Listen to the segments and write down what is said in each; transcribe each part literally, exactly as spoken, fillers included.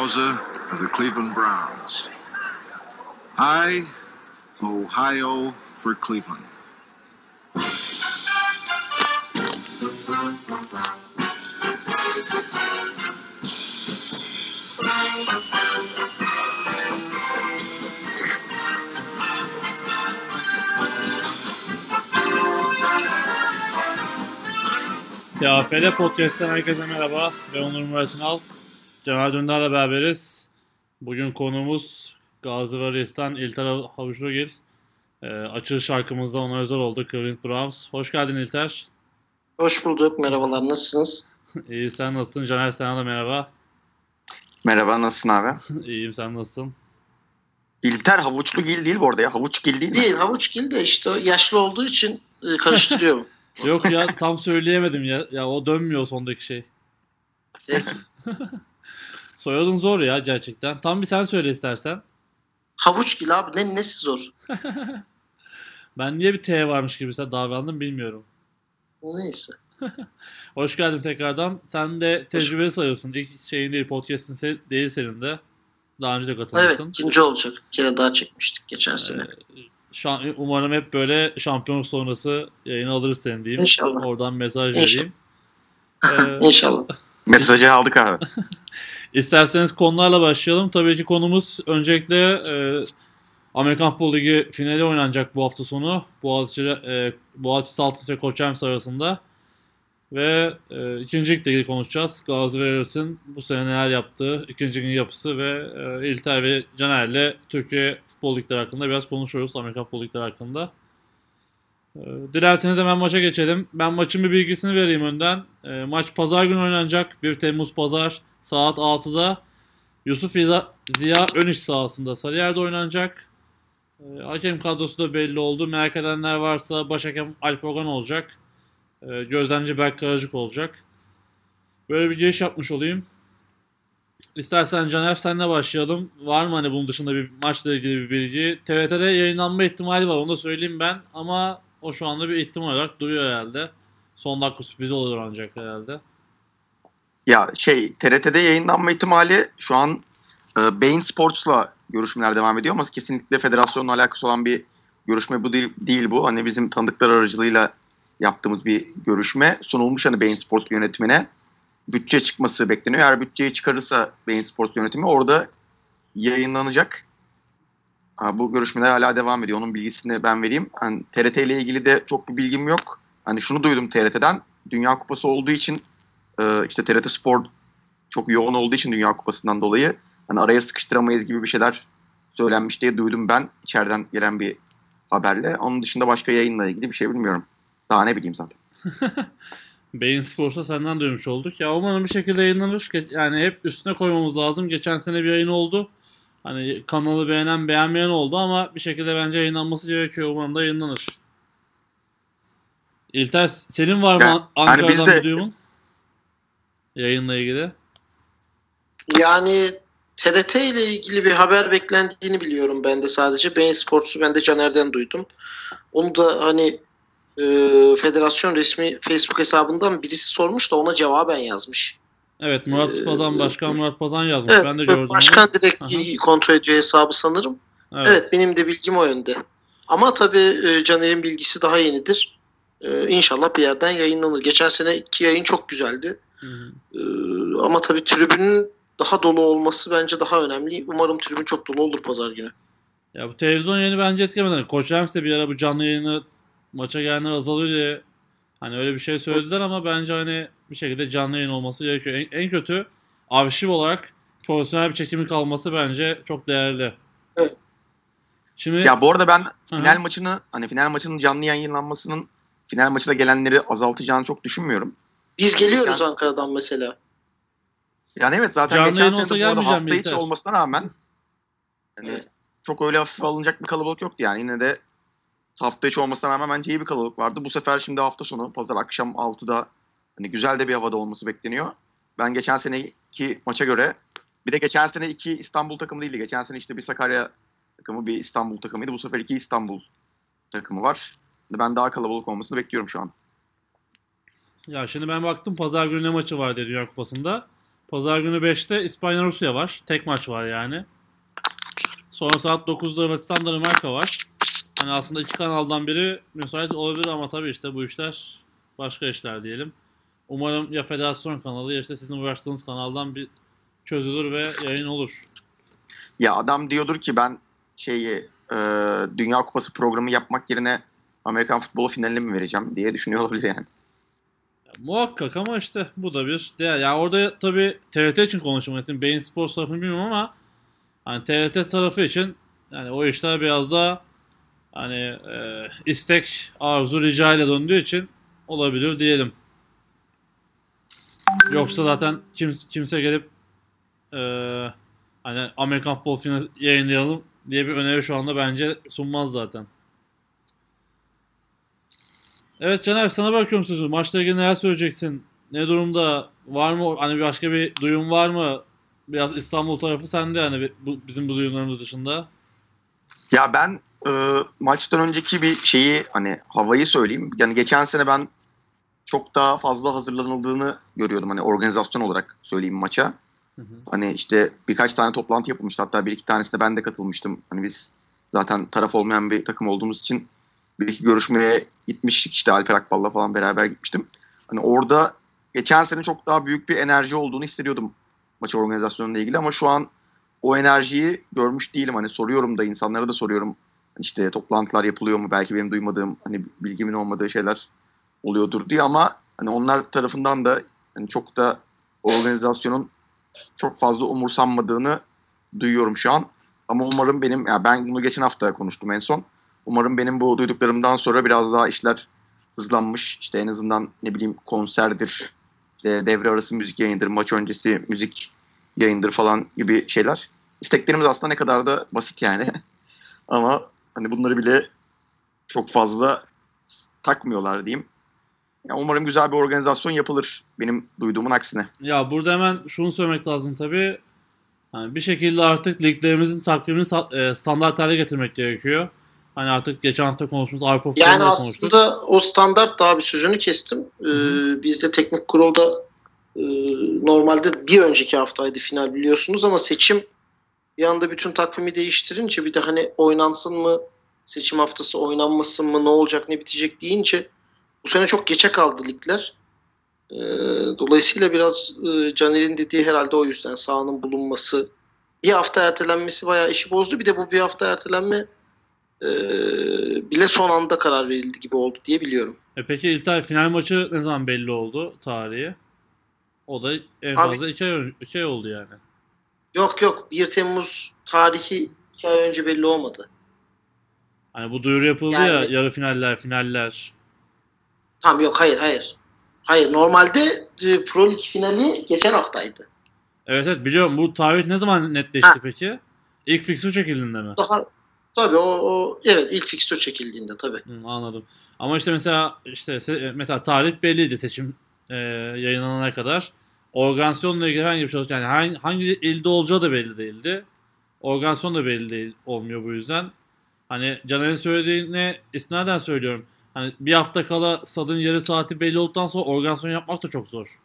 Bowser of the Cleveland Browns. I, Ohio for Cleveland. T A F L Podcast'ten herkese merhaba. Ben Onur Murat İnal. Cemal Dündar'la beraberiz. Bugün konuğumuz Gazi Varys'tan İlter Havuçlugil. E, açılış şarkımızda ona özel oldu. Cleveland Browns. Hoş geldin İlter. Hoş bulduk. Merhabalar. Nasılsınız? İyi, sen nasılsın? Caner, sana da merhaba. Merhaba, nasılsın abi? İyiyim, sen nasılsın? İlter Havuçlugil değil bu arada ya. Havuçgil değil mi? Değil. Havuçgil de işte yaşlı olduğu için e, karıştırıyorum. Yok ya, tam söyleyemedim ya. Ya o dönmüyor sondaki şey. Evet. Soyadın zor ya gerçekten. Tam bir sen söyle istersen. Havuçgil abi. Ne, nesi zor? Ben niye bir T varmış gibi sen davrandım bilmiyorum. Neyse. Hoş geldin tekrardan. Sen de tecrübeli sayıyorsun. İlk şeyin değil, podcast'in se- değil senin de. Daha önce de katılmışsın. Evet, ikinci olacak. Bir kere daha çekmiştik geçen sene. Ee, şan- umarım hep böyle şampiyonluk sonrası yayını alırız senin diyeyim. İnşallah. Oradan mesaj İnşallah. vereyim. Ee, İnşallah. Mesajı aldık abi. İsterseniz konularla başlayalım. Tabii ki konumuz öncelikle e, Amerikan Futbol Ligi finali oynanacak bu hafta sonu. Boğaziçi, e, Boğaziçi Saltas ve Koçermes arasında. Ve e, ikinci ligle ilgili konuşacağız. Gazi Varys'in bu sene neler yaptığı, ikinci ligin yapısı ve e, İlter ve Caner'le Türkiye Futbol Ligleri hakkında biraz konuşuyoruz. Amerikan Futbol Ligleri hakkında. E, dilerseniz hemen maça geçelim. Ben maçın bir bilgisini vereyim önden. E, maç pazar günü oynanacak. bir Temmuz pazar saat altıda. Yusuf Ziya Öniş sahasında Sarıyer'de oynanacak. E, hakem kadrosu da belli oldu. Merak edenler varsa başhakem Alp Ogan olacak. E, gözlemci Berk Karacık olacak. Böyle bir giriş yapmış olayım. İstersen Caner senle başlayalım. Var mı hani bunun dışında bir maçla ilgili bir bilgi? T R T'de yayınlanma ihtimali var, onu da söyleyeyim ben. Ama o şu anda bir ihtimal olarak duruyor herhalde. Son dakika sürprizi olur ancak herhalde. Ya şey T R T'de yayınlanma ihtimali şu an e, Bein Sports'la görüşmeler devam ediyor ama kesinlikle federasyonla alakası olan bir görüşme bu değil, değil bu. Hani bizim tanıdıklar aracılığıyla yaptığımız bir görüşme sunulmuş hani Bein Sports yönetimine. Bütçe çıkması bekleniyor. Eğer bütçeyi çıkarırsa Bein Sports yönetimi orada yayınlanacak. Ha, bu görüşmeler hala devam ediyor. Onun bilgisini ben vereyim. Hani T R T ile ilgili de çok bir bilgim yok. Hani şunu duydum T R T'den. Dünya Kupası olduğu için e, işte T R T Spor çok yoğun olduğu için Dünya Kupası'ndan dolayı hani araya sıkıştıramayız gibi bir şeyler söylenmiş diye duydum ben içeriden gelen bir haberle. Onun dışında başka yayınla ilgili bir şey bilmiyorum. Daha ne bileyim zaten. Bein Sports'a senden duymuş olduk. Ya umarım bir şekilde yayınlanır. Yani hep üstüne koymamız lazım. Geçen sene bir yayın oldu. Hani kanalı beğenen beğenmeyen oldu ama bir şekilde bence yayınlanması gerekiyor. Umarım da yayınlanır. İlter, senin var mı Yani, Ankara'dan hani de... bir duyumun? Yayınla ilgili. Yani T R T ile ilgili bir haber beklendiğini biliyorum ben de sadece. Bein Sports'u ben de Caner'den duydum. Onu da hani e, federasyon resmi Facebook hesabından birisi sormuş da ona cevaben yazmış. Evet, Murat Ee, Pazan, Başkan Murat Pazan yazmış. Evet, ben de gördüm başkan onu. direkt Aha. kontrol ediyor hesabı sanırım. Evet. Evet, benim de bilgim o yönde. Ama tabii e, Caner'in bilgisi daha yenidir. E, İnşallah bir yerden yayınlanır. Geçen sene iki yayın çok güzeldi. E, ama tabii tribünün daha dolu olması bence daha önemli. Umarım tribün çok dolu olur pazar günü. Ya bu televizyon yayını bence etkilemeden. Koçermes de bir ara bu canlı yayını maça gelenler azalıyor diye hani öyle bir şey söylediler ama bence hani bir şekilde canlı yayın olması gerekiyor. En, en kötü arşiv olarak profesyonel bir çekimin kalması bence çok değerli. Evet. Şimdi ya bu arada ben Aha. final maçını hani final maçının canlı yayınlanmasının final maçına gelenleri azaltacağını çok düşünmüyorum. Biz geliyoruz yani, Ankara'dan mesela. Yani evet zaten canlı geçen olsa sene de bu arada hafta İlter. içi olmasına rağmen yani Evet. çok öyle hafife alınacak bir kalabalık yoktu yani. Yine de hafta içi olmasına rağmen bence iyi bir kalabalık vardı. Bu sefer şimdi hafta sonu pazar akşam altıda hani güzel de bir havada olması bekleniyor. Ben geçen seneki maça göre bir de geçen sene iki İstanbul takımı değildi. Geçen sene işte bir Sakarya takımı bir İstanbul takımıydı. Bu sefer iki İstanbul takımı var. Ben daha kalabalık olmasını bekliyorum şu an. Ya şimdi ben baktım pazar günü ne maçı var diye Dünya Kupası'nda. Pazar günü beşte İspanya-Rusya var. Tek maç var yani. Sonra saat dokuzda Hırvatistan-Danimarka var. Hani aslında iki kanaldan biri müsait olabilir ama tabii işte bu işler başka işler diyelim. Umarım ya federasyon kanalı ya işte sizin uğraştığınız kanaldan bir çözülür ve yayın olur. Ya adam diyordur ki ben şeyi e, Dünya Kupası programı yapmak yerine Amerikan futbolu finaline mi vereceğim diye düşünüyor olabilir yani. Ya, muhakkak ama işte bu da bir değer. Yani orada tabii T R T için konuşulmasın. Bein Sports tarafını bilmiyorum ama hani T R T tarafı için yani o işler biraz daha hani e, istek, arzu, rica ile döndüğü için olabilir diyelim. Yoksa zaten kimse, kimse gelip e, hani Amerikan futbol finali yayınlayalım diye bir öneri şu anda bence sunmaz zaten. Evet Caner, sana bakıyorum sözü. Maçla ilgili neler söyleyeceksin? Ne durumda? Var mı? Hani başka bir duyum var mı? Biraz İstanbul tarafı sende hani bu, bizim bu duyumlarımız dışında. Ya ben e, maçtan önceki bir şeyi hani havayı söyleyeyim. Yani geçen sene ben çok daha fazla hazırlanıldığını görüyordum. Hani organizasyon olarak söyleyeyim maça. Hı hı. Hani işte birkaç tane toplantı yapılmıştı. Hatta bir iki tanesine ben de katılmıştım. Hani biz zaten taraf olmayan bir takım olduğumuz için bir iki görüşmeye gitmiştik. İşte Alper Akbal'la falan beraber gitmiştim. Hani orada geçen sene çok daha büyük bir enerji olduğunu hissediyordum maç organizasyonuyla ilgili. Ama şu an o enerjiyi görmüş değilim. Hani soruyorum da insanlara da soruyorum. İşte toplantılar yapılıyor mu? Belki benim duymadığım, hani bilgimin olmadığı şeyler oluyordur diye ama hani onlar tarafından da hani çok da organizasyonun çok fazla umursanmadığını duyuyorum şu an. Ama umarım benim, yani ben bunu geçen hafta konuştum en son. Umarım benim bu duyduklarımdan sonra biraz daha işler hızlanmış. İşte en azından ne bileyim konserdir, işte devre arası müzik yayındır, maç öncesi müzik yayındır falan gibi şeyler. İsteklerimiz aslında ne kadar da basit yani. Ama hani bunları bile çok fazla takmıyorlar diyeyim. Ya umarım güzel bir organizasyon yapılır benim duyduğumun aksine. Ya burada hemen şunu söylemek lazım tabii. Hani bir şekilde artık liglerimizin takvimini sa- e, standart hale getirmek gerekiyor. Hani artık geçen hafta konuştuğumuz Avrupa Yani futbolunda konuştuk. aslında o standart da abi sözünü kestim. Ee, biz de teknik kurulda e, normalde bir önceki haftaydı final biliyorsunuz ama seçim bir anda bütün takvimi değiştirince bir de hani oynansın mı, seçim haftası oynanmasın mı, ne olacak ne bitecek deyince bu sene çok geçe kaldı ligler. Ee, dolayısıyla biraz e, Caner'in dediği herhalde o yüzden sahanın bulunması, bir hafta ertelenmesi bayağı işi bozdu. Bir de bu bir hafta ertelenme e, bile son anda karar verildi gibi oldu diye biliyorum. E peki İlter, final maçı ne zaman belli oldu tarihi? O da en Abi- fazla iki ay, ön- iki ay oldu yani. Yok yok bir Temmuz tarihi iki ay önce belli olmadı. Hani bu duyuru yapıldı Yani- ya, yarı finaller, finaller. Tamam yok hayır hayır. Hayır normalde e, Pro Lig finali geçen haftaydı. Evet evet biliyorum, bu tarih ne zaman netleşti Ha. peki? İlk fixture çekildiğinde mi? Daha tabii o, o evet ilk fikstür çekildiğinde tabii. Hı, anladım. Ama işte mesela işte se- mesela tarih belliydi seçim e, yayınlanana kadar. Organizasyonla ilgili herhangi bir şey yani hangi, hangi ilde olacağı da belli değildi. Organizasyon da belli değil olmuyor bu yüzden. Hani Caner'in söylediğine istinaden söylüyorum. Hani bir hafta kala stadın yarı saati belli olduktan sonra organizasyon yapmak da çok zor.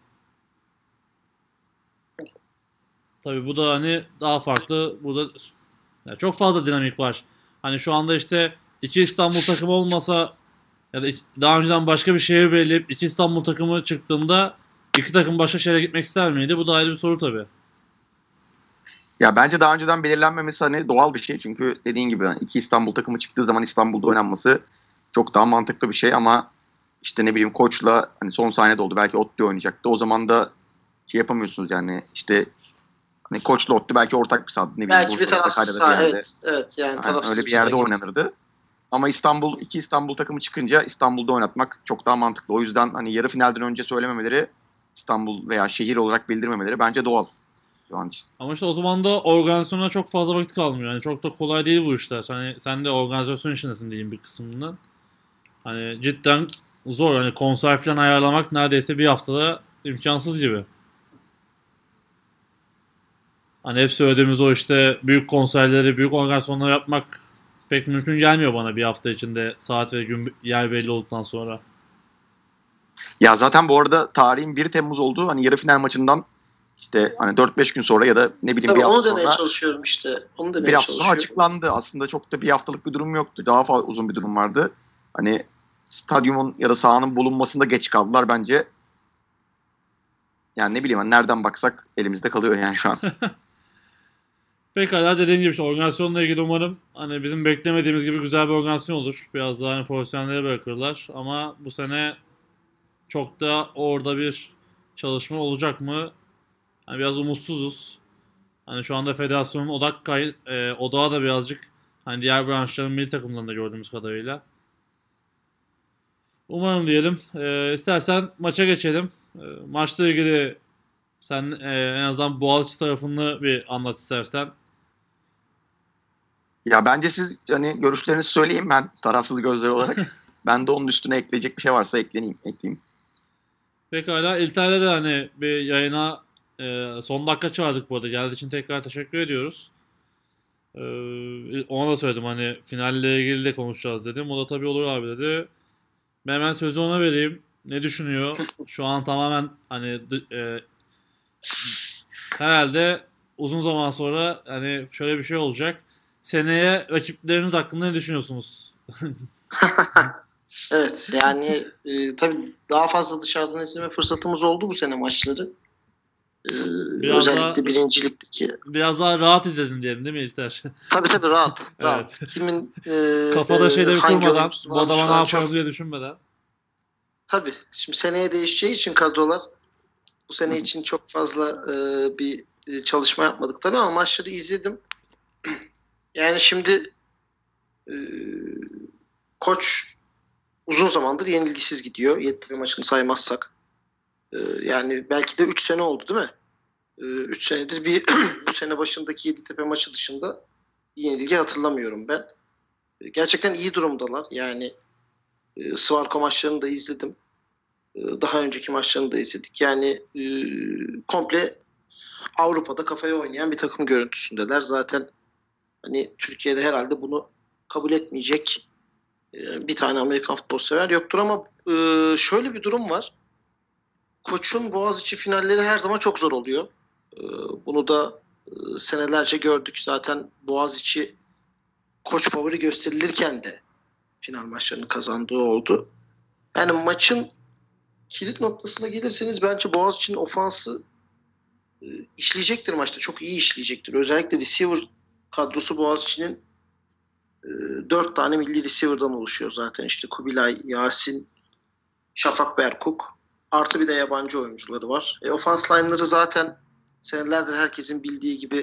Tabii bu da hani daha farklı. Burada ya çok fazla dinamik var. Hani şu anda işte iki İstanbul takımı olmasa ya da daha önceden başka bir şehir belirleyip iki İstanbul takımı çıktığında iki takım başka şehre gitmek ister miydi? Bu da ayrı bir soru tabii. Ya bence daha önceden belirlenmemesi hani doğal bir şey. Çünkü dediğin gibi hani iki İstanbul takımı çıktığı zaman İstanbul'da oynanması çok daha mantıklı bir şey ama işte ne bileyim Koç'la hani son saniyede oldu. Belki Ottu oynayacaktı. O zaman da şey yapamıyorsunuz yani işte hani Koç'la Ottu belki ortak bir saha. Ne bileyim, Belki bir Bursa'da, tarafsız Sakarya'da bir saha yerde. evet evet yani Yani tarafsız öyle bir saha yerde gibi. oynanırdı. Ama İstanbul, iki İstanbul takımı çıkınca İstanbul'da oynatmak çok daha mantıklı. O yüzden hani yarı finalden önce söylememeleri, İstanbul veya şehir olarak bildirmemeleri bence doğal şu an için. Ama işte o zaman da organizasyona çok fazla vakit kalmıyor. Yani çok da kolay değil bu işler. Hani sen de organizasyon işindesin diyeyim bir kısmından. Hani cidden zor. Hani konser falan ayarlamak neredeyse bir haftada imkansız gibi. Hani hep söylediğimiz o işte büyük konserleri, büyük organizasyonları yapmak pek mümkün gelmiyor bana bir hafta içinde saat ve gün yer belli olduktan sonra. Ya zaten bu arada tarihin bir Temmuz olduğu hani yarı final maçından işte hani dört beş gün sonra ya da ne bileyim Tabii bir onu hafta demeye sonra çalışıyorum işte. Onu demeye bir hafta sonra çalışıyorum. açıklandı. Aslında çok da bir haftalık bir durum yoktu. Daha fazla uzun bir durum vardı. Hani stadyumun ya da sahanın bulunmasında geç kaldılar bence. Yani ne bileyim hani nereden baksak elimizde kalıyor yani şu an. Pekala dediğin gibi işte organizasyonla ilgili umarım hani bizim beklemediğimiz gibi güzel bir organizasyon olur. Biraz daha hani profesyonellere bırakırlar. Ama bu sene çok da orada bir çalışma olacak mı? Hani biraz umutsuzuz. Hani şu anda federasyonun odak kay e, odağı da birazcık hani diğer branşların milli takımlarında gördüğümüz kadarıyla. Umarım diyelim. E, istersen maça geçelim. E, maçla ilgili sen e, en azından Boğaziçi tarafını bir anlat istersen. Ya bence siz hani görüşlerinizi söyleyin, ben tarafsız gözler olarak. Ben de onun üstüne ekleyecek bir şey varsa ekleneyim, ekleyeyim. Pekala. İlter'de de hani bir yayına e, son dakika çağırdık bu arada. Geldiği için tekrar teşekkür ediyoruz. E, ona da söyledim hani finalle ilgili de konuşacağız dedim. O da tabii olur abi dedi. Ben hemen sözü ona vereyim. Ne düşünüyor? Şu an tamamen hani e, herhalde uzun zaman sonra hani şöyle bir şey olacak. Seneye rakipleriniz hakkında ne düşünüyorsunuz? Evet yani e, tabii daha fazla dışarıdan izleme fırsatımız oldu bu sene maçları. E, Biraz özellikle daha birincilikdeki. biraz daha rahat izledin diyelim değil mi İlter? Tabii tabii rahat. rahat. Evet. Kimin e, Kafada e, şeyleri hangi kurmadan, oyuncusu bu varmış adama ne falan yaparım çok. diye düşünmeden. Tabii. Şimdi seneye değişeceği için kadrolar bu sene için çok fazla e, bir e, çalışma yapmadık tabii ama maçları izledim. Yani şimdi e, koç uzun zamandır yenilgisiz gidiyor. Yeditepe maçını saymazsak. E, yani belki de üç sene oldu değil mi? üç senedir bir bu sene başındaki Yeditepe maçı dışında bir yenilgi hatırlamıyorum ben. E, gerçekten iyi durumdalar. Yani e, Svarko maçlarını da izledim. E, daha önceki maçlarını da izledik. Yani e, komple Avrupa'da kafaya oynayan bir takım görüntüsündeler. Zaten hani Türkiye'de herhalde bunu kabul etmeyecek e, bir tane Amerikan futbol sever yoktur ama e, şöyle bir durum var. Koç'un Boğaziçi finalleri her zaman çok zor oluyor. E, bunu da e, senelerce gördük. Zaten Boğaziçi Koç favori gösterilirken de final maçlarını kazandığı oldu. Yani maçın kilit noktasına gelirseniz bence Boğaziçi'nin ofansı e, işleyecektir maçta. Çok iyi işleyecektir. Özellikle receiver kadrosu Boğaziçi'nin e, dört tane milli receiver'dan oluşuyor zaten. İşte Kubilay, Yasin, Şafak Berkuk. Artı bir de yabancı oyuncuları var. E, ofans line'ları zaten senelerdir herkesin bildiği gibi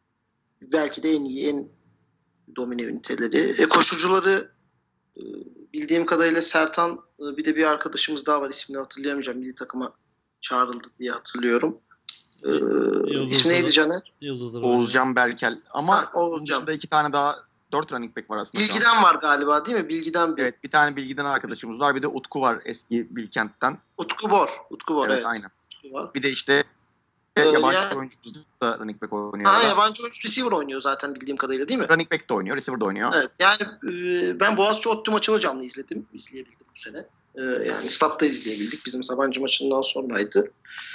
belki de en iyi, en domine üniteleri. E, koşucuları e, bildiğim kadarıyla Sertan, e, bir de bir arkadaşımız daha var. İsmini hatırlayamayacağım. Milli takıma çağrıldı diye hatırlıyorum. E, ismi neydi Caner? Yıldızlar Oğuzcan Berkel. Ama Ha, onun Oğuzcan. dışında iki tane daha, dört running back var aslında. şu an. Bilgiden var galiba değil mi? Bilgiden bir. Evet, bir tane Bilgi'den arkadaşımız var. Bir de Utku var eski Bilkent'ten. Utku Bor. Utku Bor Evet, evet. aynen. Utku var. Bir de işte Ee, yabancı yani- oyuncumuz da running back oynuyor. Ha, arada. yabancı oyuncu receiver oynuyor zaten bildiğim kadarıyla değil mi? Running back de oynuyor, receiver de oynuyor. Evet. Yani e, ben Boğaziçi ODTÜ maçını canlı izledim. İzleyebildim bu sene. E, yani statta izleyebildik. Bizim Sabancı maçından sonraydı.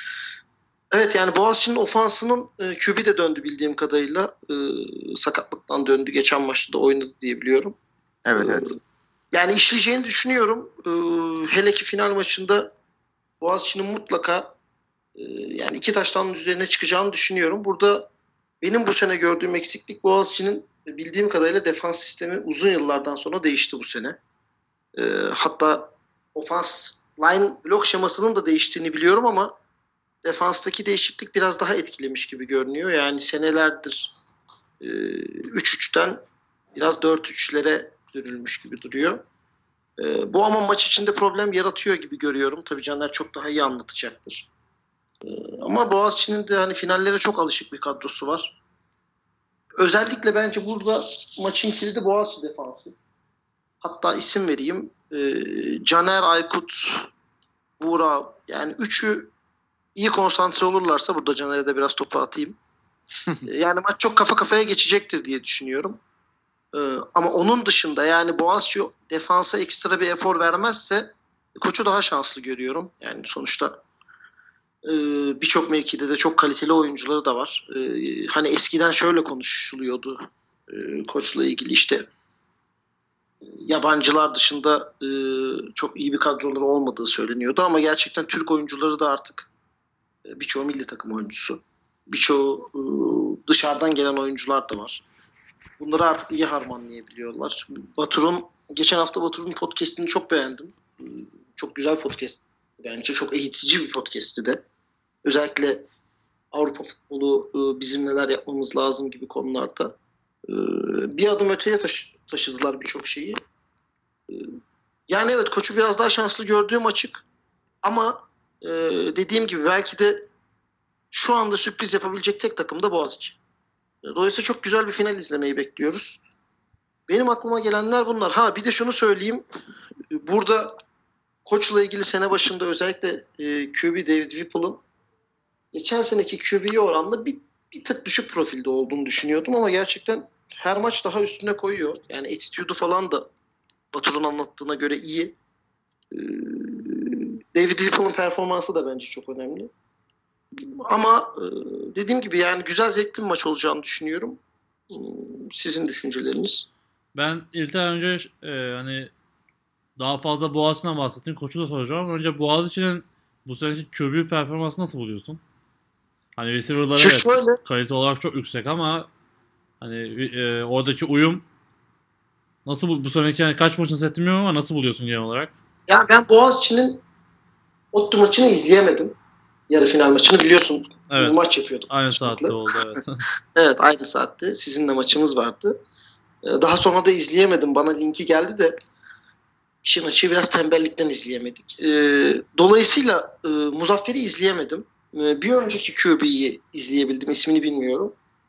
Evet yani Boğaziçi'nin ofansının e, Q B de döndü bildiğim kadarıyla. E, sakatlıktan döndü. Geçen maçta da oynadı diye biliyorum. Evet, evet. Yani işleyeceğini düşünüyorum. E, hele ki final maçında Boğaziçi'nin mutlaka e, yani iki taştanın üzerine çıkacağını düşünüyorum. Burada benim bu sene gördüğüm eksiklik Boğaziçi'nin bildiğim kadarıyla defans sistemi uzun yıllardan sonra değişti bu sene. E, hatta ofans line blok şemasının da değiştiğini biliyorum ama defanstaki değişiklik biraz daha etkilemiş gibi görünüyor. Yani senelerdir e, üç üçten biraz dört üçlere dönülmüş gibi duruyor. E, bu ama maç içinde problem yaratıyor gibi görüyorum. Tabii Caner çok daha iyi anlatacaktır. E, ama Boğaziçi'nin de hani finallere çok alışık bir kadrosu var. Özellikle bence burada maçın kilidi Boğaziçi defansı. Hatta isim vereyim. E, Caner, Aykut, Buğra yani üçü iyi konsantre olurlarsa burada Caner'e de biraz topu atayım. Yani maç çok kafa kafaya geçecektir diye düşünüyorum. Ee, ama onun dışında yani Boğaziçi defansa ekstra bir efor vermezse koçu daha şanslı görüyorum. Yani sonuçta Ee, Birçok mevkide de çok kaliteli oyuncuları da var. Ee, hani eskiden şöyle konuşuluyordu e, koçla ilgili işte yabancılar dışında e, çok iyi bir kadroları olmadığı söyleniyordu ama gerçekten Türk oyuncuları da artık e, birçoğu milli takım oyuncusu. Birçoğu e, dışarıdan gelen oyuncular da var. Bunları artık iyi harmanlayabiliyorlar. Batur'un geçen hafta Batur'un podcast'ini çok beğendim. E, çok güzel podcast. Bence çok eğitici bir podcast'ti de. Özellikle Avrupa futbolu e, bizim neler yapmamız lazım gibi konularda e, bir adım öteye taşı- taşıdılar birçok şeyi. E, yani evet koçu biraz daha şanslı gördüğüm açık. Ama e, dediğim gibi belki de şu anda sürpriz yapabilecek tek takım da Boğaziçi. Dolayısıyla çok güzel bir final izlemeyi bekliyoruz. Benim aklıma gelenler bunlar. Ha bir de şunu söyleyeyim. Burada koçla ilgili sene başında özellikle e, Q B David Whipple'ın geçen seneki Q B'ye oranla bir, bir tık düşük profilde olduğunu düşünüyordum ama gerçekten her maç daha üstüne koyuyor. Yani attitude'u falan da Batur'un anlattığına göre iyi. Ee, David Whipple'ın performansı da bence çok önemli. Ama e, dediğim gibi yani güzel zevkli bir maç olacağını düşünüyorum. Sizin düşünceleriniz? Ben İlter önce e, hani daha fazla Boğaziçi'nden bahsettim. Koçu da soracağım ama önce Boğaziçi'nin bu seneki Q B performansı nasıl buluyorsun? Hani receiver'ları Şu evet şöyle, kalite olarak çok yüksek ama hani e, oradaki uyum nasıl bu, bu seneki yani kaç maçını seyretmiyorum ama nasıl buluyorsun genel olarak? yani ben Boğaziçi'nin ODTÜ maçını izleyemedim. Yarı final maçını biliyorsun. Evet. Bir maç yapıyorduk. Aynı saatte oldu evet. Evet aynı saatte. Sizinle maçımız vardı. Daha sonra da izleyemedim. Bana linki geldi de işin açığı biraz tembellikten izleyemedik. Dolayısıyla Muzaffer'i izleyemedim. Bir önceki Q B'yi izleyebildim. İsmini bilmiyorum.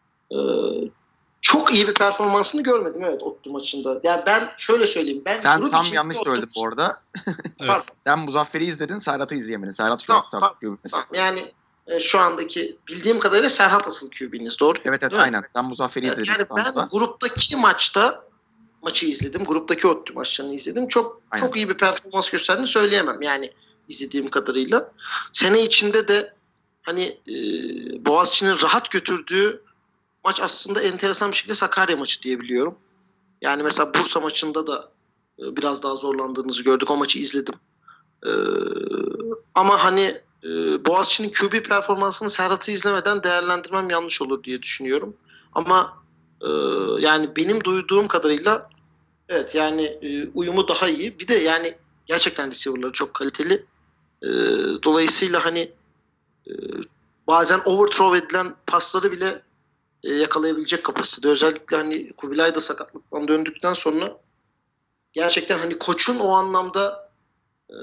Çok iyi bir performansını görmedim evet ODTÜ maçında. Yani ben şöyle söyleyeyim. Ben Sen grup tam içinde yanlış ODTÜ söyledin bu arada. Evet. Sen Muzaffer'i izledin, Serhat'ı izleyemedin. Serhat şu Tamam, hafta tamam, Q B mesela. tamam. Yani e, şu andaki bildiğim kadarıyla Serhat asıl Q B'niz doğru. Evet evet Değil mi? aynen. Sen Muzaffer'i Evet, izledin. yani ben İstanbul'da. gruptaki maçta maçı izledim. Gruptaki ODTÜ maçlarını izledim. Çok Aynen. çok iyi bir performans gösterdiğini söyleyemem. Yani izlediğim kadarıyla. Sene içinde de hani e, Boğaziçi'nin rahat götürdüğü maç aslında enteresan bir şekilde Sakarya maçı diyebiliyorum. Yani mesela Bursa maçında da e, biraz daha zorlandığınızı gördük. O maçı izledim. E, ama hani e, Boğaziçi'nin Q B performansını Serhat'ı izlemeden değerlendirmem yanlış olur diye düşünüyorum. Ama e, yani benim duyduğum kadarıyla evet yani e, uyumu daha iyi. Bir de yani gerçekten receiver'ları çok kaliteli. E, dolayısıyla hani e, bazen overthrow edilen pasları bile e, yakalayabilecek kapasitede. Özellikle hani Kubilay da sakatlıktan döndükten sonra gerçekten hani koçun o anlamda e,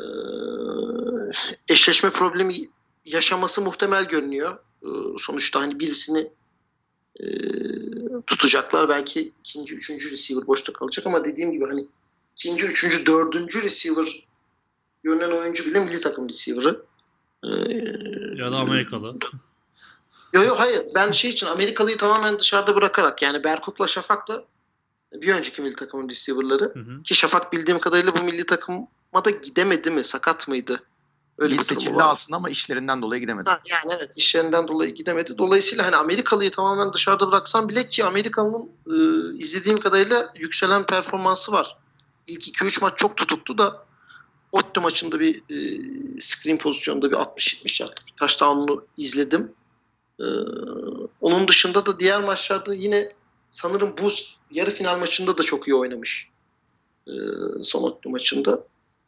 eşleşme problemi yaşaması muhtemel görünüyor. E, sonuçta hani birisini e, tutacaklar. Belki ikinci, üçüncü receiver boşta kalacak ama dediğim gibi hani ikinci, üçüncü, dördüncü receiver görünen oyuncu bile milli takım receiver'ı. E, Ya da Amerikalı. Yok yok hayır. Ben şey için Amerikalıyı tamamen dışarıda bırakarak yani Berkuk'la Şafak da bir önceki milli takımın receiver'ları. Hı hı. Ki Şafak bildiğim kadarıyla bu milli takıma da gidemedi mi? Sakat mıydı? Öyle İyi bir durumu seçildi var. aslında ama işlerinden dolayı gidemedi. Ha, yani evet işlerinden dolayı gidemedi. Dolayısıyla hani Amerikalıyı tamamen dışarıda bıraksam bile ki Amerikalı'nın e, izlediğim kadarıyla yükselen performansı var. İlk iki üç maç çok tutuktu da ODTÜ maçında bir e, screen pozisyonunda bir altmış yetmiş yardlık bir touchdown'unu izledim. E, onun dışında da diğer maçlarda yine sanırım bu yarı final maçında da çok iyi oynamış. E, son ODTÜ maçında.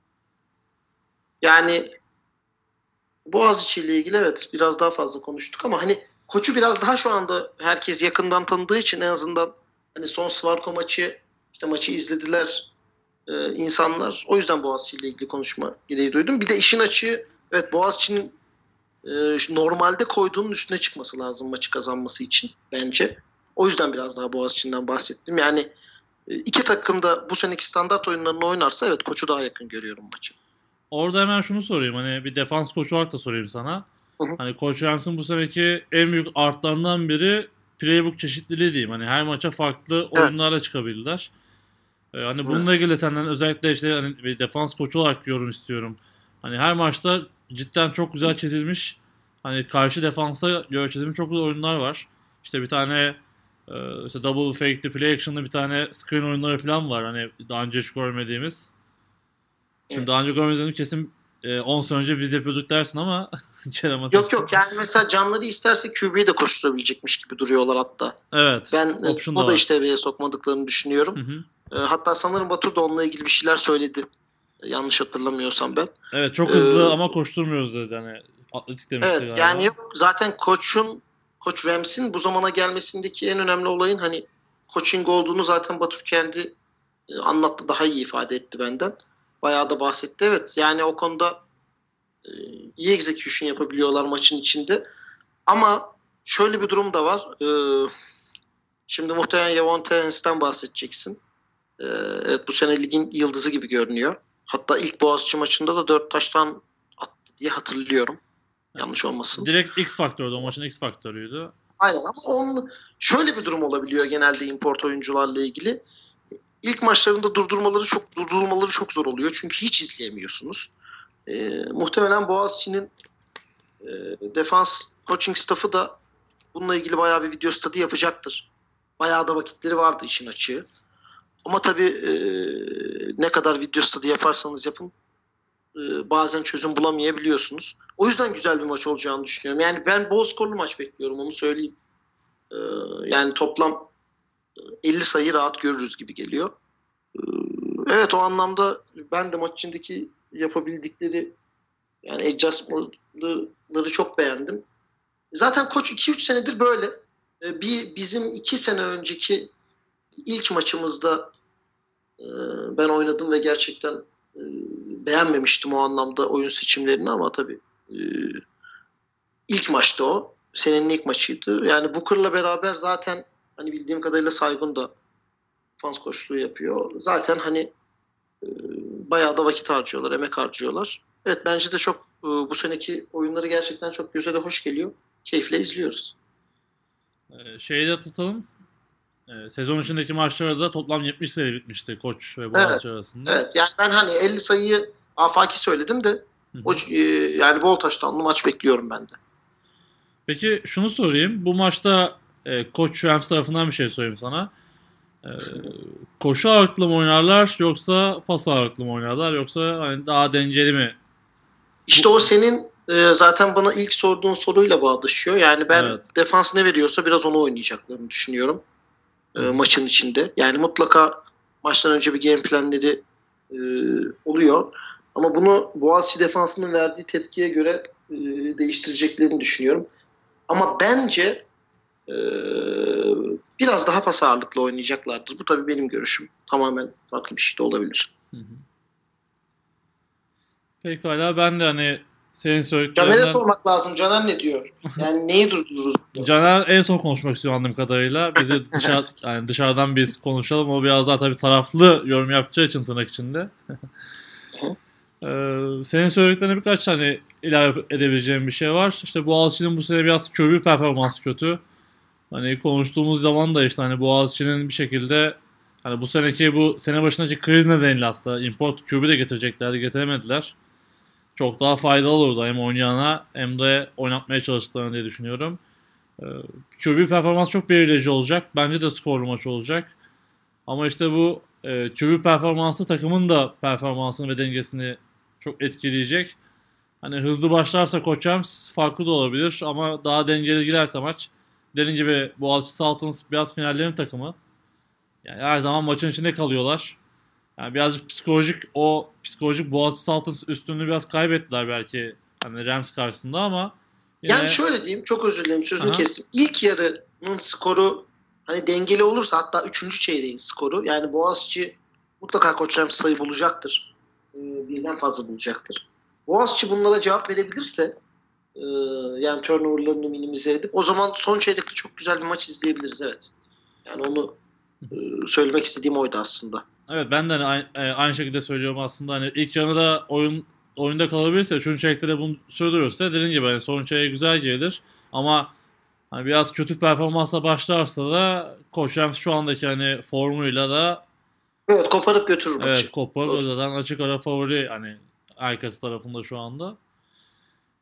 Yani Boğaziçi ile ilgili evet biraz daha fazla konuştuk ama hani koçu biraz daha şu anda herkes yakından tanıdığı için en azından hani son Svarko maçı işte maçı izlediler e, insanlar. O yüzden Boğaziçi ile ilgili konuşma gereği duydum. Bir de işin açığı evet Boğaziçi'nin e, normalde koyduğunun üstüne çıkması lazım maçı kazanması için bence. O yüzden biraz daha Boğaziçi'nden bahsettim. Yani e, iki takım da bu seneki standart oyunlarını oynarsa evet koçu daha yakın görüyorum maçı. Orada hemen şunu sorayım. Hani bir defans koçu olarak da sorayım sana. Hı hı. Hani Koç Rams'ın bu seneki en büyük artlarından biri playbook çeşitliliği diyeyim. Hani her maça farklı Evet. oyunlarla çıkabildiler. Ee, hani Evet. bununla ilgili senden özellikle işte hani bir defans koçu olarak yorum istiyorum. Hani her maçta cidden çok güzel çizilmiş hani karşı defansa göre çizimi çok güzel oyunlar var. İşte bir tane e, işte double fake'li play action'lı bir tane screen oyunları falan var. Hani daha önce hiç görmediğimiz. Şimdi Evet. daha önce görmediğimiz kesin e, on sene önce biz yapıyorduk dersin ama Kerem Ateş. Yok yok, yani mesela canları isterse Q B'yi de koşturabilecekmiş gibi duruyorlar hatta. Evet. Ben e, Option da o da var. işte devreye sokmadıklarını düşünüyorum. Hı hı. E, hatta sanırım Batur da onunla ilgili bir şeyler söyledi. E, yanlış hatırlamıyorsam ben. Evet, çok hızlı Ee, ama koşturmuyoruz dedi yani. Atletik demişti Evet galiba. yani yok, zaten koçun Koç Rams'in bu zamana gelmesindeki en önemli olayın hani coaching olduğunu zaten Batur kendi e, anlattı, daha iyi ifade etti benden. Bayağı da bahsetti. Evet yani o konuda e, iyi execution yapabiliyorlar maçın içinde. Ama şöyle bir durum da var. E, şimdi muhtemelen Javonte Hens'ten bahsedeceksin. E, evet, bu sene ligin yıldızı gibi görünüyor. Hatta ilk Boğaziçi maçında da dört taştan attı diye hatırlıyorum. Yanlış olmasın. Direkt X faktördü. O maçın X faktörüydü. Aynen, ama onun şöyle bir durum olabiliyor genelde import oyuncularla ilgili. İlk maçlarında durdurmaları çok durdurulmaları çok zor oluyor. Çünkü hiç izleyemiyorsunuz. Ee, muhtemelen Boğaziçi'nin e, defans coaching staffı da bununla ilgili bayağı bir video study yapacaktır. Bayağı da vakitleri vardı işin açığı. Ama tabii e, ne kadar video study yaparsanız yapın e, bazen çözüm bulamayabiliyorsunuz. O yüzden güzel bir maç olacağını düşünüyorum. Yani ben bol skorlu maç bekliyorum, onu söyleyeyim. E, yani toplam elli sayı rahat görürüz gibi geliyor. E, evet, o anlamda ben de maç içindeki yapabildikleri yani adjustment'ları çok beğendim. Zaten koç iki üç senedir böyle. E, bir bizim iki sene önceki ilk maçımızda e, ben oynadım ve gerçekten e, beğenmemiştim o anlamda oyun seçimlerini, ama tabii e, ilk maçtı o. Senenin ilk maçıydı. Yani Booker'la beraber zaten hani bildiğim kadarıyla Saygun da defans koçluğu yapıyor. Zaten hani e, bayağı da vakit harcıyorlar, emek harcıyorlar. Evet, bence de çok e, bu seneki oyunları gerçekten çok göze de hoş geliyor. Keyifle izliyoruz. Ee, şeyi de atlatalım. Ee, sezon içindeki maçlarda da toplam yetmiş sayı bitmişti Koç ve Boğaziçi Evet. arasında. Evet, yani ben hani elli sayıyı afaki söyledim de Hı hı. o, e, yani bol taştanlı maç bekliyorum ben de. Peki şunu sorayım. Bu maçta e, Koç Rams tarafından bir şey sorayım sana. E, koşu ağırlıklı mı oynarlar yoksa pas ağırlıklı mı oynarlar yoksa hani daha dengeli mi? İşte o senin e, zaten bana ilk sorduğun soruyla bağdaşıyor. Yani ben Evet. defans ne veriyorsa biraz onu oynayacaklarını düşünüyorum e, Hı. maçın içinde. Yani mutlaka maçtan önce bir game planleri e, oluyor. Ama bunu Boğaziçi defansının verdiği tepkiye göre e, değiştireceklerini düşünüyorum. Ama bence e, biraz daha pas ağırlıklı oynayacaklardır. Bu tabii benim görüşüm. Tamamen farklı bir şey de olabilir. Hı hı. Pekala, ben de hani senin Caner'e söylediklerinden... sormak lazım. Caner ne diyor? Yani neyi durdururuz? Caner en son konuşmak istiyor anladığım kadarıyla. Bizi dışarı, yani dışarıdan biz konuşalım. O biraz daha tabii taraflı yorum yapacağı için tırnak içinde. ee, senin söylediklerine birkaç tane ilave edebileceğim bir şey var. İşte Boğaziçi'nin bu sene biraz Q B performansı kötü. Hani konuştuğumuz zaman da işte hani Boğaziçi'nin bir şekilde hani bu seneki bu sene başındaki kriz nedeniyle aslında import Q B de getireceklerdi, getiremediler. Çok daha faydalı olurdu hem oynayana hem de oynatmaya çalıştıklarını diye düşünüyorum. Q B performans çok belirleyici olacak. Bence de skorlu maç olacak. Ama işte bu e, Q B performansı takımın da performansını ve dengesini çok etkileyecek. Hani hızlı başlarsa Koç Rams farklı da olabilir ama daha dengeli giderse maç, dediğim gibi Boğaziçi Saltons biraz finallerin takımı. Yani her zaman maçın içinde kalıyorlar. Yani birazcık psikolojik o psikolojik Boğaziçi Saltons üstünlüğü biraz kaybettiler belki hani Rams karşısında ama yine... Yani şöyle diyeyim, çok özür dilerim sözünü Aha. kestim. İlk yarının skoru hani dengeli olursa, hatta üçüncü çeyreğin skoru, yani Boğaziçi mutlaka Koç Rams sayı bulacaktır. Ee, birden fazla bulacaktır. Boğaziçi bunlara cevap verebilirse e, yani turnoverlarını minimize edip o zaman son çeyrekte çok güzel bir maç izleyebiliriz, evet. Yani onu e, söylemek istediğim oydu aslında. Evet, ben de hani aynı, e, aynı şekilde söylüyorum aslında. Hani ilk yarıda da oyun oyunda kalabilirse, üçüncü çeyrekte de bunu sürdürürse dediğim gibi hani son çeyreğe güzel gelir. Ama hani biraz kötü performansla başlarsa da Koç Rams şu andaki hani formuyla da Evet, koparıp götürür maçı. evet kopar Doğru. zaten açık ara favori hani herkes tarafında şu anda.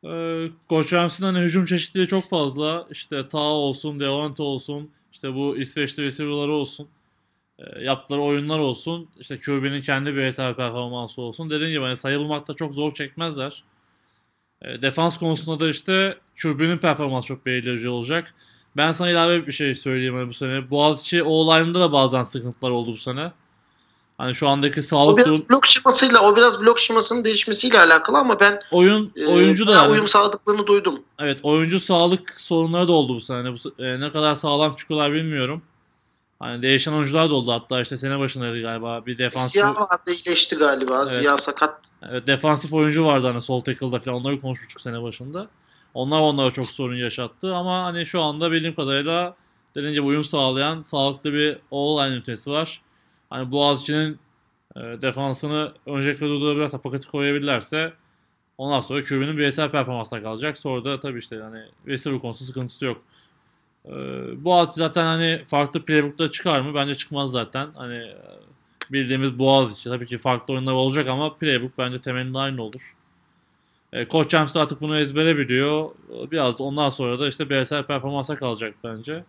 Ee, Koç Rams'in hani hücum çeşitliliği çok fazla. İşte Tao olsun, Devonta olsun, işte bu İsveçli receiver'ları olsun. E, yaptıkları oyunlar olsun. İşte Q B'nin kendi bireysel performansı olsun. Dediğim gibi hani sayı bulmakta çok zor çekmezler. E, defans konusunda da işte Q B'nin performansı çok belirleyici olacak. Ben sana ilave bir şey söyleyeyim hani bu sene. Boğaziçi O-line'da da bazen sıkıntılar oldu bu sene. Hani şu andaki O sağlık durum... biraz blok şemasıyla, o biraz blok şemasının değişmesiyle alakalı ama ben Oyun, e, oyuncu da bayağı yani... uyum sağladıklarını duydum. Evet, oyuncu sağlık sorunları da oldu bu sene. Bu, e, ne kadar sağlam çıkıyorlar bilmiyorum. Hani değişen oyuncular da oldu, hatta işte sene başındaydı galiba. Bir defansif, Ziya vardı, iyileşti galiba. evet, Ziya sakat. evet, defansif oyuncu vardı hani sol tackle'da falan, onları konuşmuştuk sene başında. Onlar onlara çok sorun yaşattı ama hani şu anda bildiğim kadarıyla dediğim gibi uyum sağlayan sağlıklı bir all-line ünitesi var. Hani Boğaziçi'nin e, defansını önceki durdurabilirse, paketi koyabilirlerse ondan sonra Q B'nin bireysel performansına kalacak. Sonra da tabii işte yani receiver konusu sıkıntısı yok. Ee, Boğaziçi zaten hani farklı playbook'ta çıkar mı? Bence çıkmaz zaten. Hani e, bildiğimiz Boğaziçi. Tabii ki farklı oyunlar olacak ama playbook bence temelinde aynı olur. E, Koç James artık bunu ezbere biliyor. Biraz da ondan sonra da işte bireysel performansa kalacak bence.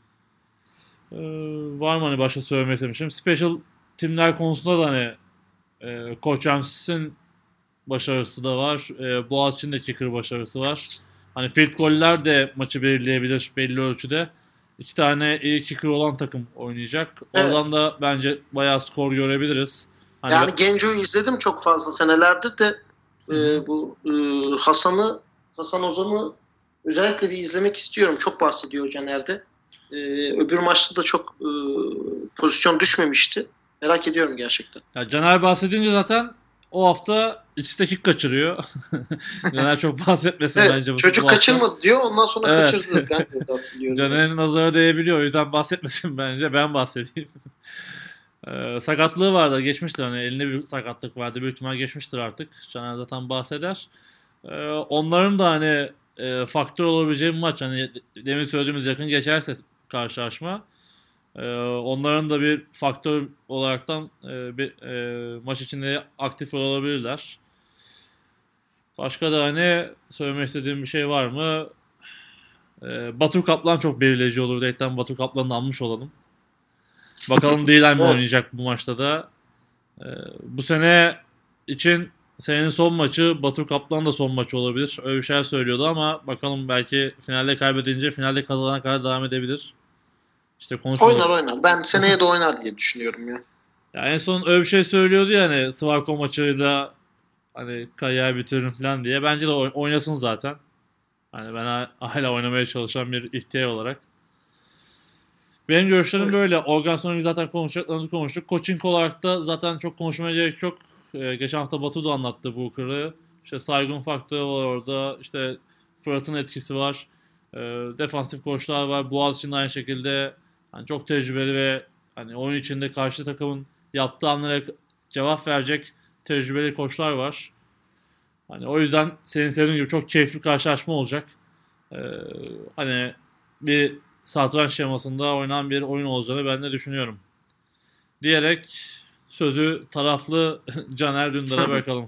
Ee, Var mı hani başka söylemek istemişim? Special timler konusunda da hani e, Koç James'in başarısı da var. E, Boğaziçi'nin de kicker başarısı var. Hani field goller de maçı belirleyebilir belli ölçüde. İki tane iyi kicker olan takım oynayacak. Evet. Oradan da bence bayağı skor görebiliriz. Hani Yani ben... Genco'yu izledim çok fazla senelerdir de Hı hı. e, bu e, Hasan'ı Hasan Ozan'ı özellikle bir izlemek istiyorum. Çok bahsediyor Caner'de. E, öbür maçta da çok e, pozisyon düşmemişti. Merak ediyorum gerçekten. Ya Caner bahsedince zaten o hafta ikisi de kick kaçırıyor. Caner çok bahsetmesin Evet, bence bu, çocuk bu hafta. kaçırmadı diyor. Ondan sonra Evet. kaçırdı. Ben de öyle hatırlıyorum. Caner'in Evet. nazarı değebiliyor. O yüzden bahsetmesin bence. Ben bahsedeyim. Ee, sakatlığı vardı. Geçmiştir. Hani elinde bir sakatlık vardı. Büyük ihtimal geçmiştir artık. Caner zaten bahseder. Ee, onların da hani e, faktör olabileceği bir maç. Hani demin söylediğimiz yakın geçerse karşılaşma. e, onların da bir faktör olaraktan e, bir e, maç içinde aktif olabilirler. Başka da hani söylemek istediğim bir şey var mı? E, Batur Kaplan çok belirleyici olur. Direkten Batur Kaplan'ı almış olalım. Bakalım D-line mi Evet. oynayacak bu maçta da. Ee, bu sene için senenin son maçı Batur Kaplan da son maçı olabilir. Öyle bir şeyler söylüyordu ama bakalım, belki finalde kaybedince finalde kazanana kadar devam edebilir. İşte konuşmadık. Oynar oynar. Ben seneye de oynar diye düşünüyorum ya. Ya en son öyle bir şey söylüyordu ya hani Svarko maçıyla hani kariyer bitiririm falan diye. Bence de oy- oynasın zaten. Hani ben ha- hala oynamaya çalışan bir ihtiyar olarak. Benim görüşlerim Evet. böyle. Organizasyonu zaten konuşacaklarımızı konuştuk. Coaching olarak da zaten çok konuşmaya gerek yok. Ee, geçen hafta Batu da anlattı bu kırığı. İşte saygın faktörü var orada. İşte Fırat'ın etkisi var. Ee, defansif koçlar var. Boğaziçi'nin aynı şekilde hani çok tecrübeli ve hani oyun içinde karşı takımın yaptığı anlara cevap verecek tecrübeli koçlar var. Hani o yüzden senin söylediğin gibi çok keyifli bir karşılaşma olacak. Ee, Hani bir satranç şemasında oynanan bir oyun olacağını ben de düşünüyorum. Diyerek sözü taraflı Caner Dündar'a bırakalım.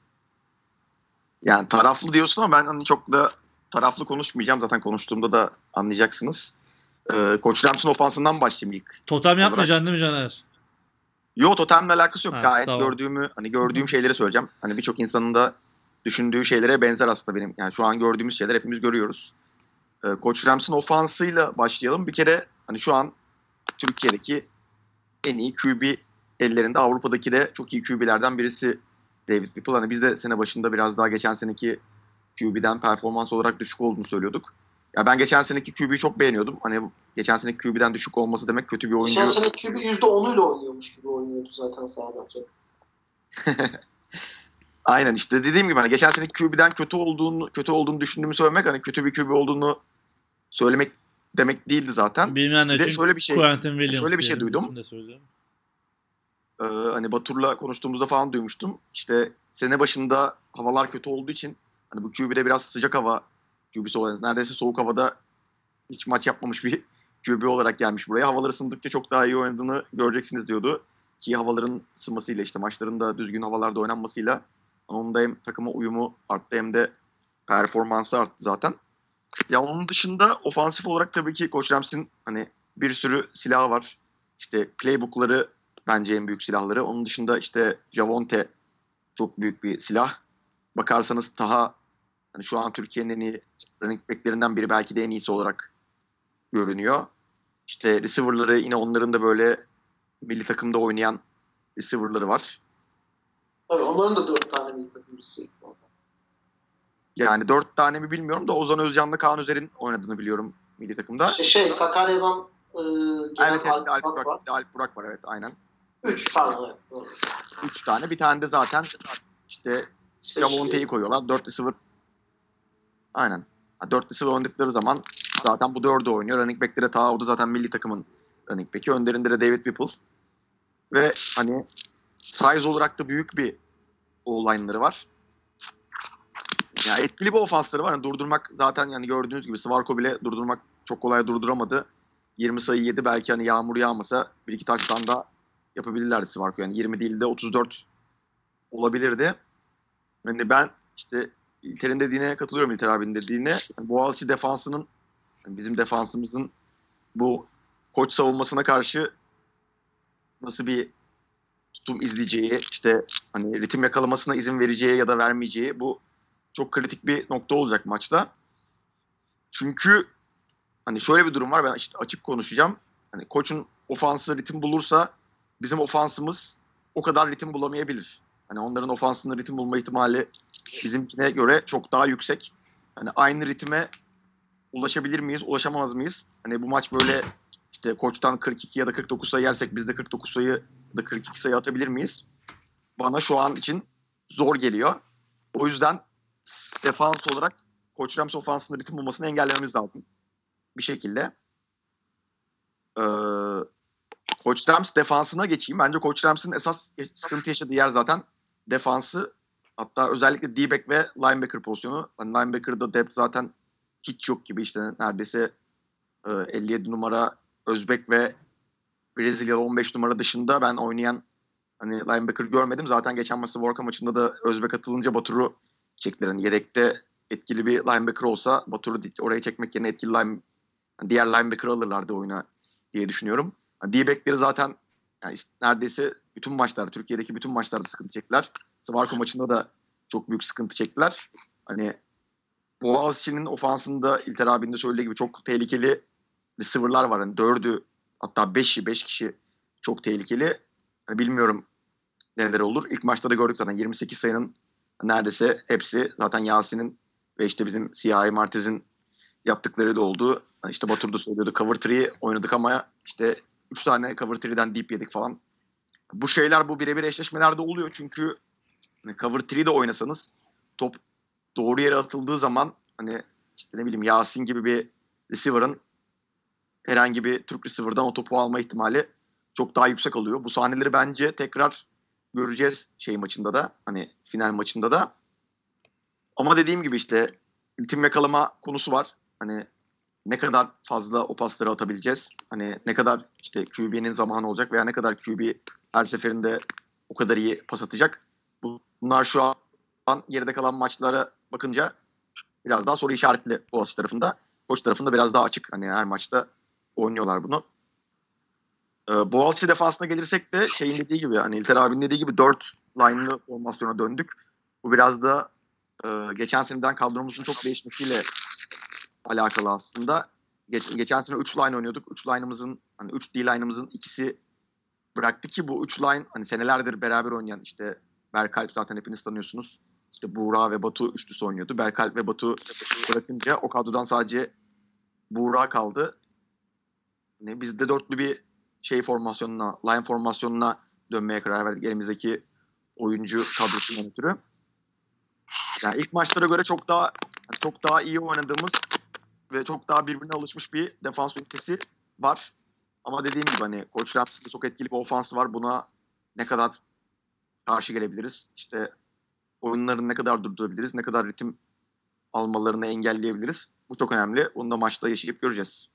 Yani taraflı diyorsun ama ben hani çok da taraflı konuşmayacağım. Zaten konuştuğumda da anlayacaksınız. Ee, Koç Rams'ın ofansından başlayayım ilk Totem olarak. yapmayacaksın değil mi Caner? Yo, totemle alakası yok. Ha, Gayet tamam. gördüğümü hani gördüğüm şeyleri söyleyeceğim. Hani birçok insanın da düşündüğü şeylere benzer aslında benim. Yani şu an gördüğümüz şeyler hepimiz görüyoruz. Ee, Koç Rams'ın ofansıyla başlayalım. Bir kere hani şu an Türkiye'deki en iyi Q B ellerinde, Avrupa'daki de çok iyi Q B'lerden birisi David Whipple. Hani biz de sene başında biraz daha geçen seneki Q B'den performans olarak düşük olduğunu söylüyorduk. Ya ben geçen seneki Q B'yi çok beğeniyordum. Hani geçen seneki Q B'den düşük olması demek kötü bir oyuncu. Geçen sene Q B yüzde onuyla oynuyormuş gibi oynuyordu zaten sahadaki. Aynen işte dediğim gibi hani geçen seneki Q B'den kötü olduğunu kötü olduğunu düşündüğümü söylemek hani kötü bir Q B olduğunu söylemek demek değildi zaten. Bilmeyenler Bir de için şöyle bir şey Quentin Williams şöyle bir şey diyelim. duydum. İsmini de söyleyeyim. Ee, hani Batur'la konuştuğumuzda falan duymuştum. İşte sene başında havalar kötü olduğu için hani bu Q B'de biraz sıcak hava Q B'si olarak neredeyse soğuk havada hiç maç yapmamış bir Q B olarak gelmiş buraya. Havalar ısındıkça çok daha iyi oynadığını göreceksiniz diyordu. Ki havaların ısınmasıyla işte maçların da düzgün havalarda oynanmasıyla onun da hem takıma uyumu arttı hem de performansı arttı zaten. Ya onun dışında ofansif olarak tabii ki Koç Rams'in hani bir sürü silahı var. İşte playbook'ları bence en büyük silahları. Onun dışında işte Javonte çok büyük bir silah. Bakarsanız Taha hani şu an Türkiye'nin en iyi running back'lerinden biri, belki de en iyisi olarak görünüyor. İşte receiver'ları yine onların da böyle milli takımda oynayan receiver'ları var. Tabii onların da dört tane milli takım receiver var. Yani dört tane mi bilmiyorum da Ozan Özcan'la Kaan Özer'in oynadığını biliyorum milli takımda. İşte şey Sakarya'dan e, gelen Evet, evet, Alp, Alp Burak Burak, var. Alp Burak var, evet, aynen. Üç pardon evet. Doğru. Üç tane. Bir tane de zaten işte Javonte'yi koyuyorlar. Dört receiver. Aynen. Ha, dört receiver oynadıkları zaman zaten bu dördü oynuyor. Running back'lere ta o da zaten milli takımın running back'i. Önlerinde de David Whipple. Ve hani size olarak da büyük bir O-line'ları var. Ya etkili bir ofansları var. Yani durdurmak zaten, yani gördüğünüz gibi Svarko bile durdurmak çok kolay durduramadı. yirmi sayı yedi, belki hani yağmur yağmasa bir iki taştan da yapabilirlerdi Svarko. Yani yirmi değil de otuz dört olabilirdi. Yani ben işte İlter'in dediğine katılıyorum, İlter abinin dediğine. Yani Boğaziçi defansının, yani bizim defansımızın bu Koç savunmasına karşı nasıl bir tutum izleyeceği, işte hani ritim yakalamasına izin vereceği ya da vermeyeceği, bu çok kritik bir nokta olacak maçta. Çünkü hani şöyle bir durum var, ben işte açık konuşacağım. Hani Koç'un ofansı ritim bulursa bizim ofansımız o kadar ritim bulamayabilir. Hani onların ofansında ritim bulma ihtimali bizimkine göre çok daha yüksek. Hani aynı ritme ulaşabilir miyiz, ulaşamaz mıyız? Hani bu maç böyle işte Koç'tan kırk iki ya da kırk dokuz sayı yersek biz de kırk dokuz sayı ya da kırk iki sayı atabilir miyiz? Bana şu an için zor geliyor. O yüzden defans olarak Koç Rams ofansında ritim bulmasını engellememiz lazım bir şekilde. Ee, Koç Rams defansına geçeyim. Bence Koç Rams'ın esas sıkıntı yaşadığı yer zaten defansı. Hatta özellikle D-back ve linebacker pozisyonu. Hani linebacker'da depth zaten hiç yok gibi, işte neredeyse e, elli yedi numara Özbek ve Brezilyalı on beş numara dışında ben oynayan hani linebacker görmedim. Zaten geçen maçta Vorka maçında da Özbek atılınca Batur'u çektiler. Yani yedekte etkili bir linebacker olsa Batur'u oraya çekmek yerine etkili line, diğer linebacker alırlardı oyuna diye düşünüyorum. Yani D-back'leri zaten yani neredeyse bütün maçlar, Türkiye'deki bütün maçlarda sıkıntı çektiler. Svarko maçında da çok büyük sıkıntı çektiler. Hani Boğaziçi'nin ofansında İlter abinin de söylediği gibi çok tehlikeli receiver'lar var. Yani dördü, hatta beşi, beş kişi çok tehlikeli. Yani bilmiyorum neler olur. İlk maçta da gördük zaten yirmi sekiz sayının neredeyse hepsi zaten Yasin'in ve işte bizim Siyahi Martez'in yaptıkları da oldu. Yani işte Batur da söylüyordu. Cover üç oynadık ama işte üç tane Cover üçten deep yedik falan. Bu şeyler, bu birebir eşleşmelerde oluyor çünkü hani Cover üçde oynasanız top doğru yere atıldığı zaman hani işte ne bileyim Yasin gibi bir receiver'ın herhangi bir Türk receiver'dan o topu alma ihtimali çok daha yüksek oluyor. Bu sahneleri bence tekrar göreceğiz şey maçında da, hani final maçında da. Ama dediğim gibi işte ritim yakalama konusu var. Hani ne kadar fazla o pasları atabileceğiz? Hani ne kadar işte Q B'nin zamanı olacak veya ne kadar Q B her seferinde o kadar iyi pas atacak? Bunlar şu an geride kalan maçlara bakınca biraz daha soru işaretli Boğaziçi tarafında. Koç tarafında biraz daha açık. Hani her maçta oynuyorlar bunu. Ee, Boğaziçi defansına gelirsek de şeyin dediği gibi, hani İlter abinin dediği gibi dört line'lı formasyona döndük. Bu biraz da e, geçen seneden kadromuzun çok değişmesiyle alakalı aslında. Geç, geçen sene üç line oynuyorduk. üç line'ımızın, hani üç D line'ımızın ikisi bıraktı ki bu üç line hani senelerdir beraber oynayan, işte Berkalp zaten hepiniz tanıyorsunuz. İşte Buğra ve Batu üçlüsü oynuyordu. Berkalp ve Batu bırakınca o kadrodan sadece Buğra kaldı. Yani biz de dörtlü bir şey formasyonuna, line formasyonuna dönmeye karar verdik elimizdeki oyuncu kadrosundan ötürü. Yani ilk maçlara göre çok daha çok daha iyi oynadığımız ve çok daha birbirine alışmış bir defans ünitesi var. Ama dediğim gibi hani Koç Rams'ın çok etkili bir ofansı var. Buna ne kadar karşı gelebiliriz? İşte oyunlarını ne kadar durdurabiliriz? Ne kadar ritim almalarını engelleyebiliriz? Bu çok önemli. Onu da maçta yaşayıp göreceğiz.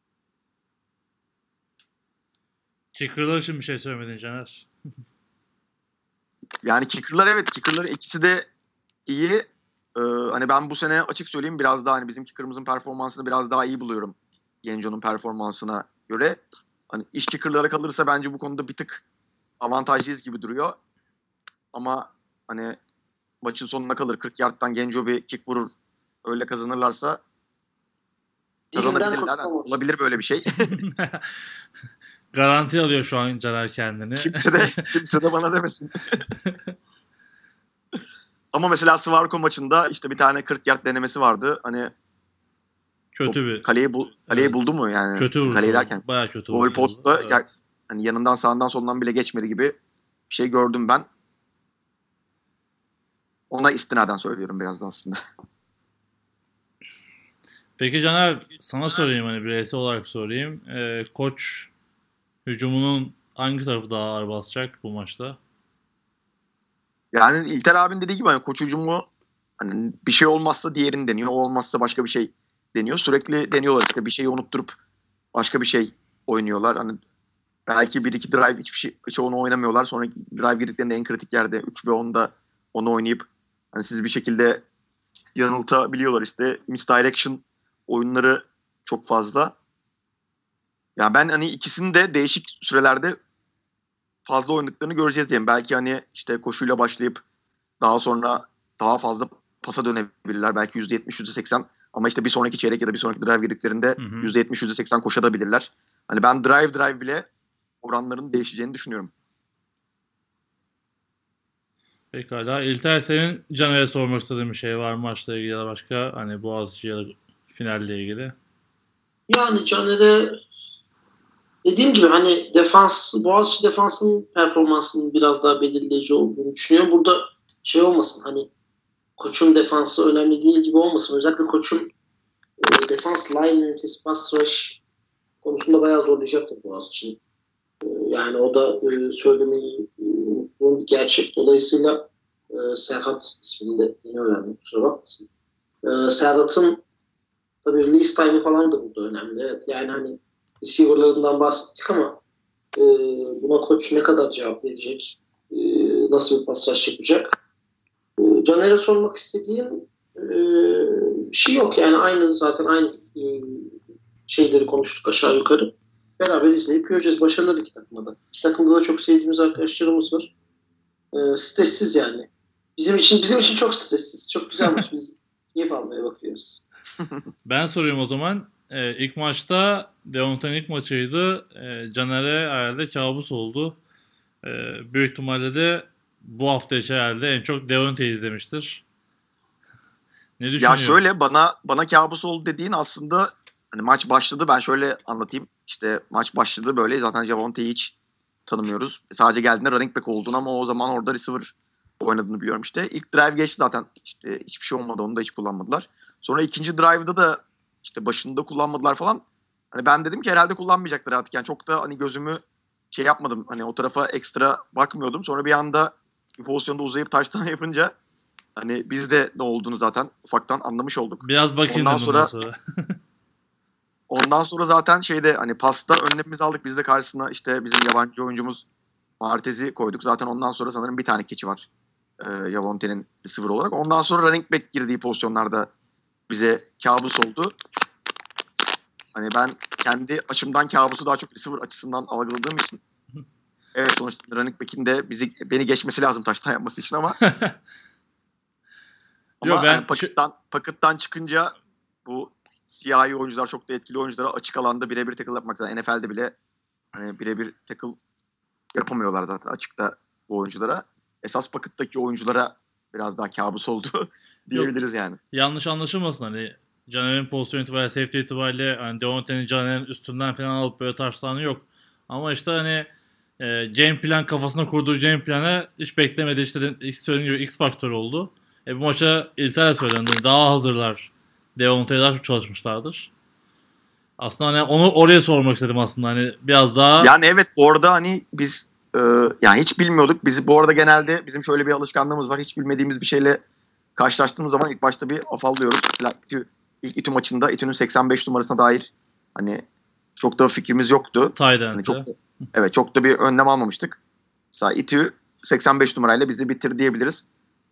Kicker'lar için bir şey söylemedin Caner. Yani kicker'lar, evet, kicker'ların ikisi de iyi. Ee, hani ben bu sene açık söyleyeyim biraz daha hani bizimki Kırmızı'nın performansını biraz daha iyi buluyorum Genco'nun performansına göre. Hani iş kicker'lara kalırsa bence bu konuda bir tık avantajlıyız gibi duruyor. Ama hani maçın sonuna kalır kırk yardtan Genco bir kick vurur öyle kazanırlarsa kazanabilirler. Yani olabilir böyle bir şey. Garanti alıyor şu an Caner kendini. kimse de kimse de bana demesin. Ama mesela Svarko maçında işte bir tane kırk yard denemesi vardı. Hani kötü bir. Kaleyi, bu, kaleyi evet. buldu mu yani? Kötü vurdu. Kaleyi derken. Bayağı kötü vurdu. Gol posta evet. ya, hani yanından sağından solundan bile geçmedi gibi bir şey gördüm ben. Ona istinaden söylüyorum biraz da aslında. Peki Caner sana sorayım hani bireysel olarak sorayım. Ee, koç hücumunun hangi tarafı daha ağır basacak bu maçta? Yani İlter abinin dediği gibi hani koç hücumu hani bir şey olmazsa diğerini deniyor. O olmazsa başka bir şey deniyor. Sürekli deniyorlar işte bir şeyi unutturup başka bir şey oynuyorlar. Hani belki bir iki drive hiçbir şey hiç onu oynamıyorlar. Sonra drive girdiklerinde en kritik yerde üç ve onda onu oynayıp hani sizi bir şekilde yanıltabiliyorlar işte. Misdirection oyunları çok fazla. Yani ben hani ikisini de değişik sürelerde fazla oynadıklarını göreceğiz diyeyim. Belki hani işte koşuyla başlayıp daha sonra daha fazla pasa dönebilirler. Belki yüzde yetmiş yüzde seksen ama işte bir sonraki çeyrek ya da bir sonraki drive girdiklerinde yüzde yetmiş yüzde seksen koşabilirler. Hani ben drive drive bile oranların değişeceğini düşünüyorum. Pekala. İlter senin Caner'e sormak istediğin bir şey var mı maçla ilgili ya da başka hani Boğaziçi ya da finalle ilgili? Yani Caner'e dediğim gibi hani defans, Boğaziçi defansının performansının biraz daha belirleyici olduğunu düşünüyorum. Burada şey olmasın hani koçun defansı önemli değil gibi olmasın. Özellikle koçun e, defans line ünitesi pass rush konusunda bayağı zorlayacaktır Boğaziçi'nin. E, yani o da e, söylemeyi e, unuttuğum bir gerçek. Dolayısıyla e, Serhat ismini de yeni öğrendim. Kusura bakmasın. E, Serhat'ın tabii release time'ı falan da burada önemli. Evet yani hani receiver'larından bahsettik ama e, buna koç ne kadar cevap verecek? E, nasıl bir pasaj yapacak? E, Caner'e sormak istediğim e, bir şey yok. Yani aynı zaten aynı e, şeyleri konuştuk aşağı yukarı. Beraber izleyip göreceğiz. Başarılı iki takımda da. İki takımda da çok sevdiğimiz arkadaşlarımız var. E, stressiz yani. Bizim için bizim için çok stressiz. Çok güzel maç. Biz keyif almaya bakıyoruz. Ben sorayım o zaman. Ee, ilk maçta Deontay'ın ilk maçıydı. Ee, Caner'e herhalde kabus oldu. Ee, büyük ihtimalle de bu hafta içi herhalde en çok Deontay'ı izlemiştir. Ne düşünüyorsun? Ya şöyle bana bana kabus oldu dediğin aslında hani maç başladı ben şöyle anlatayım. İşte maç başladı böyle zaten Javonte'yi hiç tanımıyoruz. Sadece geldiğinde running back olduğunu ama o zaman orada receiver oynadığını biliyorum işte. İlk drive geçti zaten işte hiçbir şey olmadı onu da hiç kullanmadılar. Sonra ikinci drive'da da işte başında kullanmadılar falan. Hani ben dedim ki herhalde kullanmayacaklar artık. Yani çok da hani gözümü şey yapmadım. Hani o tarafa ekstra bakmıyordum. Sonra bir anda bir pozisyonda uzayıp taştan yapınca hani biz de ne olduğunu zaten ufaktan anlamış olduk. Biraz bakayım ondan sonra, sonra. ondan sonra zaten şeyde hani pasta önlemimizi aldık. Biz de karşısına işte bizim yabancı oyuncumuz Martez'i koyduk. Zaten ondan sonra sanırım bir tane keçi var. E, Javonte'nin receiver olarak. Ondan sonra running back girdiği pozisyonlarda bize kabus oldu. Hani ben kendi açımdan kabusu daha çok receiver açısından algıladığım için evet sonuçta running back'in de bizi beni geçmesi lazım taştan yapması için ama ama Yo, ben yani pakettan, pakettan çıkınca bu siyahi oyuncular çok da etkili oyunculara açık alanda birebir tackle yapmak zaten N F L'de bile hani birebir tackle yapamıyorlar zaten açıkta bu oyunculara. Esas pakettaki oyunculara biraz daha kabus oldu diyebiliriz yani. Yanlış anlaşılmasın hani Caner'in pozisyon itibariyle safety itibariyle hani Deontay'ın Caner'in üstünden falan alıp böyle taşlanı yok. Ama işte hani e, game plan kafasına kurduğu game planı hiç beklemedi işte ilk söylediğim gibi X faktör oldu. E, bu maça İlter'e söylendi. Daha hazırlar. Deontay'a daha çok çalışmışlardır. Aslında hani onu oraya sormak istedim aslında hani biraz daha. Yani evet orada hani biz e, yani hiç bilmiyorduk. Biz bu arada genelde bizim şöyle bir alışkanlığımız var. Hiç bilmediğimiz bir şeyle karşılaştığımız zaman ilk başta bir afallıyoruz. Mesela ilk İTÜ maçında İTÜ'nün seksen beş numarasına dair hani çok da fikrimiz yoktu. Hani çok da, evet çok da bir önlem almamıştık. Mesela İTÜ seksen beş numarayla bizi bitir diyebiliriz.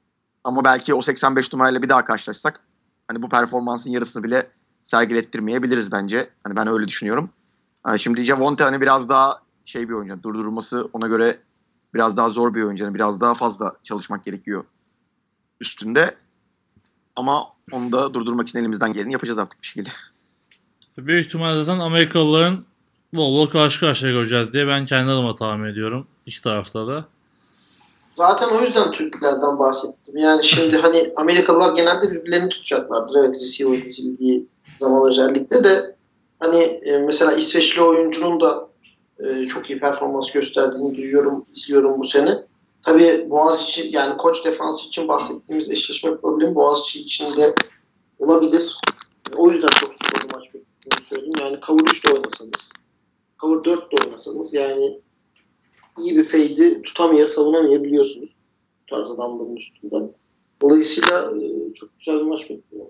Ama belki o seksen beş numarayla bir daha karşılaşsak hani bu performansın yarısını bile sergilettirmeyebiliriz bence. Hani ben öyle düşünüyorum. Yani şimdi Javonte hani biraz daha şey bir oyuncu. Durdurulması ona göre biraz daha zor bir oyuncu. Yani biraz daha fazla çalışmak gerekiyor üstünde. Ama onu da durdurmak için elimizden geleni yapacağız artık bir şekilde. Büyük ihtimalle zaten Amerikalıların bol bol karşı karşıya göreceğiz diye ben kendi adıma tahmin ediyorum. İki tarafta da. Zaten o yüzden Türklerden bahsettim. Yani şimdi hani Amerikalılar genelde birbirlerini tutacaklardır. Evet, receiver dizildiği zaman özellikle de hani e, mesela İsveçli oyuncunun da e, çok iyi performans gösterdiğini duyuyorum, izliyorum bu sene. Tabii Boğaziçi, yani koç defansı için bahsettiğimiz eşleşme problemi Boğaziçi için de olabilir. O yüzden çok zor bir maç beklediğimi söyledim. Yani cover üç de oynasanız, cover dört de oynasanız yani iyi bir fade'i tutamaya, savunamayabiliyorsunuz bu tarz adamların üstünden. Dolayısıyla e, çok güzel bir maç bekliyorum.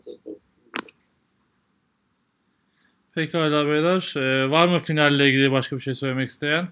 Pekala beyler. Ee, var mı finalle ilgili başka bir şey söylemek isteyen?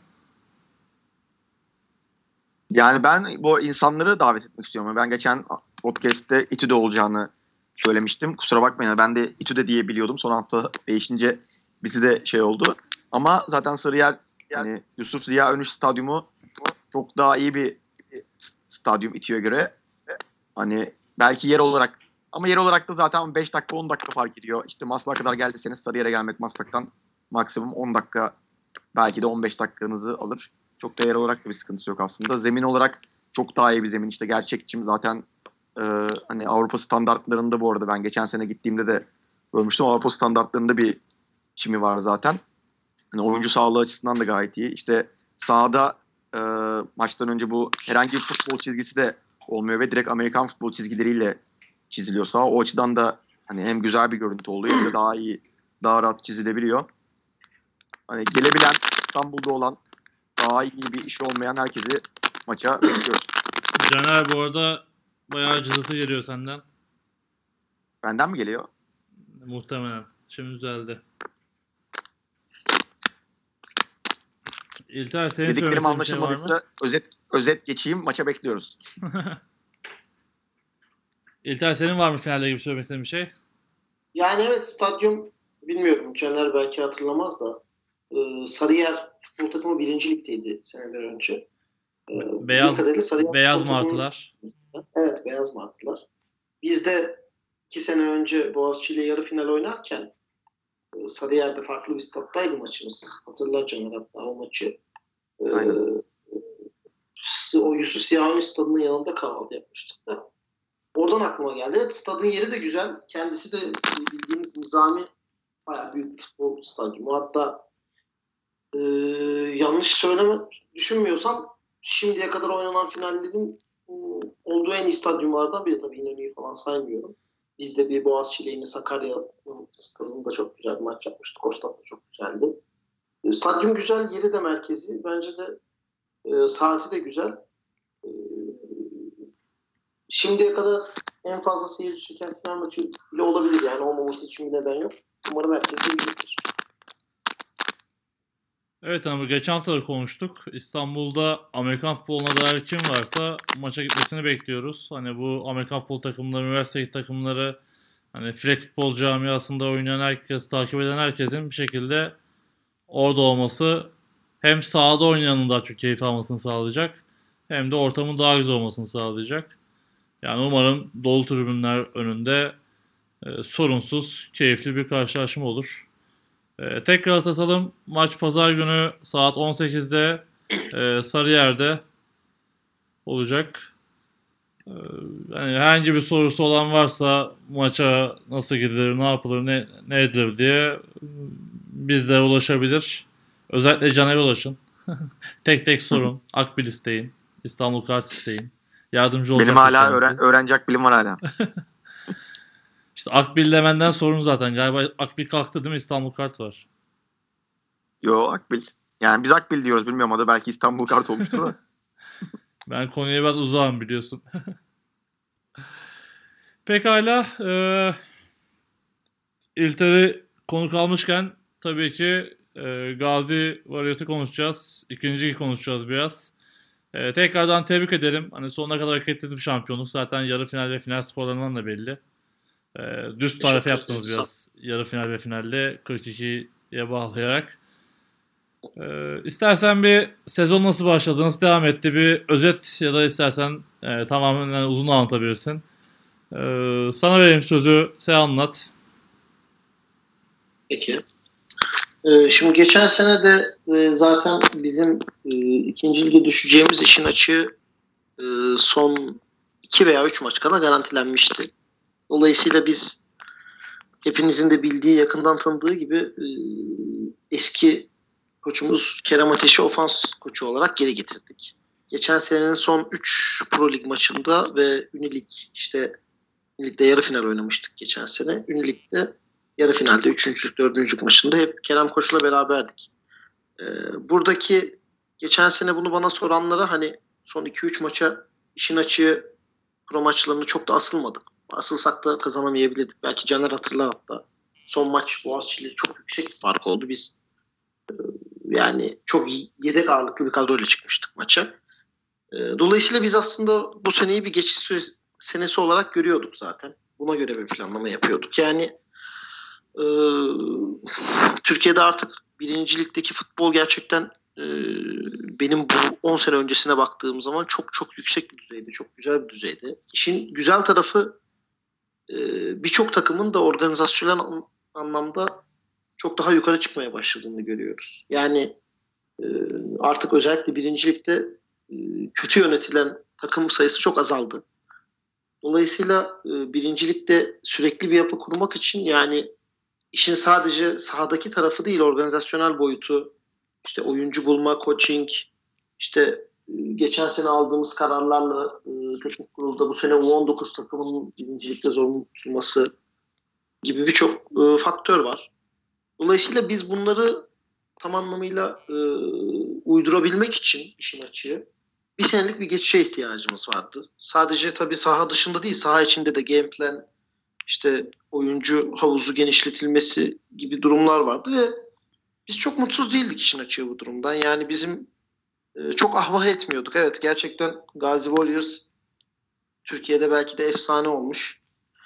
Yani ben bu insanları davet etmek istiyorum. Ben geçen podcast'te İTÜ'de olacağını söylemiştim. Kusura bakmayın, ben de İTÜ'de diye biliyordum. Son hafta değişince bizi de şey oldu. Ama zaten Sarıyer, yani Yusuf Ziya Önüş Stadyumu çok daha iyi bir stadyum İTÜ'ye göre. Hani belki yer olarak, ama yer olarak da zaten beş dakika on dakika fark ediyor. İşte Maslak'a kadar geldiyseniz Sarıyer'e gelmek Maslak'tan maksimum on dakika, belki de on beş dakikanızı alır. Çok da yer olarak da bir sıkıntısı yok aslında. Zemin olarak çok daha iyi bir zemin. İşte gerçek çim zaten e, hani Avrupa standartlarında, bu arada ben geçen sene gittiğimde de görmüştüm. Avrupa standartlarında bir çimi var zaten. Hani oyuncu sağlığı açısından da gayet iyi. İşte sahada e, maçtan önce bu herhangi bir futbol çizgisi de olmuyor ve direkt Amerikan futbol çizgileriyle çiziliyor saha. O açıdan da hani hem güzel bir görüntü oluyor hem de daha iyi, daha rahat çizilebiliyor. Hani gelebilen, İstanbul'da olan, daha iyi bir iş olmayan herkesi maça bekliyoruz. Caner, bu arada bayağı cızısı geliyor senden. Benden mi geliyor? Muhtemelen. Şimdi düzeldi. İlter, senin Dediklerim söylemek istediğin bir şey var mı? anlaşılmadıysa özet özet geçeyim. Maça bekliyoruz. İlter, senin var mı finalle ilgili söylemek istediğin bir şey? Yani evet, stadyum, bilmiyorum, Caner belki hatırlamaz da e, Sarıyer futbol takımı birinci ligdeydi seneler önce. E, Beyaz, Sarıyer beyaz futbol martılar. takımımız, evet, beyaz martılar. Biz de iki sene önce Boğaziçi ile yarı final oynarken e, Sarıyer'de farklı bir stat'taydı maçımız. Hatırlar Caner hatta o maçı. E, Aynen. O Yusuf Siyahani stadının yanında kahvaltı yapmıştık da. Oradan aklıma geldi. Evet, stadın yeri de güzel. Kendisi de bildiğiniz nizami, bayağı büyük bir futbol stadyumu. Hatta e, yanlış söyleme düşünmüyorsam şimdiye kadar oynanan finallerin e, olduğu en iyi stadyumlardan biri. Tabii İnönü'yü falan saymıyorum. Biz de bir Boğaziçi ile yine Sakarya'nın stadında çok güzel bir maç yapmıştık. O stad da çok güzeldi. E, stadyum güzel, yeri de merkezi. Bence de e, saati de güzel. E, Şimdiye kadar en fazla seyirci çeken final maçı bile olabilir, yani olmaması için bir neden yok. Umarım herkes de ilgilenir. Evet, ama geçen hafta da konuştuk. İstanbul'da Amerikan futboluna dair kim varsa maça gitmesini bekliyoruz. Hani bu Amerikan futbol takımları, üniversite takımları, hani flag futbol camiasında oynayan herkes, takip eden herkesin bir şekilde orada olması hem sahada oynayanın daha çok keyif almasını sağlayacak, hem de ortamın daha güzel olmasını sağlayacak. Yani umarım dolu tribünler önünde e, sorunsuz, keyifli bir karşılaşma olur. E, tekrar hatırlatalım. Maç pazar günü saat on sekizde e, Sarıyer'de olacak. E, yani herhangi bir sorusu olan varsa maça nasıl gidilir, ne yapılır, ne, ne edilir diye bizlere ulaşabilir. Özellikle Caner'e ulaşın. Tek tek sorun. Akbil isteyin. İstanbul Kart isteyin. Yardımcı olacak. Benim hala öğren- öğrenecek bilim var hala. İşte Akbil demenden sorun zaten. Galiba Akbil kalktı değil mi? İstanbul Kart var. Yo, Akbil. Yani biz Akbil diyoruz, bilmiyorum, adı belki İstanbul Kart olmuştur da. Ben konuya biraz uzağım, biliyorsun. Pekala. E, İlter'i konuk almışken tabii ki e, Gazi Warriors'ı konuşacağız. İkinci konuşacağız biraz. E, tekrardan tebrik edelim. Hani sonuna kadar hak ettiğiniz bir şampiyonluk. Zaten yarı final ve final skorlarından da belli. E, düz tarife yaptınız biraz. Yarı final ve finalde kırk ikiye bağlayarak. E, istersen bir sezon nasıl başladı, nasıl devam etti bir özet ya da istersen e, tamamen yani uzun anlatabilirsin. E, sana vereyim sözü, sen anlat. Peki. Ee, şimdi geçen sene de e, zaten bizim e, ikinci lige düşeceğimiz işin açığı e, son iki veya üç maç kala garantilenmişti. Dolayısıyla biz hepinizin de bildiği, yakından tanıdığı gibi e, eski koçumuz Kerem Ateş'i ofans koçu olarak geri getirdik. Geçen senenin son üç Pro Lig maçında ve Unilig işte Unilig'de yarı final oynamıştık geçen sene. Unilig'de yarı finalde üçüncü dördüncü maçında hep Kerem Koç'la beraberdik. Ee, buradaki geçen sene bunu bana soranlara hani son iki üç maça işin açığı pro maçlarını çok da asılmadık. Asılsak da kazanamayabilirdik. Belki Caner hatırlar hatta. Son maç Boğaziçi ile çok yüksek bir fark oldu. Biz e, yani çok yedek ağırlıklı bir kadroyla çıkmıştık maça. E, dolayısıyla biz aslında bu seneyi bir geçiş senesi olarak görüyorduk zaten. Buna göre bir planlama yapıyorduk. Yani e, Türkiye'de artık birinci ligdeki futbol gerçekten e, benim bu on sene öncesine baktığım zaman çok çok yüksek bir düzeyde, çok güzel bir düzeyde. İşin güzel tarafı e, birçok takımın da organizasyonel anlamda çok daha yukarı çıkmaya başladığını görüyoruz. Yani e, artık özellikle birinci ligde e, kötü yönetilen takım sayısı çok azaldı. Dolayısıyla e, birinci ligde sürekli bir yapı kurmak için yani işin sadece sahadaki tarafı değil, organizasyonel boyutu, işte oyuncu bulma, coaching, işte geçen sene aldığımız kararlarla e, teknik kurulda bu sene U on dokuz takımının birincilikte zorunlu tutulması gibi birçok e, faktör var. Dolayısıyla biz bunları tam anlamıyla e, uydurabilmek için işin açığı bir senelik bir geçişe ihtiyacımız vardı. Sadece tabii saha dışında değil, saha içinde de game plan, işte oyuncu havuzu genişletilmesi gibi durumlar vardı ve biz çok mutsuz değildik işin açığı bu durumdan. Yani bizim e, çok ahvah etmiyorduk. Evet, gerçekten Gazi Warriors Türkiye'de belki de efsane olmuş.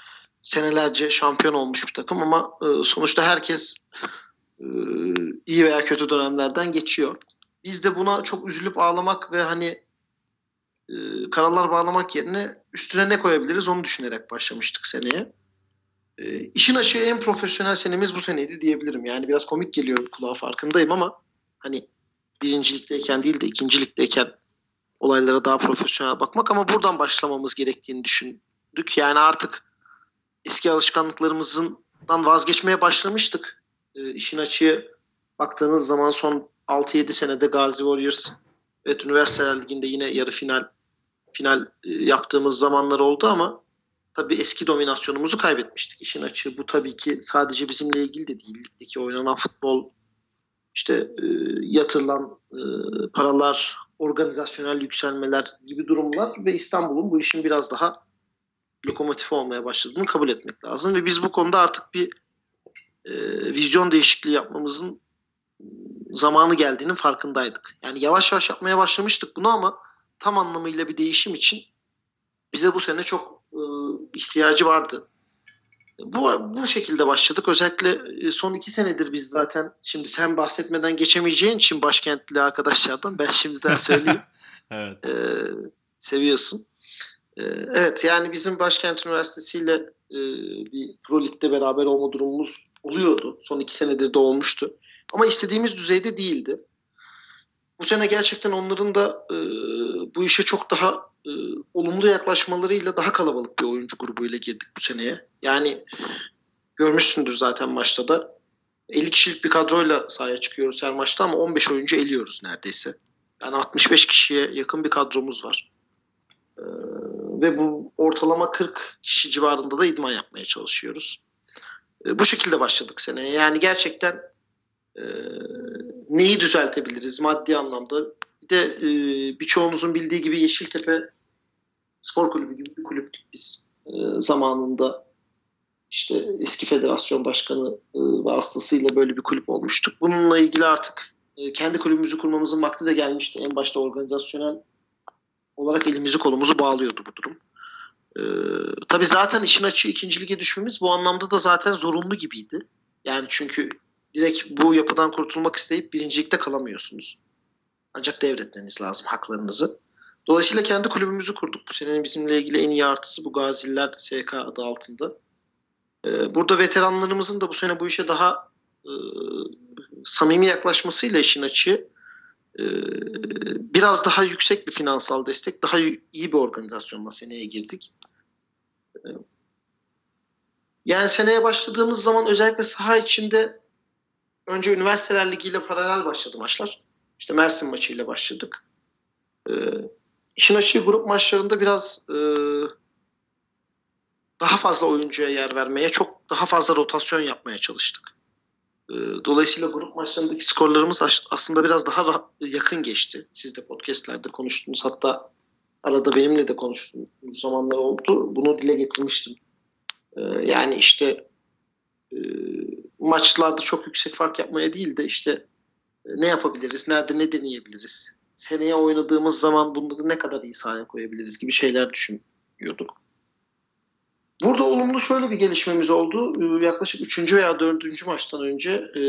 Senelerce şampiyon olmuş bir takım ama e, sonuçta herkes e, iyi veya kötü dönemlerden geçiyor. Biz de buna çok üzülüp ağlamak ve hani e, karalar bağlamak yerine üstüne ne koyabiliriz onu düşünerek başlamıştık seneye. E, işin açığı en profesyonel senemiz bu seneydi diyebilirim. Yani biraz komik geliyor kulağa, farkındayım ama hani birincilikteyken değil de ikincilikteyken olaylara daha profesyonel bakmak ama buradan başlamamız gerektiğini düşündük. Yani artık eski alışkanlıklarımızdan vazgeçmeye başlamıştık. E, işin açığı baktığınız zaman son altı yedi senede Gazi Warriors evet Üniversiteler Ligi'nde yine yarı final final e, yaptığımız zamanlar oldu ama tabii eski dominasyonumuzu kaybetmiştik işin açığı. Bu tabii ki sadece bizimle ilgili de değil. Ligdeki oynanan futbol, işte e, yatırılan e, paralar, organizasyonel yükselmeler gibi durumlar ve İstanbul'un bu işin biraz daha lokomotif olmaya başladığını kabul etmek lazım. Ve biz bu konuda artık bir e, vizyon değişikliği yapmamızın zamanı geldiğinin farkındaydık. Yani yavaş yavaş yapmaya başlamıştık bunu ama tam anlamıyla bir değişim için bize bu sene çok e, ihtiyacı vardı. Bu bu şekilde başladık. Özellikle son iki senedir biz zaten, şimdi sen bahsetmeden geçemeyeceğin için başkentli arkadaşlardan ben şimdiden söyleyeyim. Evet. Ee, seviyorsun. Ee, evet, yani bizim Başkent Üniversitesi ile e, bir Pro Lig'de beraber olma durumumuz oluyordu. Son iki senedir de olmuştu. Ama istediğimiz düzeyde değildi. Bu sene gerçekten onların da e, bu işe çok daha e, olumlu yaklaşmalarıyla daha kalabalık bir oyuncu grubuyla girdik bu seneye. Yani görmüşsündür zaten maçta da. elli kişilik bir kadroyla sahaya çıkıyoruz her maçta ama on beş oyuncu eliyoruz neredeyse. Yani altmış beş kişiye yakın bir kadromuz var. E, ve bu ortalama kırk kişi civarında da idman yapmaya çalışıyoruz. E, bu şekilde başladık seneye. Yani gerçekten e, neyi düzeltebiliriz maddi anlamda? Bir de e, birçoğunuzun bildiği gibi Yeşiltepe Spor Kulübü gibi bir kulüptük biz. E, zamanında işte eski federasyon başkanı e, vasıtasıyla böyle bir kulüp olmuştuk. Bununla ilgili artık e, kendi kulübümüzü kurmamızın vakti de gelmişti. En başta organizasyonel olarak elimizi kolumuzu bağlıyordu bu durum. Ee, tabii zaten işin açığı ikinci lige düşmemiz bu anlamda da zaten zorunlu gibiydi. Yani çünkü direkt bu yapıdan kurtulmak isteyip birincilikte kalamıyorsunuz. Ancak devretmeniz lazım haklarınızı. Dolayısıyla kendi kulübümüzü kurduk. Bu senenin bizimle ilgili en iyi artısı bu Gaziler S K adı altında. Ee, burada veteranlarımızın da bu sene bu işe daha e, samimi yaklaşmasıyla işin açığı e, biraz daha yüksek bir finansal destek, daha iyi bir organizasyonla seneye girdik. E, yani seneye başladığımız zaman özellikle saha içinde önce Üniversiteler Ligi ile paralel başladı maçlar. İşte Mersin maçıyla başladık. E, işin açığı grup maçlarında biraz e, daha fazla oyuncuya yer vermeye, çok daha fazla rotasyon yapmaya çalıştık. Dolayısıyla grup maçlarındaki skorlarımız aslında biraz daha yakın geçti. Siz de podcastlerde konuştunuz. Hatta arada benimle de konuştuğunuz zamanlar oldu. Bunu dile getirmiştim. Yani işte maçlarda çok yüksek fark yapmaya değil de işte ne yapabiliriz, nerede ne deneyebiliriz, seneye oynadığımız zaman bunları ne kadar iyi sahaya koyabiliriz gibi şeyler düşünüyorduk. Burada olumlu şöyle bir gelişmemiz oldu. Yaklaşık üçüncü veya dördüncü maçtan önce e,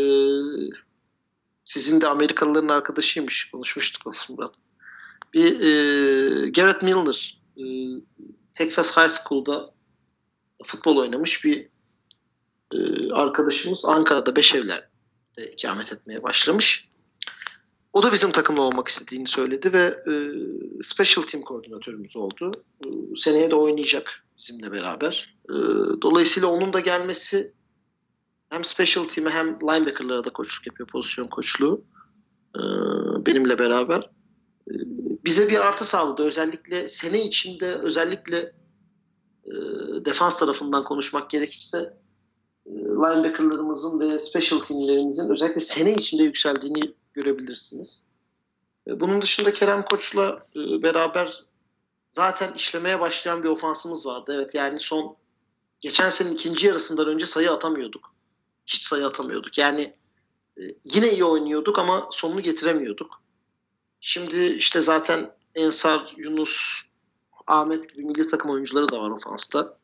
sizin de Amerikalıların arkadaşıymış. Konuşmuştuk o Murat. Bir e, Garrett Milner e, Texas High School'da futbol oynamış bir e, arkadaşımız Ankara'da Beşevler'de ikamet etmeye başlamış. O da bizim takımla olmak istediğini söyledi ve e, special team koordinatörümüz oldu. E, seneye de oynayacak bizimle beraber. E, dolayısıyla onun da gelmesi hem special team'e hem linebacker'lara da koçluk yapıyor, pozisyon koçluğu e, benimle beraber. E, bize bir artı sağladı. Özellikle sene içinde özellikle e, defans tarafından konuşmak gerekirse e, linebacker'larımızın ve special team'lerimizin özellikle sene içinde yükseldiğini görebilirsiniz. Bunun dışında Kerem Koç'la beraber zaten işlemeye başlayan bir ofansımız vardı. Evet, yani son geçen senenin ikinci yarısından önce sayı atamıyorduk. Hiç sayı atamıyorduk. Yani yine iyi oynuyorduk ama sonunu getiremiyorduk. Şimdi işte zaten Ensar, Yunus, Ahmet gibi milli takım oyuncuları da var ofansta.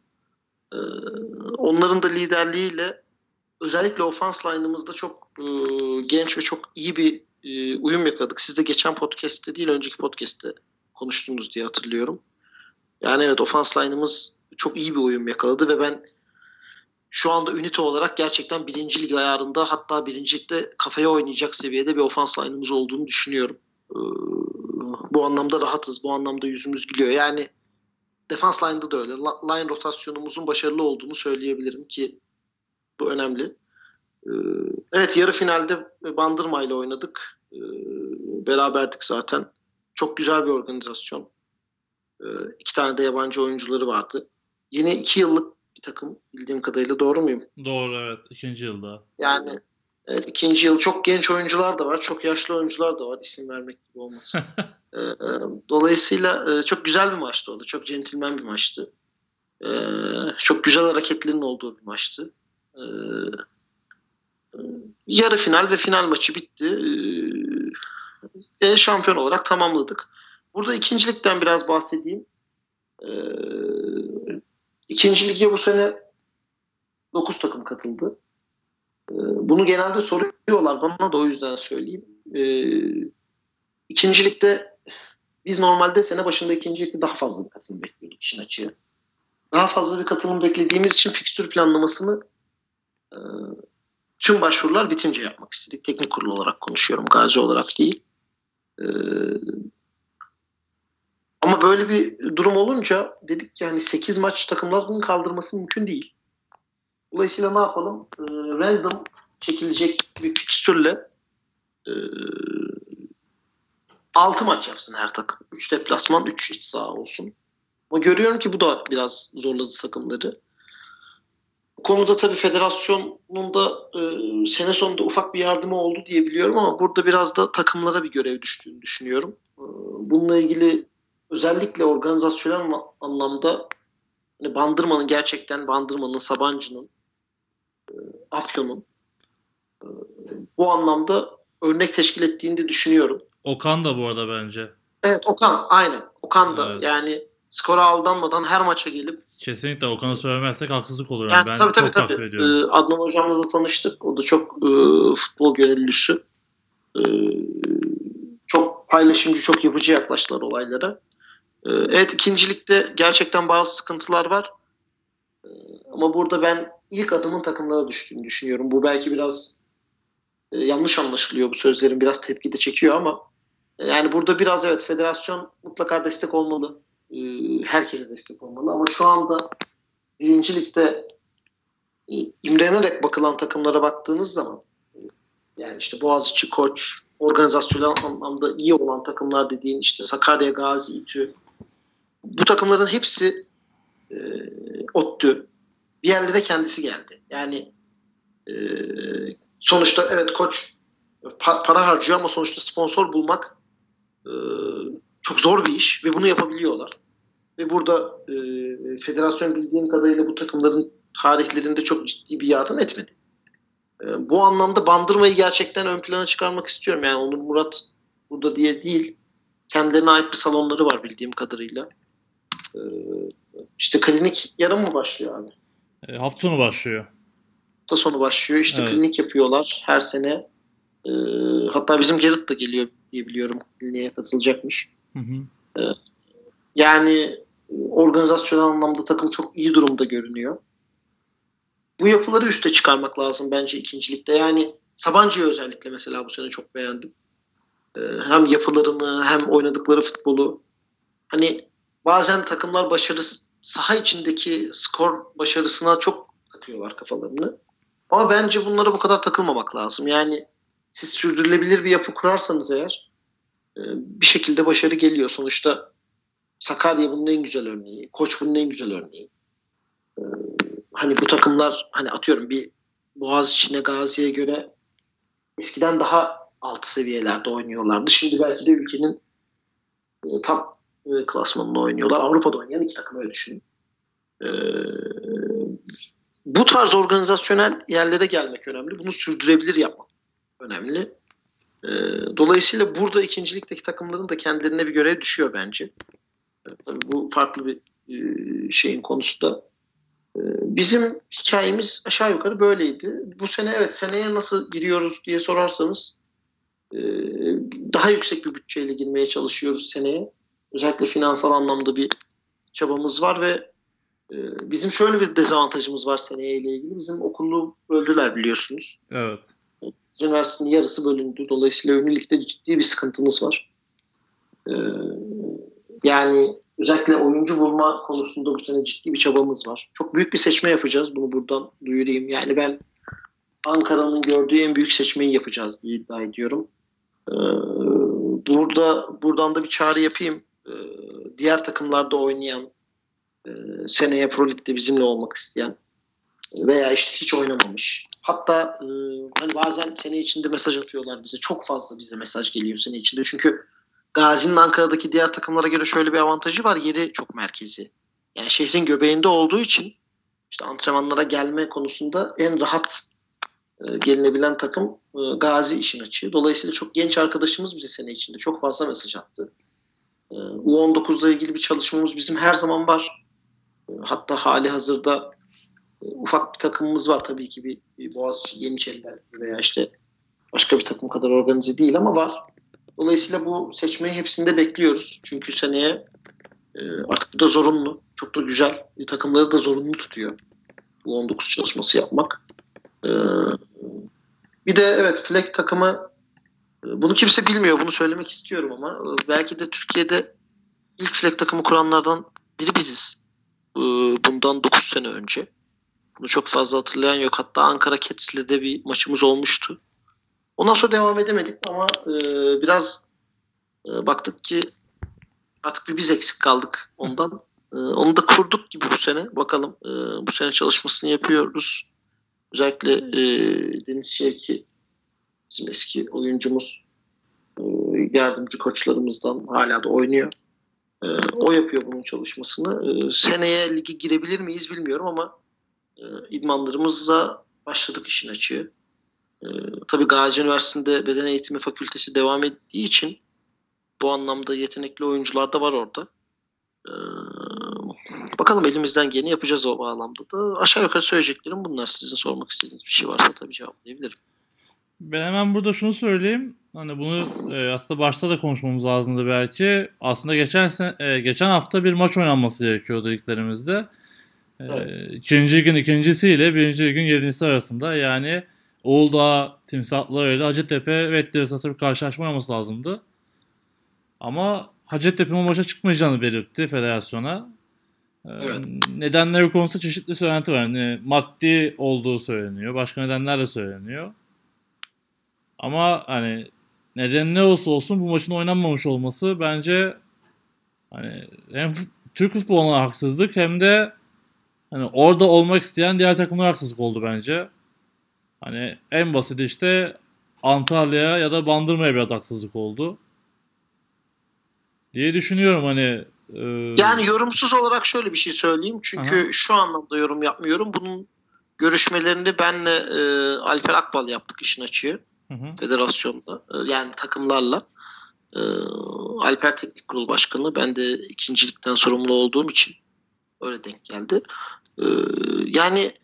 Onların da liderliğiyle özellikle ofans line'ımızda çok e, genç ve çok iyi bir e, uyum yakaladık. Siz de geçen podcast'te değil, önceki podcast'te konuştunuz diye hatırlıyorum. Yani evet, ofans line'ımız çok iyi bir uyum yakaladı ve ben şu anda ünite olarak gerçekten birinci lig ayarında, hatta birincilikte kafaya oynayacak seviyede bir ofans line'ımız olduğunu düşünüyorum. E, bu anlamda rahatız. Bu anlamda yüzümüz gülüyor. Yani defans line'da da öyle. Line rotasyonumuzun başarılı olduğunu söyleyebilirim ki bu önemli. Evet, yarı finalde Bandırma ile oynadık. Beraberdik zaten. Çok güzel bir organizasyon. İki tane de yabancı oyuncuları vardı. Yine iki yıllık bir takım bildiğim kadarıyla, doğru muyum? Doğru, evet. İkinci yılda. Yani evet, ikinci yıl. Çok genç oyuncular da var. Çok yaşlı oyuncular da var. İsim vermek gibi olmasın. Dolayısıyla çok güzel bir maçtı oldu. Çok centilmen bir maçtı. Çok güzel hareketlerin olduğu bir maçtı. Yarı final ve final maçı bitti. Ee, şampiyon olarak tamamladık. Burada ikincilikten biraz bahsedeyim. Ee, ikinci lige bu sene dokuz takım katıldı. Ee, bunu genelde soruyorlar bana da, o yüzden söyleyeyim. Ee, ikincilikte biz normalde sene başında ikincilikte daha fazla bir katılım bekliyorduk işin açığı. Daha fazla bir katılım beklediğimiz için fikstür planlamasını e, tüm başvurular bitince yapmak istedik. Teknik kurul olarak konuşuyorum, Gazi olarak değil. Ee, ama böyle bir durum olunca dedik ki hani sekiz maç takımların kaldırması mümkün değil. Dolayısıyla ne yapalım? Ee, random çekilecek bir fikstürle e, altı maç yapsın her takım. üç deplasman, üç iç saha olsun. Ama görüyorum ki bu da biraz zorladı takımları. Bu konuda tabii federasyonun da e, sene sonunda ufak bir yardımı oldu diye biliyorum ama burada biraz da takımlara bir görev düştüğünü düşünüyorum. E, bununla ilgili özellikle organizasyonel anlamda hani Bandırma'nın, gerçekten Bandırma'nın, Sabancı'nın, e, Afyon'un e, bu anlamda örnek teşkil ettiğini de düşünüyorum. Okan da bu arada bence. Evet, Okan, aynen. Okan da Evet. yani skora aldanmadan her maça gelip Kesinlikle Okan'a söylemezsek haksızlık olur. Yani. yani, Ben tabii, tabii, çok tabii. takdir ediyorum. Ee, Adnan hocamla da tanıştık. O da çok e, futbol gönüllüsü. Ee, çok paylaşımcı, çok yapıcı yaklaştılar olaylara. Ee, evet, ikincilikte gerçekten bazı sıkıntılar var. Ee, ama burada ben ilk adımın takımlara düştüğünü düşünüyorum. Bu belki biraz e, yanlış anlaşılıyor, bu sözlerin biraz tepki de çekiyor ama e, yani burada biraz evet federasyon mutlaka destek olmalı. Ee, herkese destek olmalı ama şu anda birincilikte e, imrenerek bakılan takımlara baktığınız zaman e, yani işte Boğaziçi, Koç, organizasyonel anlamda iyi olan takımlar dediğin işte Sakarya, Gazi, İTÜ, bu takımların hepsi e, ODTÜ bir yerlere kendisi geldi. Yani e, sonuçta evet Koç pa- para harcıyor ama sonuçta sponsor bulmak e, çok zor bir iş ve bunu yapabiliyorlar. Ve burada e, federasyon bildiğim kadarıyla bu takımların tarihlerinde çok ciddi bir yardım etmedi. E, bu anlamda Bandırma'yı gerçekten ön plana çıkarmak istiyorum. Yani Onur Murat burada diye değil, kendilerine ait bir salonları var bildiğim kadarıyla. E, işte klinik yarın mı başlıyor abi? E, hafta sonu başlıyor. Hafta sonu başlıyor. İşte Evet. klinik yapıyorlar her sene. E, hatta bizim Gerrit da geliyor diye biliyorum. Kliniğe katılacakmış. Hı hı. E, yani organizasyonel anlamda takım çok iyi durumda görünüyor. Bu yapıları üste çıkarmak lazım bence ikincilikte. Yani Sabancı'yı özellikle mesela bu sene çok beğendim. Ee, hem yapılarını hem oynadıkları futbolu. Hani bazen takımlar başarısı, saha içindeki skor başarısına çok takıyorlar kafalarını. Ama bence bunlara bu kadar takılmamak lazım. Yani siz sürdürülebilir bir yapı kurarsanız eğer e, bir şekilde başarı geliyor. Sonuçta Sakarya bunun en güzel örneği. Koç bunun en güzel örneği. Ee, hani bu takımlar hani atıyorum bir Boğaziçi'ne, Gazi'ye göre eskiden daha alt seviyelerde oynuyorlardı. Şimdi belki de ülkenin e, top e, klasmanında oynuyorlar. Avrupa'da oynayan iki takım öyle düşünün. Ee, bu tarz organizasyonel yerlere gelmek önemli. Bunu sürdürebilir yapmak önemli. Ee, dolayısıyla burada ikincilikteki takımların da kendilerine bir görev düşüyor bence. Ee, tabii bu farklı bir e, şeyin konusu da. Ee, bizim hikayemiz aşağı yukarı böyleydi. Bu sene evet seneye nasıl giriyoruz diye sorarsanız e, daha yüksek bir bütçeyle girmeye çalışıyoruz seneye. Özellikle finansal anlamda bir çabamız var ve e, bizim şöyle bir dezavantajımız var seneye ile ilgili. Bizim okulu böldüler biliyorsunuz. Evet. Üniversitenin yarısı bölündü. Dolayısıyla ünlülükte ciddi bir sıkıntımız var. Ee, yani özellikle oyuncu bulma konusunda bu sene ciddi bir çabamız var. Çok büyük bir seçme yapacağız. Bunu buradan duyurayım. Yani ben Ankara'nın gördüğü en büyük seçmeyi yapacağız diye iddia ediyorum. Ee, burada buradan da bir çağrı yapayım. Ee, diğer takımlarda oynayan, e, seneye Pro Lig'de bizimle olmak isteyen veya işte hiç oynamamış. Hatta e, hani bazen sene içinde mesaj atıyorlar bize. Çok fazla bize mesaj geliyor sene içinde. Çünkü Gazi'nin Ankara'daki diğer takımlara göre şöyle bir avantajı var. Yeri çok merkezi. Yani şehrin göbeğinde olduğu için işte antrenmanlara gelme konusunda en rahat e, gelinebilen takım e, Gazi işin açığı. Dolayısıyla çok genç arkadaşımız bize sene içinde çok fazla mesaj attı. E, U on dokuzla ilgili bir çalışmamız bizim her zaman var. E, hatta hali hazırda e, ufak bir takımımız var tabii ki bir, bir Boğaziçi, Yeniçeriler veya işte başka bir takım kadar organize değil ama var. Dolayısıyla bu seçmeyi hepsinde bekliyoruz. Çünkü seneye e, artık bu da zorunlu. Çok da güzel. E, takımları da zorunlu tutuyor. Bu on dokuz çalışması yapmak. E, bir de evet flag takımı e, bunu kimse bilmiyor. Bunu söylemek istiyorum ama e, belki de Türkiye'de ilk flag takımı kuranlardan biri biziz. E, bundan dokuz sene önce. Bunu çok fazla hatırlayan yok. Hatta Ankara Cats'le de bir maçımız olmuştu. Ondan sonra devam edemedik ama e, biraz e, baktık ki artık bir biz eksik kaldık ondan. E, onu da kurduk gibi bu sene. Bakalım e, bu sene çalışmasını yapıyoruz. Özellikle e, Deniz Şevki bizim eski oyuncumuz, e, yardımcı koçlarımızdan hala da oynuyor. E, o yapıyor bunun çalışmasını. E, seneye ligi girebilir miyiz bilmiyorum ama e, idmanlarımızla başladık işin açığı. Ee, tabii Gazi Üniversitesi'nde beden eğitimi fakültesi devam ettiği için bu anlamda yetenekli oyuncular da var orada. Ee, bakalım elimizden geleni yapacağız o bağlamda da. Aşağı yukarı söyleyeceklerim bunlar. Sizin sormak istediğiniz bir şey varsa tabii cevaplayabilirim. Ben hemen burada şunu söyleyeyim. Hani bunu e, aslında başta da konuşmamız lazımdı belki. Aslında geçen sene, e, geçen hafta bir maç oynanması gerekiyordu liglerimizde. E, Evet. ikinci ligin ikincisiyle birinci ligin yedincisi arasında. Yani Uludağ Timsahları ile Hacettepe ve Ettirisat'ta bir karşılaşma olması lazımdı. Ama Hacettepe'nin o maça çıkmayacağını belirtti federasyona. E, Evet. Nedenleri konusunda çeşitli söylenti var. Yani maddi olduğu söyleniyor. Başka nedenler de söyleniyor. Ama hani neden ne olursa olsun bu maçın oynanmamış olması bence hani hem f- Türk futboluna haksızlık hem de hani orada olmak isteyen diğer takımlara haksızlık oldu bence. Hani en basit işte Antalya'ya ya da Bandırma'ya biraz haksızlık oldu diye düşünüyorum hani. e, Yani yorumsuz olarak şöyle bir şey söyleyeyim. Çünkü Aha. şu anlamda yorum yapmıyorum. Bunun görüşmelerini benle e, Alper Akbal yaptık işin açığı. Hı hı. Federasyonda. E, yani takımlarla. E, Alper Teknik Kurul Başkanı. Ben de ikincilikten sorumlu olduğum için öyle denk geldi. E, yani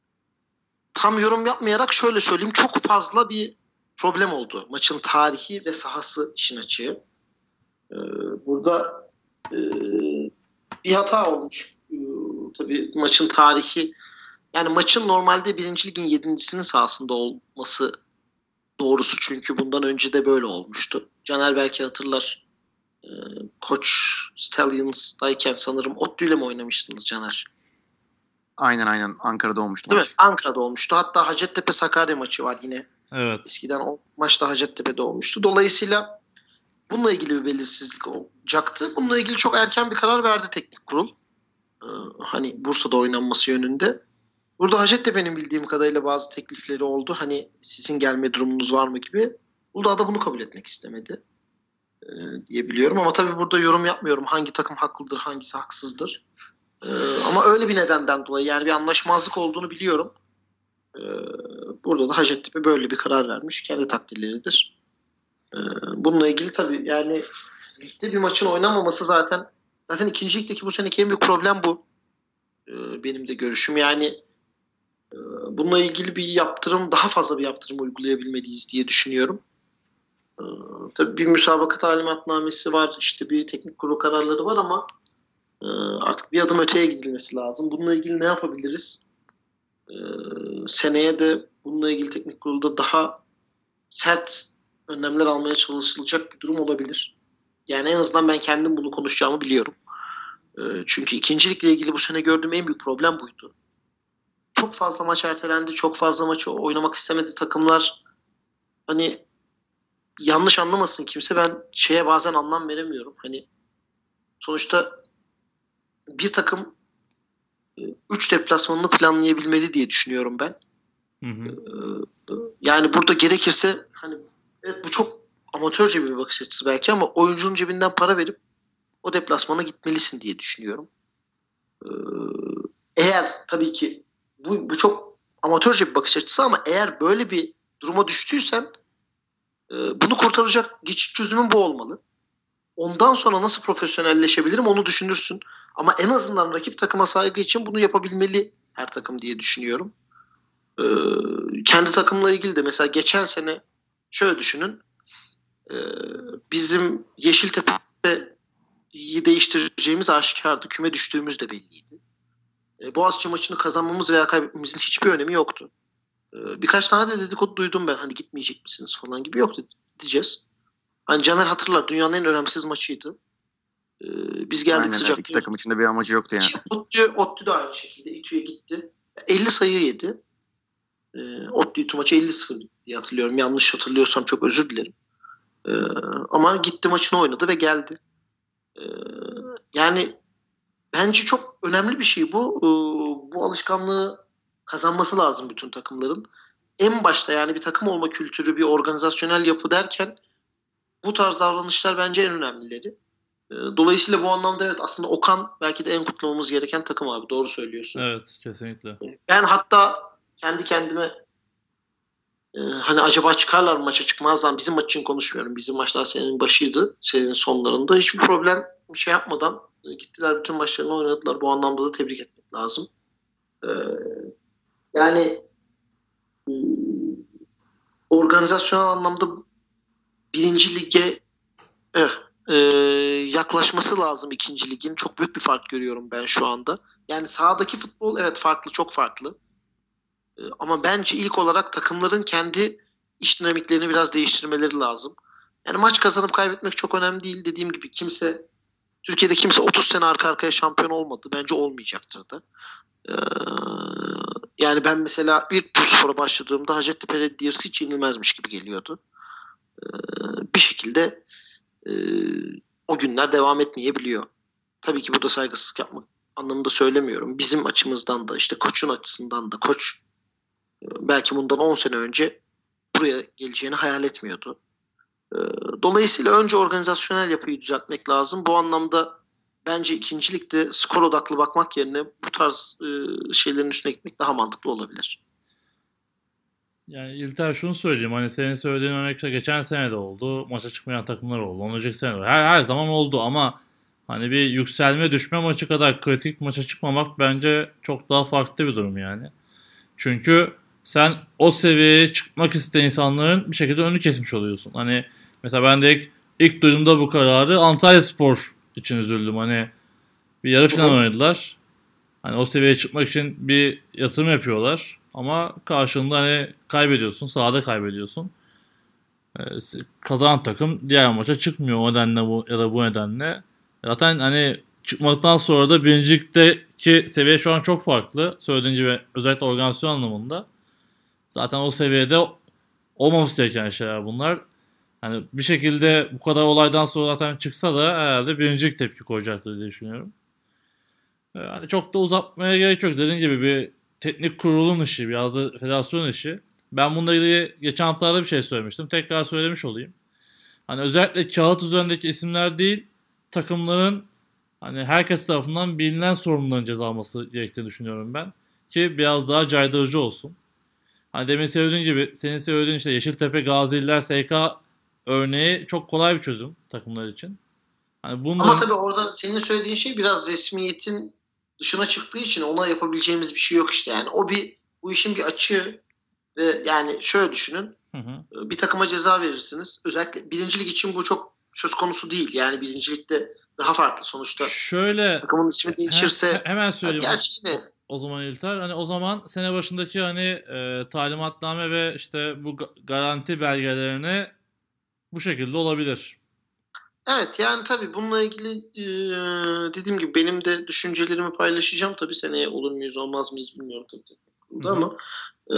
tam yorum yapmayarak şöyle söyleyeyim. Çok fazla bir problem oldu. Maçın tarihi ve sahası işin açığı. E, burada e, bir hata olmuş. Ee, tabii maçın tarihi, yani maçın normalde birinci ligin yedincisinin sahasında olması doğrusu, çünkü bundan önce de böyle olmuştu. Caner belki hatırlar. Ee, Koç Stallions'dayken sanırım ODTÜ ile mi oynamıştınız Caner? Aynen aynen Ankara'da olmuştu Değil maç. mi? Ankara'da olmuştu. Hatta Hacettepe Sakarya maçı var yine. Evet. Eskiden o maç da Hacettepe'de olmuştu. Dolayısıyla bununla ilgili bir belirsizlik olacaktı. Bununla ilgili çok erken bir karar verdi teknik kurul. Ee, hani Bursa'da oynanması yönünde. Burada Hacettepe'nin bildiğim kadarıyla bazı teklifleri oldu. Hani sizin gelme durumunuz var mı gibi. Uludağ da bunu kabul etmek istemedi ee, diye biliyorum. Ama tabii burada yorum yapmıyorum. Hangi takım haklıdır, hangisi haksızdır. Ee, ama öyle bir nedenden dolayı, yani bir anlaşmazlık olduğunu biliyorum. Ee, burada da Hacettepe böyle bir karar vermiş. Kendi takdirleridir. Ee, bununla ilgili tabii yani ligde bir maçın oynanmaması zaten zaten ikinci ligdeki bu seneki en büyük problem bu. Ee, benim de görüşüm. Yani e, bununla ilgili bir yaptırım, daha fazla bir yaptırım uygulayabilmeliyiz diye düşünüyorum. Ee, tabii bir müsabaka talimatnamesi var, işte bir teknik kurulu kararları var ama e, artık bir adım öteye gidilmesi lazım. Bununla ilgili ne yapabiliriz? Ee, seneye de bununla ilgili teknik kurulda daha sert önlemler almaya çalışılacak bir durum olabilir. Yani en azından ben kendim bunu konuşacağımı biliyorum. Ee, çünkü ikincilikle ilgili bu sene gördüğüm en büyük problem buydu. Çok fazla maç ertelendi. Çok fazla maçı oynamak istemedi takımlar. Hani yanlış anlamasın kimse, ben şeye bazen anlam veremiyorum. Hani sonuçta bir takım üç deplasmanını planlayabilmeli diye düşünüyorum ben. Hı hı. Yani burada gerekirse hani evet, bu çok amatörce bir bakış açısı belki ama oyuncunun cebinden para verip o deplasmana gitmelisin diye düşünüyorum. Eğer tabii ki bu, bu çok amatörce bir bakış açısı ama eğer böyle bir duruma düştüysen bunu kurtaracak geçici çözümün bu olmalı. Ondan sonra nasıl profesyonelleşebilirim onu düşünürsün. Ama en azından rakip takıma saygı için bunu yapabilmeli her takım diye düşünüyorum. Ee, kendi takımla ilgili de mesela geçen sene şöyle düşünün. Ee, bizim Yeşiltepe'yi değiştireceğimiz aşikardı. Küme düştüğümüz de belliydi. Ee, Boğaziçi maçını kazanmamız veya kaybetmemizin hiçbir önemi yoktu. Ee, birkaç tane de dedikodu duydum ben. Hani gitmeyecek misiniz falan gibi. Yok, gideceğiz. Hani Caner hatırlar, dünyanın en önemsiz maçıydı. Ee, biz geldik Aynen, sıcak. iki takım içinde bir amacı yoktu yani. ODTÜ, ODTÜ de aynı şekilde İTÜ'ye gitti. elli sayı yedi. Ee, ODTÜ İTÜ maçı elli sıfır diye hatırlıyorum. Yanlış hatırlıyorsam çok özür dilerim. Ee, ama gitti maçını oynadı ve geldi. Ee, yani bence çok önemli bir şey bu. Ee, bu alışkanlığı kazanması lazım bütün takımların. En başta yani bir takım olma kültürü, bir organizasyonel yapı derken bu tarz davranışlar bence en önemlileri. Dolayısıyla bu anlamda evet, aslında Okan belki de en kutlamamız gereken takım abi. Doğru söylüyorsun. Evet, kesinlikle. Ben hatta kendi kendime e, hani acaba çıkarlar mı maça, çıkmazlar mı? Bizim maç için konuşmuyorum. Bizim maçlar senenin başıydı. Senenin sonlarında. Hiçbir problem bir şey yapmadan E, gittiler bütün maçlarını oynadılar. Bu anlamda da tebrik etmek lazım. E, yani e, organizasyonel anlamda birinci lige evet, e, yaklaşması lazım ikinci ligin. Çok büyük bir fark görüyorum ben şu anda. Yani sahadaki futbol evet farklı, çok farklı. E, ama bence ilk olarak takımların kendi iş dinamiklerini biraz değiştirmeleri lazım. Yani maç kazanıp kaybetmek çok önemli değil. Dediğim gibi kimse Türkiye'de kimse otuz sene arka arkaya şampiyon olmadı. Bence olmayacaktır da. Ee, yani ben mesela ilk Bursaspor'a başladığımda Hacettepe Red Deers hiç yenilmezmiş gibi geliyordu. Ee, bir şekilde e, o günler devam etmeyebiliyor. Tabii ki burada saygısızlık yapmak anlamında söylemiyorum. Bizim açımızdan da işte koçun açısından da koç e, belki bundan on sene önce buraya geleceğini hayal etmiyordu. E, dolayısıyla önce organizasyonel yapıyı düzeltmek lazım. Bu anlamda bence ikincilikte skor odaklı bakmak yerine bu tarz e, şeylerin üstüne gitmek daha mantıklı olabilir. Yani İlter şunu söyleyeyim, hani senin söylediğin örnekte geçen sene de oldu. Maça çıkmayan takımlar oldu. Ondan önceki sene de oldu. Her, her zaman oldu ama hani bir yükselme düşme maçı kadar kritik maça çıkmamak bence çok daha farklı bir durum yani. Çünkü sen o seviyeye çıkmak isteyen insanların bir şekilde önünü kesmiş oluyorsun. Hani mesela ben de ilk, ilk duyduğumda bu kararı Antalyaspor için üzüldüm. Hani bir yarı final oynadılar. Hani o seviyeye çıkmak için bir yatırım yapıyorlar. Ama karşılığında hani kaybediyorsun. Sahada kaybediyorsun. Ee, kazanan takım diğer maça çıkmıyor o nedenle bu, ya da bu nedenle. Zaten hani çıkmaktan sonra da birincilikteki seviye şu an çok farklı. Söylediğin gibi özellikle organizasyon anlamında. Zaten o seviyede olmaması gereken şeyler bunlar. Hani bir şekilde bu kadar olaydan sonra zaten çıksa da herhalde birincilik tepki koyacaktır diye düşünüyorum. Yani çok da uzatmaya gerek yok. Dediğim gibi bir teknik kurulun işi, biraz da federasyon işi. Ben bununla ilgili geçen haftalarda bir şey söylemiştim. Tekrar söylemiş olayım. Hani özellikle kağıt üzerindeki isimler değil, takımların hani herkes tarafından bilinen sorumluların ceza alması gerektiğini düşünüyorum ben. Ki biraz daha caydırıcı olsun. Hani demin söylediğin gibi, senin söylediğin işte Yeşiltepe, Gazililer, S K örneği çok kolay bir çözüm takımlar için. Hani bundan... Ama tabii orada senin söylediğin şey biraz resmiyetin dışına çıktığı için ona yapabileceğimiz bir şey yok işte. Yani o bir bu işin bir açığı ve yani şöyle düşünün. Hı hı. Bir takıma ceza verirsiniz. Özellikle birincilik için bu çok söz konusu değil. Yani birincilikte daha farklı sonuçta. Şöyle takımın ismi değişirse he, hemen söyleyeyim. Gerçi yine o zaman İlter, hani o zaman sene başındaki hani e, talimatname ve işte bu garanti belgelerini bu şekilde olabilir. Evet, yani tabii bununla ilgili e, dediğim gibi benim de düşüncelerimi paylaşacağım. Tabii seneye olur muyuz olmaz mıyız bilmiyorum tabii. Hı-hı. Ama e,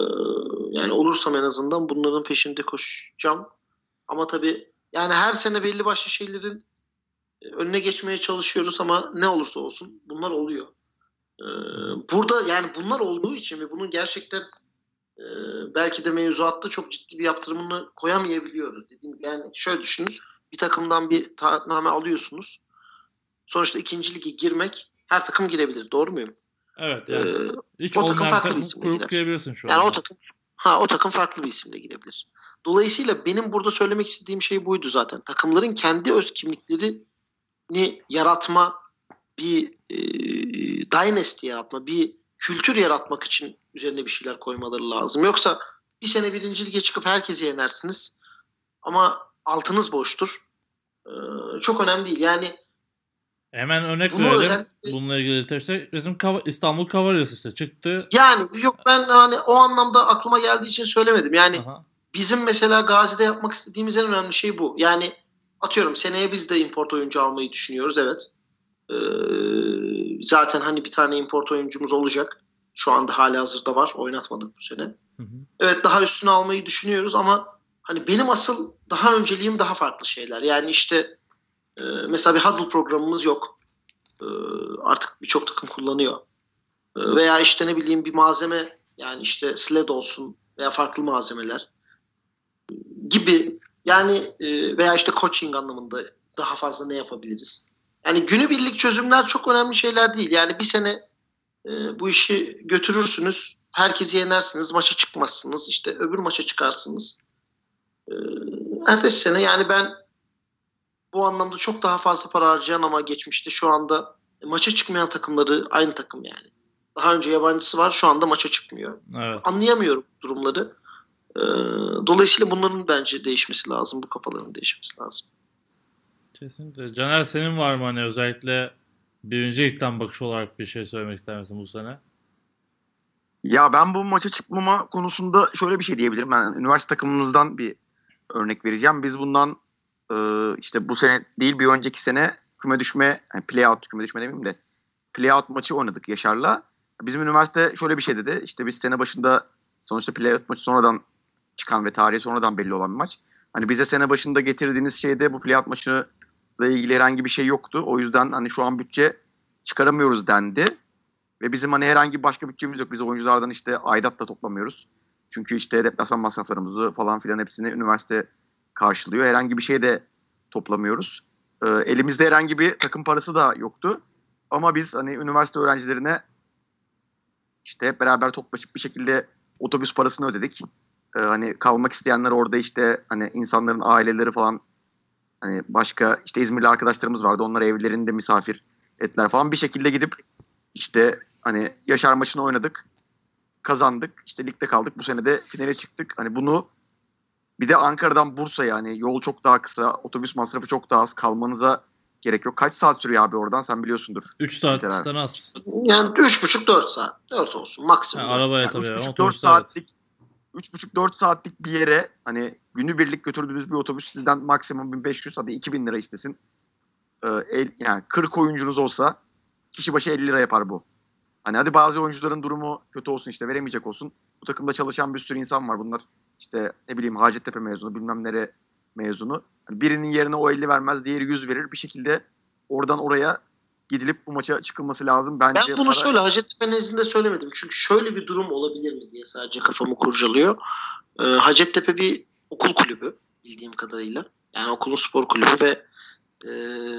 yani olursam en azından bunların peşinde koşacağım. Ama tabii yani her sene belli başlı şeylerin önüne geçmeye çalışıyoruz ama ne olursa olsun bunlar oluyor. Ee, burada yani bunlar olduğu için ve bunun gerçekten e, belki de mevzuatta çok ciddi bir yaptırımını koyamayabiliyoruz. Dediğim gibi yani şöyle düşünün. Bir takımdan bir taahhütname alıyorsunuz. Sonuçta ikinci lige girmek her takım girebilir. Doğru muyum? Evet. Yani ee, hiç o takım farklı takım bir isimle girer. Girebilirsin şu yani anda. o takım ha o takım farklı bir isimle girebilir. Dolayısıyla benim burada söylemek istediğim şey buydu zaten. Takımların kendi öz kimliklerini yaratma, bir e, dynasty yaratma, bir kültür yaratmak için üzerine bir şeyler koymaları lazım. Yoksa bir sene birinci lige çıkıp herkesi yenersiniz ama altınız boştur. Ee, çok önemli değil. Yani hemen örnek verelim. Özellikle... Bununla ilgili işte bizim İstanbul Cavaliers işte çıktı. Yani yok ben hani o anlamda aklıma geldiği için söylemedim. Yani Aha. bizim mesela Gazi'de yapmak istediğimiz en önemli şey bu. Yani atıyorum seneye biz de import oyuncu almayı düşünüyoruz. Evet. Ee, zaten hani bir tane import oyuncumuz olacak. Şu anda halihazırda var. Oynatmadık bu sene. Hı hı. Evet daha üstüne almayı düşünüyoruz ama hani benim asıl daha önceliğim daha farklı şeyler. Yani işte e, mesela bir huddle programımız yok. E, artık birçok takım kullanıyor. E, veya işte ne bileyim bir malzeme yani işte sled olsun veya farklı malzemeler gibi yani e, veya işte coaching anlamında daha fazla ne yapabiliriz? Yani günübirlik çözümler çok önemli şeyler değil. Yani bir sene e, bu işi götürürsünüz. Herkesi yenersiniz. Maça çıkmazsınız. İşte öbür maça çıkarsınız. E, ertesi sene yani ben bu bu anlamda çok daha fazla para harcayan ama geçmişte şu anda e, maça çıkmayan takımları aynı takım yani. Daha önce yabancısı var, şu anda maça çıkmıyor. Evet. Anlayamıyorum durumları. Ee, dolayısıyla bunların bence değişmesi lazım. Bu kafaların değişmesi lazım. Kesinlikle. Caner, senin var mı hani özellikle birinci ligden bakış olarak bir şey söylemek ister misin bu sene? Ya ben bu maça çıkmama konusunda şöyle bir şey diyebilirim. Ben üniversite takımımızdan bir örnek vereceğim. Biz bundan e, işte bu sene değil bir önceki sene küme düşme, yani play-out, küme düşme demeyeyim de play-out maçı oynadık Yaşar'la. Bizim üniversite şöyle bir şey dedi. İşte biz sene başında sonuçta play-out maçı sonradan çıkan ve tarihi sonradan belli olan bir maç. Hani bize sene başında getirdiğiniz şeyde bu play-out maçıyla ilgili herhangi bir şey yoktu. O yüzden hani şu an bütçe çıkaramıyoruz dendi. Ve bizim hani herhangi başka bütçemiz yok. Biz oyunculardan işte aidat da toplamıyoruz. Çünkü işte deplasman masraflarımızı falan filan hepsini üniversite karşılıyor. Herhangi bir şey de toplamıyoruz. Ee, elimizde herhangi bir takım parası da yoktu. Ama biz hani üniversite öğrencilerine işte hep beraber toplaşıp bir şekilde otobüs parasını ödedik. Ee, hani kalmak isteyenler orada işte hani insanların aileleri falan, hani başka işte İzmirli arkadaşlarımız vardı. Onlar evlerinde misafir ettiler falan. Bir şekilde gidip işte hani Yaşar maçını oynadık. Kazandık. İşte ligde kaldık. Bu sene de finale çıktık. Hani bunu bir de Ankara'dan Bursa'ya, yani yol çok daha kısa. Otobüs masrafı çok daha az. Kalmanıza gerek yok. Kaç saat sürüyor abi oradan? Sen biliyorsundur. üç saatten az. Yani üç buçuk dört saat. dört olsun maksimum. Ha, arabaya Yani tabii. üç buçuk dört Otobüste evet. saatlik üç buçuk dört saatlik bir yere hani günübirlik götürdüğünüz bir otobüs sizden maksimum bin beş yüz, hadi iki bin lira istesin. Ee, el, yani kırk oyuncunuz olsa kişi başı elli lira yapar bu. Hani hadi bazı oyuncuların durumu kötü olsun, işte veremeyecek olsun. Bu takımda çalışan bir sürü insan var. Bunlar işte ne bileyim Hacettepe mezunu, bilmem nere mezunu. Hani birinin yerine o elli vermez, diğeri yüz verir. Bir şekilde oradan oraya gidilip bu maça çıkılması lazım. Bence Ben bunu para... şöyle Hacettepe nezdinde söylemedim. Çünkü şöyle bir durum olabilir mi diye sadece kafamı kurcalıyor. Ee, Hacettepe bir okul kulübü bildiğim kadarıyla. Yani okulun spor kulübü ve e,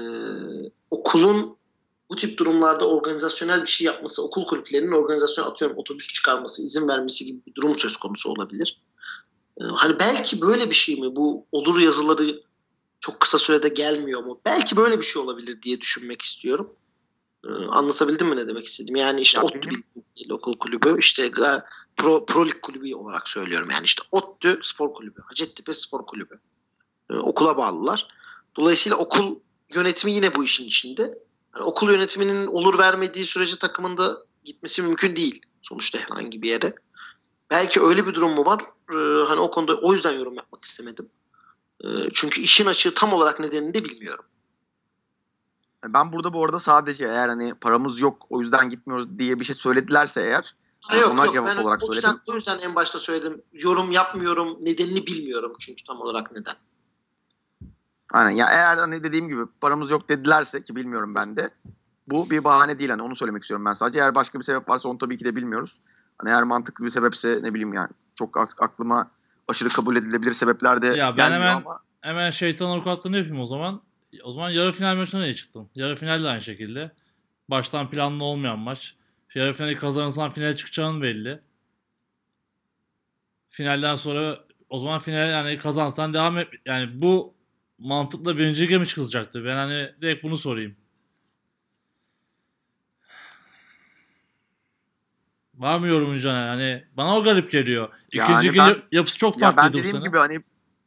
okulun bu tip durumlarda organizasyonel bir şey yapması, okul kulüplerinin organizasyon, atıyorum otobüs çıkarması, izin vermesi gibi bir durum söz konusu olabilir. Ee, hani belki böyle bir şey mi? Bu olur yazıları çok kısa sürede gelmiyor mu? Belki böyle bir şey olabilir diye düşünmek istiyorum. Ee, anlatabildim mi ne demek istedim? Yani işte Ya ODTÜ benim- değil, okul kulübü, işte ga- Pro, Pro Lig kulübü olarak söylüyorum. Yani işte ODTÜ Spor Kulübü, Hacettepe Spor Kulübü. Ee, okula bağlılar. Dolayısıyla okul yönetimi yine bu işin içinde. Yani okul yönetiminin olur vermediği sürece takımında gitmesi mümkün değil. Sonuçta herhangi bir yere. Belki öyle bir durum mu var? Ee, hani o konuda o yüzden yorum yapmak istemedim. Ee, çünkü işin açığı tam olarak nedenini de bilmiyorum. Ben burada bu arada sadece eğer hani paramız yok o yüzden gitmiyoruz diye bir şey söyledilerse eğer, Ha, yani yok ona yok cevap ben olarak o yüzden, söyledim. o yüzden en başta söyledim. Yorum yapmıyorum. Nedenini bilmiyorum çünkü tam olarak neden. Aynen ya, eğer hani dediğim gibi paramız yok dedilerse, ki bilmiyorum ben de, bu bir bahane değil, hani onu söylemek istiyorum ben sadece. Eğer başka bir sebep varsa onu tabii ki de bilmiyoruz. Hani eğer mantıklı bir sebepse, ne bileyim yani çok az, aklıma aşırı kabul edilebilir sebepler de Ya ben gelmiyor hemen ama hemen şeytan avukatlığını yapayım o zaman. O zaman yarı final maçına niye çıktın? Yarı final de aynı şekilde. Baştan planlı olmayan maç. Yarı finali kazanırsan finale çıkacağın belli. Finalden sonra o zaman final yani kazansan devam et. Yani bu mantıkla birinci lige mi çıkılacaktı? Ben hani direkt bunu sorayım. Var mı yorumun Caner? Hani bana o garip geliyor. İkinci yani ligin ben yap- yapısı çok ya ben farklıydı bu dediğim sene. gibi hani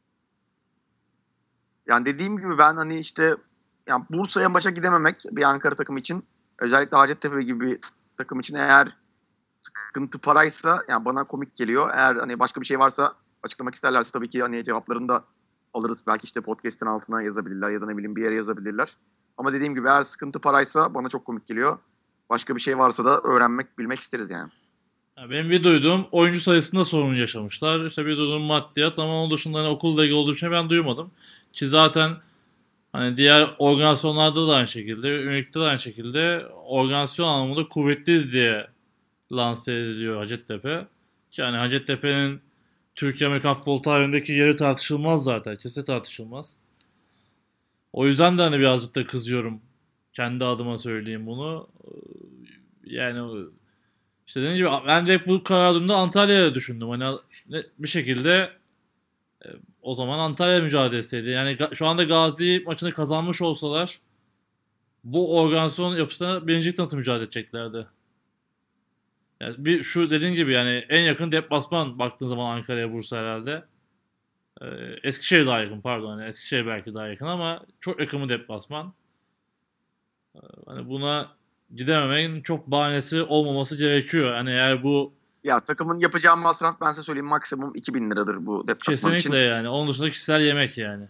yani dediğim gibi ben hani işte yani Bursa'ya maça gidememek bir Ankara takımı için, özellikle Hacettepe gibi bir takım için, eğer sıkıntı paraysa yani bana komik geliyor. Eğer hani başka bir şey varsa, açıklamak isterlerse tabii ki hani cevaplarını da alırız. Belki işte podcast'in altına yazabilirler ya da ne bileyim bir yere yazabilirler. Ama dediğim gibi eğer sıkıntı paraysa bana çok komik geliyor. Başka bir şey varsa da öğrenmek, bilmek isteriz yani. Ya benim bir duyduğum oyuncu sayısında sorun yaşamışlar. İşte bir duyduğum maddiyat, ama onun dışında hani okulla ilgili olduğu için ben duymadım. Ki zaten hani diğer organizasyonlarda da aynı şekilde, Ünik'te de aynı şekilde organizasyon anlamında kuvvetliyiz diye lanse ediliyor Hacettepe. Ki yani Hacettepe'nin Türkiye Amerikan futbol tarihindeki yeri tartışılmaz zaten. Kesinlikle tartışılmaz. O yüzden de hani birazcık da kızıyorum. Kendi adıma söyleyeyim bunu. Yani işte dediğim gibi ben direkt bu kararımda Antalya'ya düşündüm. Hani ne- bir şekilde e, o zaman Antalya mücadelesiydi. Yani ga- şu anda Gazi maçını kazanmış olsalar bu organizasyon yapısına birincilik nasıl mücadele edeceklerdi? Yani bir şu dediğin gibi yani en yakın deplasman baktığın zaman Ankara'ya, Bursa herhalde. Ee, Eskişehir daha yakın pardon. Yani Eskişehir belki daha yakın ama çok yakın bir deplasman. Ee, hani buna gidememenin çok bahanesi olmaması gerekiyor. Hani eğer bu Ya takımın yapacağı masraf ben size söyleyeyim maksimum iki bin liradır bu deplasman için. kesinlikle yani. Onun dışında kişisel yemek yani.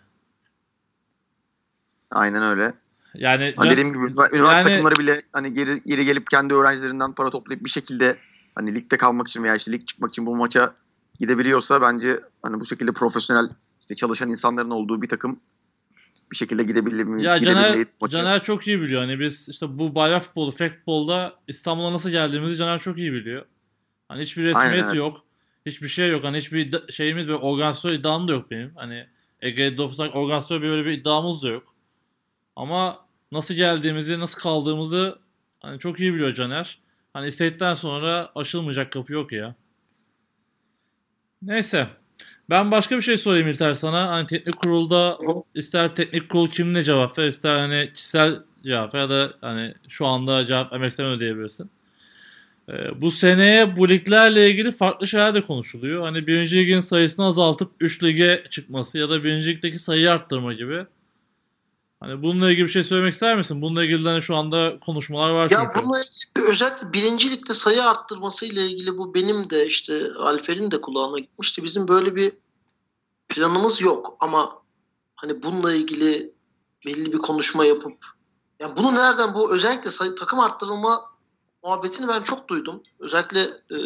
Aynen öyle. Yani Hani can- dediğim gibi üniversite yani- takımları bile hani geri, geri gelip kendi öğrencilerinden para toplayıp bir şekilde hani ligde kalmak için veya işte lig çıkmak için bu maça gidebiliyorsa bence hani bu şekilde profesyonel işte çalışan insanların olduğu bir takım bir şekilde gidebilir Ya Caner, gidebilmeyi maça. Caner çok iyi biliyor. Hani biz işte bu bayrak futbolu, flag futbolda İstanbul'a nasıl geldiğimizi Caner çok iyi biliyor. Hani hiçbir resmiyet Aynen, evet. yok. Hiçbir şey yok. Hani hiçbir iddia- şeyimiz ve organizasyon iddiam da yok benim. Hani Ege'de olsak organizasyon böyle bir iddiamız da yok. Ama nasıl geldiğimizi, nasıl kaldığımızı hani çok iyi biliyor Caner. Hani istedikten sonra aşılmayacak kapı yok ya. Neyse. Ben başka bir şey sorayım İlter sana. Hani teknik kurulda ister teknik kurul kimle cevap ver, ister hani kişisel cevap ver ya da hani şu anda cevap vermek istemiyor diyebilirsin. Ee, bu seneye bu liglerle ilgili farklı şeyler de konuşuluyor. Hani birinci ligin sayısını azaltıp üç lige çıkması ya da birinci ligdeki sayıyı arttırma gibi. Hani bununla ilgili bir şey söylemek ister misin? Bununla ilgili de hani şu anda konuşmalar var Ya çünkü. bununla ilgili özellikle birinci ligde sayı arttırması ile ilgili bu benim de işte Alper'in de kulağına gitmişti. Bizim böyle bir planımız yok ama hani bununla ilgili belli bir konuşma yapıp ya bunu nereden bu özellikle sayı, takım arttırılma muhabbetini ben çok duydum. Özellikle e,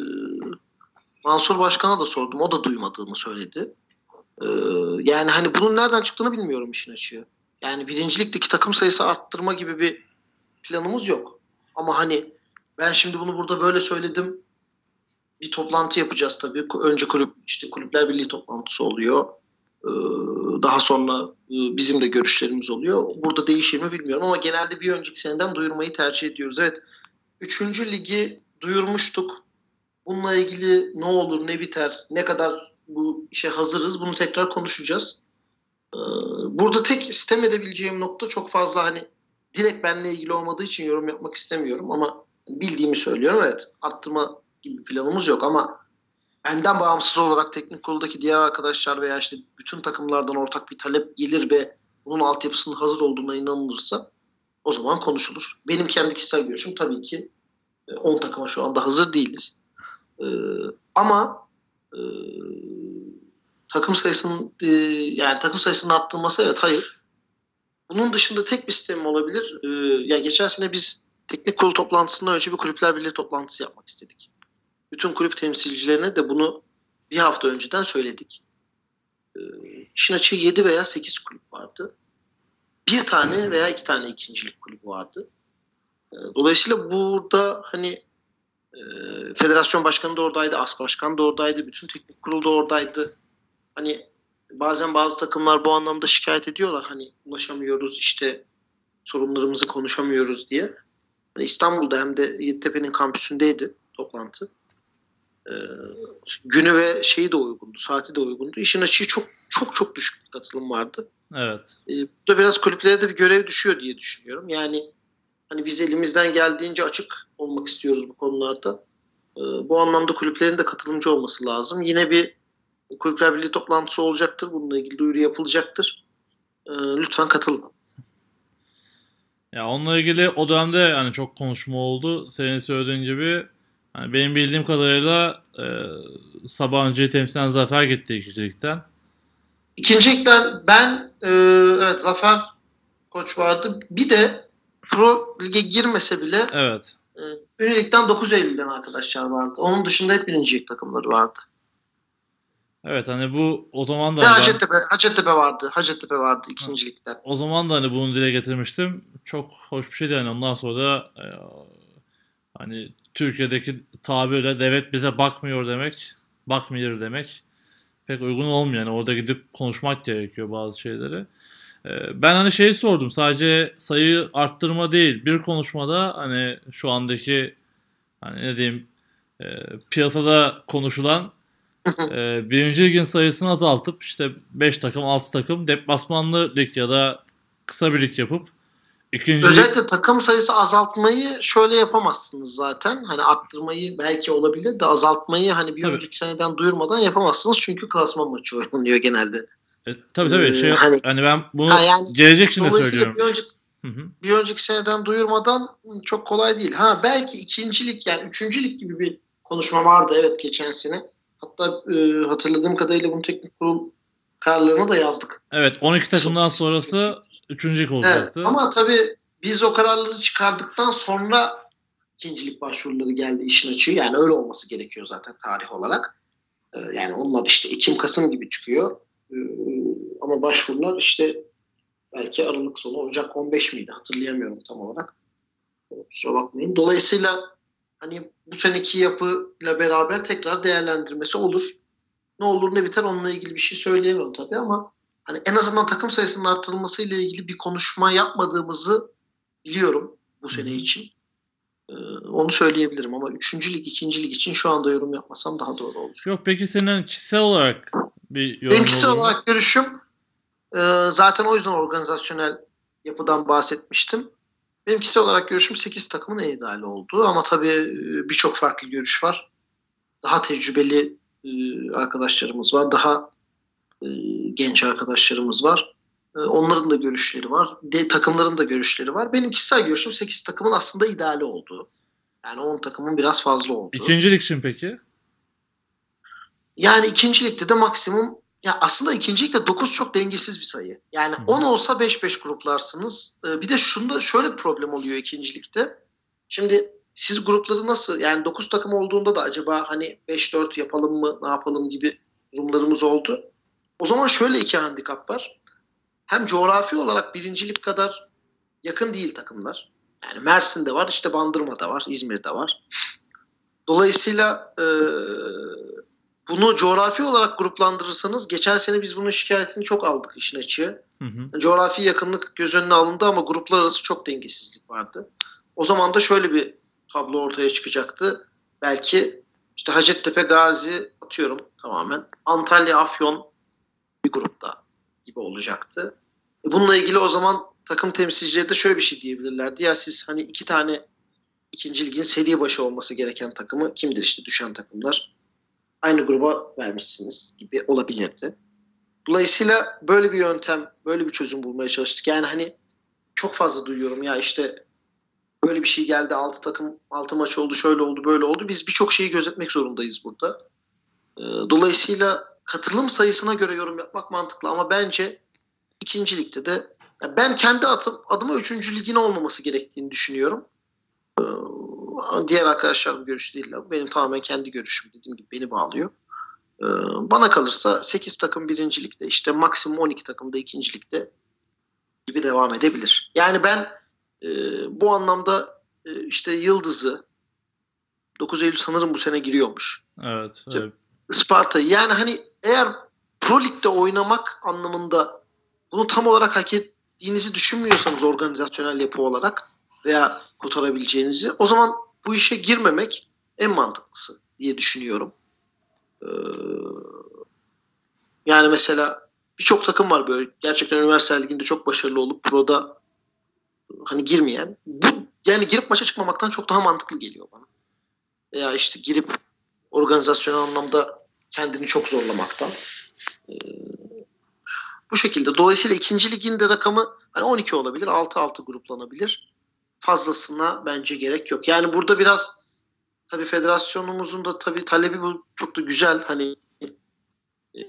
Mansur Başkan'a da sordum. O da duymadığını söyledi. E, yani hani bunun nereden çıktığını bilmiyorum işin açığı. Yani birincilikteki takım sayısı arttırma gibi bir planımız yok. Ama hani ben şimdi bunu burada böyle söyledim. Bir toplantı yapacağız tabii. Önce kulüp işte Kulüpler Birliği toplantısı oluyor. Ee, daha sonra e, bizim de görüşlerimiz oluyor. Burada değişir mi bilmiyorum ama genelde bir önceki seneden duyurmayı tercih ediyoruz. Evet. Üçüncü ligi duyurmuştuk. Bununla ilgili ne olur ne biter, ne kadar bu işe hazırız bunu tekrar konuşacağız. Ee, burada tek istem edebileceğim nokta çok fazla hani direkt benimle ilgili olmadığı için yorum yapmak istemiyorum ama bildiğimi söylüyorum. Evet arttırma gibi planımız yok ama benden bağımsız olarak teknik konuldaki diğer arkadaşlar veya işte bütün takımlardan ortak bir talep gelir ve bunun altyapısının hazır olduğuna inanılırsa o zaman konuşulur. Benim kendi kişisel görüşüm tabii ki on takıma şu anda hazır değiliz. Ee, ama e, takım sayısının e, yani takım sayısının arttırılması evet hayır. Bunun dışında tek bir sistem olabilir. Ee, ya geçen sene biz teknik kurulu toplantısından önce bir Kulüpler Birliği toplantısı yapmak istedik. Bütün kulüp temsilcilerine de bunu bir hafta önceden söyledik. Ee, işin açığı yedi veya sekiz kulüp vardı. Bir tane veya iki tane ikincilik kulübü vardı. Ee, dolayısıyla burada hani e, federasyon başkanı da oradaydı, as başkan da oradaydı, bütün teknik kurul da oradaydı. Hani bazen bazı takımlar bu anlamda şikayet ediyorlar. Hani ulaşamıyoruz işte sorunlarımızı konuşamıyoruz diye. Hani İstanbul'da hem de Yeditepe'nin kampüsündeydi toplantı. Ee, günü ve şeyi de uygundu, saati de uygundu. İşin açığı çok çok çok düşük bir katılım vardı. Evet. Ee, bu da biraz kulüplere de bir görev düşüyor diye düşünüyorum. Yani hani biz elimizden geldiğince açık olmak istiyoruz bu konularda. Ee, bu anlamda kulüplerin de katılımcı olması lazım. Yine bir Kulüpler Birliği toplantısı olacaktır. Bununla ilgili duyuru yapılacaktır. Ee, lütfen katılın. Ya onunla ilgili o dönemde yani çok konuşma oldu. Senin söylediğin gibi yani benim bildiğim kadarıyla e, Sabancı'yı temsilen Zafer gitti ikincilikten. İkincilikten ben e, evet Zafer Koç vardı. Bir de Pro Lig'e girmese bile Evet. e, Birincilikten dokuz Eylül'den arkadaşlar vardı. Onun dışında hep birincilik takımları vardı. Evet hani bu o zaman da Ve hani ben, Hacettepe, Hacettepe vardı. Hacettepe vardı ikincilikten. o zaman da hani bunu dile getirmiştim. Çok hoş bir şeydi yani ondan sonra da e, hani Türkiye'deki tabirle devlet bize bakmıyor demek, bakmıyor demek pek uygun olmuyor. Yani orada gidip konuşmak gerekiyor bazı şeyleri. E, ben hani şeyi sordum sadece sayı arttırma değil bir konuşmada hani şu andaki hani ne diyeyim e, piyasada konuşulan e, birinci ligin sayısını azaltıp işte beş takım altı takım deplasmanlı lig ya da kısa bir lig yapıp ikinci Özellikle takım sayısı azaltmayı şöyle yapamazsınız zaten. Hani arttırmayı belki olabilir de azaltmayı hani bir Tabii. önceki seneden duyurmadan yapamazsınız. Çünkü klasman maçı oynanıyor genelde. e, tabii tabii Ee, şey hani- hani ben bunu Ha, yani gelecek için de Dolayısıyla söylüyorum. bir önceki, Hı hı. bir önceki seneden duyurmadan çok kolay değil. Ha belki ikincilik yani üçüncülük gibi bir konuşma vardı evet geçen sene. Hatta e, hatırladığım kadarıyla bunu teknik kurul kararlarına da yazdık. Evet on iki takımdan sonrası üçüncü lig olacaktı. Evet ama tabii biz o kararları çıkardıktan sonra ikincilik başvuruları geldi işin açığı. Yani öyle olması gerekiyor zaten tarih olarak. Ee, yani onlar işte Ekim-Kasım gibi çıkıyor. Ee, ama başvurular işte belki Aralık sonu Ocak on beş miydi hatırlayamıyorum tam olarak. Kusura bakmayın. Dolayısıyla hani bu seneki yapıyla beraber tekrar değerlendirmesi olur. Ne olur ne biter onunla ilgili bir şey söyleyemem tabii ama hani en azından takım sayısının artırılmasıyla ilgili bir konuşma yapmadığımızı biliyorum bu sene için. Ee, onu söyleyebilirim ama üçüncü lig, ikinci lig için şu anda yorum yapmasam daha doğru olur. Yok peki senin kişisel olarak bir yorum Benim kişisel olur mu? olarak görüşüm e, zaten o yüzden organizasyonel yapıdan bahsetmiştim. Benim kişisel olarak görüşüm sekiz takımın en ideali olduğu ama tabii e, birçok farklı görüş var. Daha tecrübeli e, arkadaşlarımız var. Daha e, genç arkadaşlarımız var. E, onların da görüşleri var. De, takımların da görüşleri var. Benim kişisel görüşüm sekiz takımın aslında ideali olduğu. Yani on takımın biraz fazla olduğu. İkinci lig için peki? Yani ikinci ligde de maksimum ya aslında ikinci ligde dokuz çok dengesiz bir sayı. Yani Hı hı. on olsa beş beş gruplarsınız. Ee, bir de şunda şöyle bir problem oluyor ikinci ligde. Şimdi siz grupları nasıl yani dokuz takım olduğunda da acaba hani beş dört yapalım mı ne yapalım gibi durumlarımız oldu. O zaman şöyle iki handikap var. Hem coğrafi olarak birincilik kadar yakın değil takımlar. Yani Mersin'de var, işte Bandırma'da var, İzmir'de var. Dolayısıyla e, bunu coğrafi olarak gruplandırırsanız geçen sene biz bunun şikayetini çok aldık işin açığı. Hı hı. Coğrafi yakınlık göz önüne alındı ama gruplar arası çok dengesizlik vardı. O zaman da şöyle bir tablo ortaya çıkacaktı. Belki işte Hacettepe, Gazi atıyorum tamamen. Antalya, Afyon bir grupta gibi olacaktı. E bununla ilgili o zaman takım temsilcileri de şöyle bir şey diyebilirlerdi. Ya siz hani iki tane ikinci ligin seri başı olması gereken takımı kimdir işte düşen takımlar? Aynı gruba vermişsiniz gibi olabilirdi. Dolayısıyla böyle bir yöntem, böyle bir çözüm bulmaya çalıştık. Yani hani çok fazla duyuyorum ya işte böyle bir şey geldi altı takım altı maç oldu şöyle oldu böyle oldu. Biz birçok şeyi gözetmek zorundayız burada. Dolayısıyla katılım sayısına göre yorum yapmak mantıklı ama bence ikinci ligde de ben kendi adım, adıma üçüncü ligin olmaması gerektiğini düşünüyorum. Diğer arkadaşlarım görüşü değiller. Benim tamamen kendi görüşüm dediğim gibi beni bağlıyor. Bana kalırsa sekiz takım birinci ligde işte maksimum on iki takım da ikinci ligde gibi devam edebilir. Yani ben e, bu anlamda e, işte Yıldız'ı dokuz Eylül sanırım bu sene giriyormuş. Evet. İşte evet. Sparta'yı yani hani eğer Pro Lig'de oynamak anlamında bunu tam olarak hak ettiğinizi düşünmüyorsanız organizasyonel yapı olarak veya kurtarabileceğinizi o zaman bu işe girmemek en mantıklısı diye düşünüyorum. Ee, yani mesela birçok takım var böyle gerçekten üniversite liginde çok başarılı olup Pro'da hani girmeyen. Bu yani girip maça çıkmamaktan çok daha mantıklı geliyor bana. Veya işte girip organizasyonel anlamda kendini çok zorlamaktan. Ee, bu şekilde. Dolayısıyla ikinci ligin de rakamı hani on iki olabilir. altı altı gruplanabilir. Fazlasına bence gerek yok. Yani burada biraz tabii federasyonumuzun da tabii talebi bu çok da güzel. Hani e,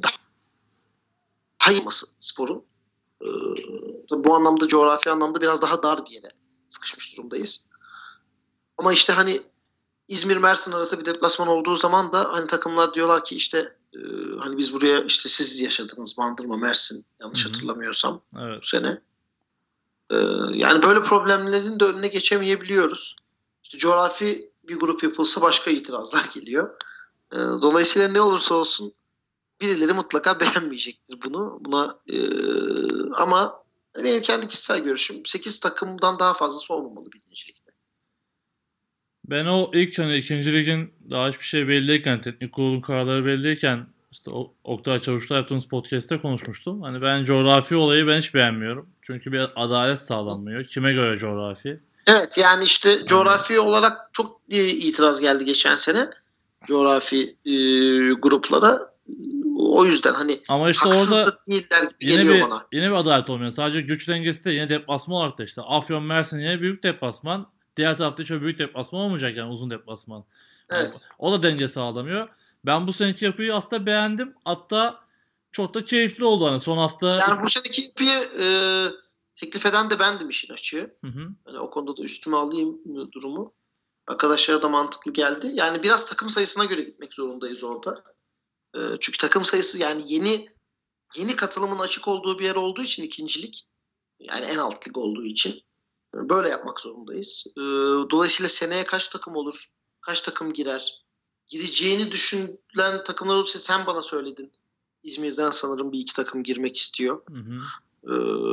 daha iyi olması sporun. E, bu anlamda coğrafi anlamda biraz daha dar bir yere sıkışmış durumdayız. Ama işte hani İzmir-Mersin arası bir deplasman olduğu zaman da hani takımlar diyorlar ki işte e, hani biz buraya işte siz yaşadınız Bandırma, Mersin yanlış Hı-hı. hatırlamıyorsam Evet. bu sene. E, yani böyle problemlerin de önüne geçemeyebiliyoruz. İşte coğrafi bir grup yapılsa başka itirazlar geliyor. E, dolayısıyla ne olursa olsun birileri mutlaka beğenmeyecektir bunu. Buna e, ama benim kendi kişisel görüşüm sekiz takımdan daha fazlası olmamalı birinci ligde. Ben o ilk hani ikinci ligin daha hiçbir şey belliyken, teknik kurulun kararları belliyken işte o Oktay Çavuş'la yaptığımız podcast'te konuşmuştum. Hani ben coğrafi olayı ben hiç beğenmiyorum. Çünkü bir adalet sağlanmıyor. Kime göre coğrafi? Evet yani işte coğrafi olarak çok itiraz geldi geçen sene coğrafi e, gruplara. O yüzden hani Ama işte haksız orada da değiller gibi yine geliyor bir bana. yine bir adalet olmuyor. Sadece güç dengesi de yine deplasman olarak da işte Afyon Mersin yine büyük deplasman. Diğer tarafta hiç öyle büyük deplasman olmayacak yani uzun deplasman. Yani Evet. o da denge sağlamıyor. Ben bu seneki yapıyı aslında beğendim. Hatta çok da keyifli oldu hani son hafta. Yani bu seneki yapıyı e, teklif eden de bendim işin açığı. Hı hı. Yani o konuda da üstüme alayım durumu. Arkadaşlara da mantıklı geldi. Yani biraz takım sayısına göre gitmek zorundayız orada. E, çünkü takım sayısı yani yeni yeni katılımın açık olduğu bir yer olduğu için ikincilik yani en alt lig olduğu için e, böyle yapmak zorundayız. E, dolayısıyla seneye kaç takım olur? Kaç takım girer? Gireceğini düşünülen takımlar olursa sen bana söyledin. İzmir'den sanırım bir iki takım girmek istiyor. Hı hı. E,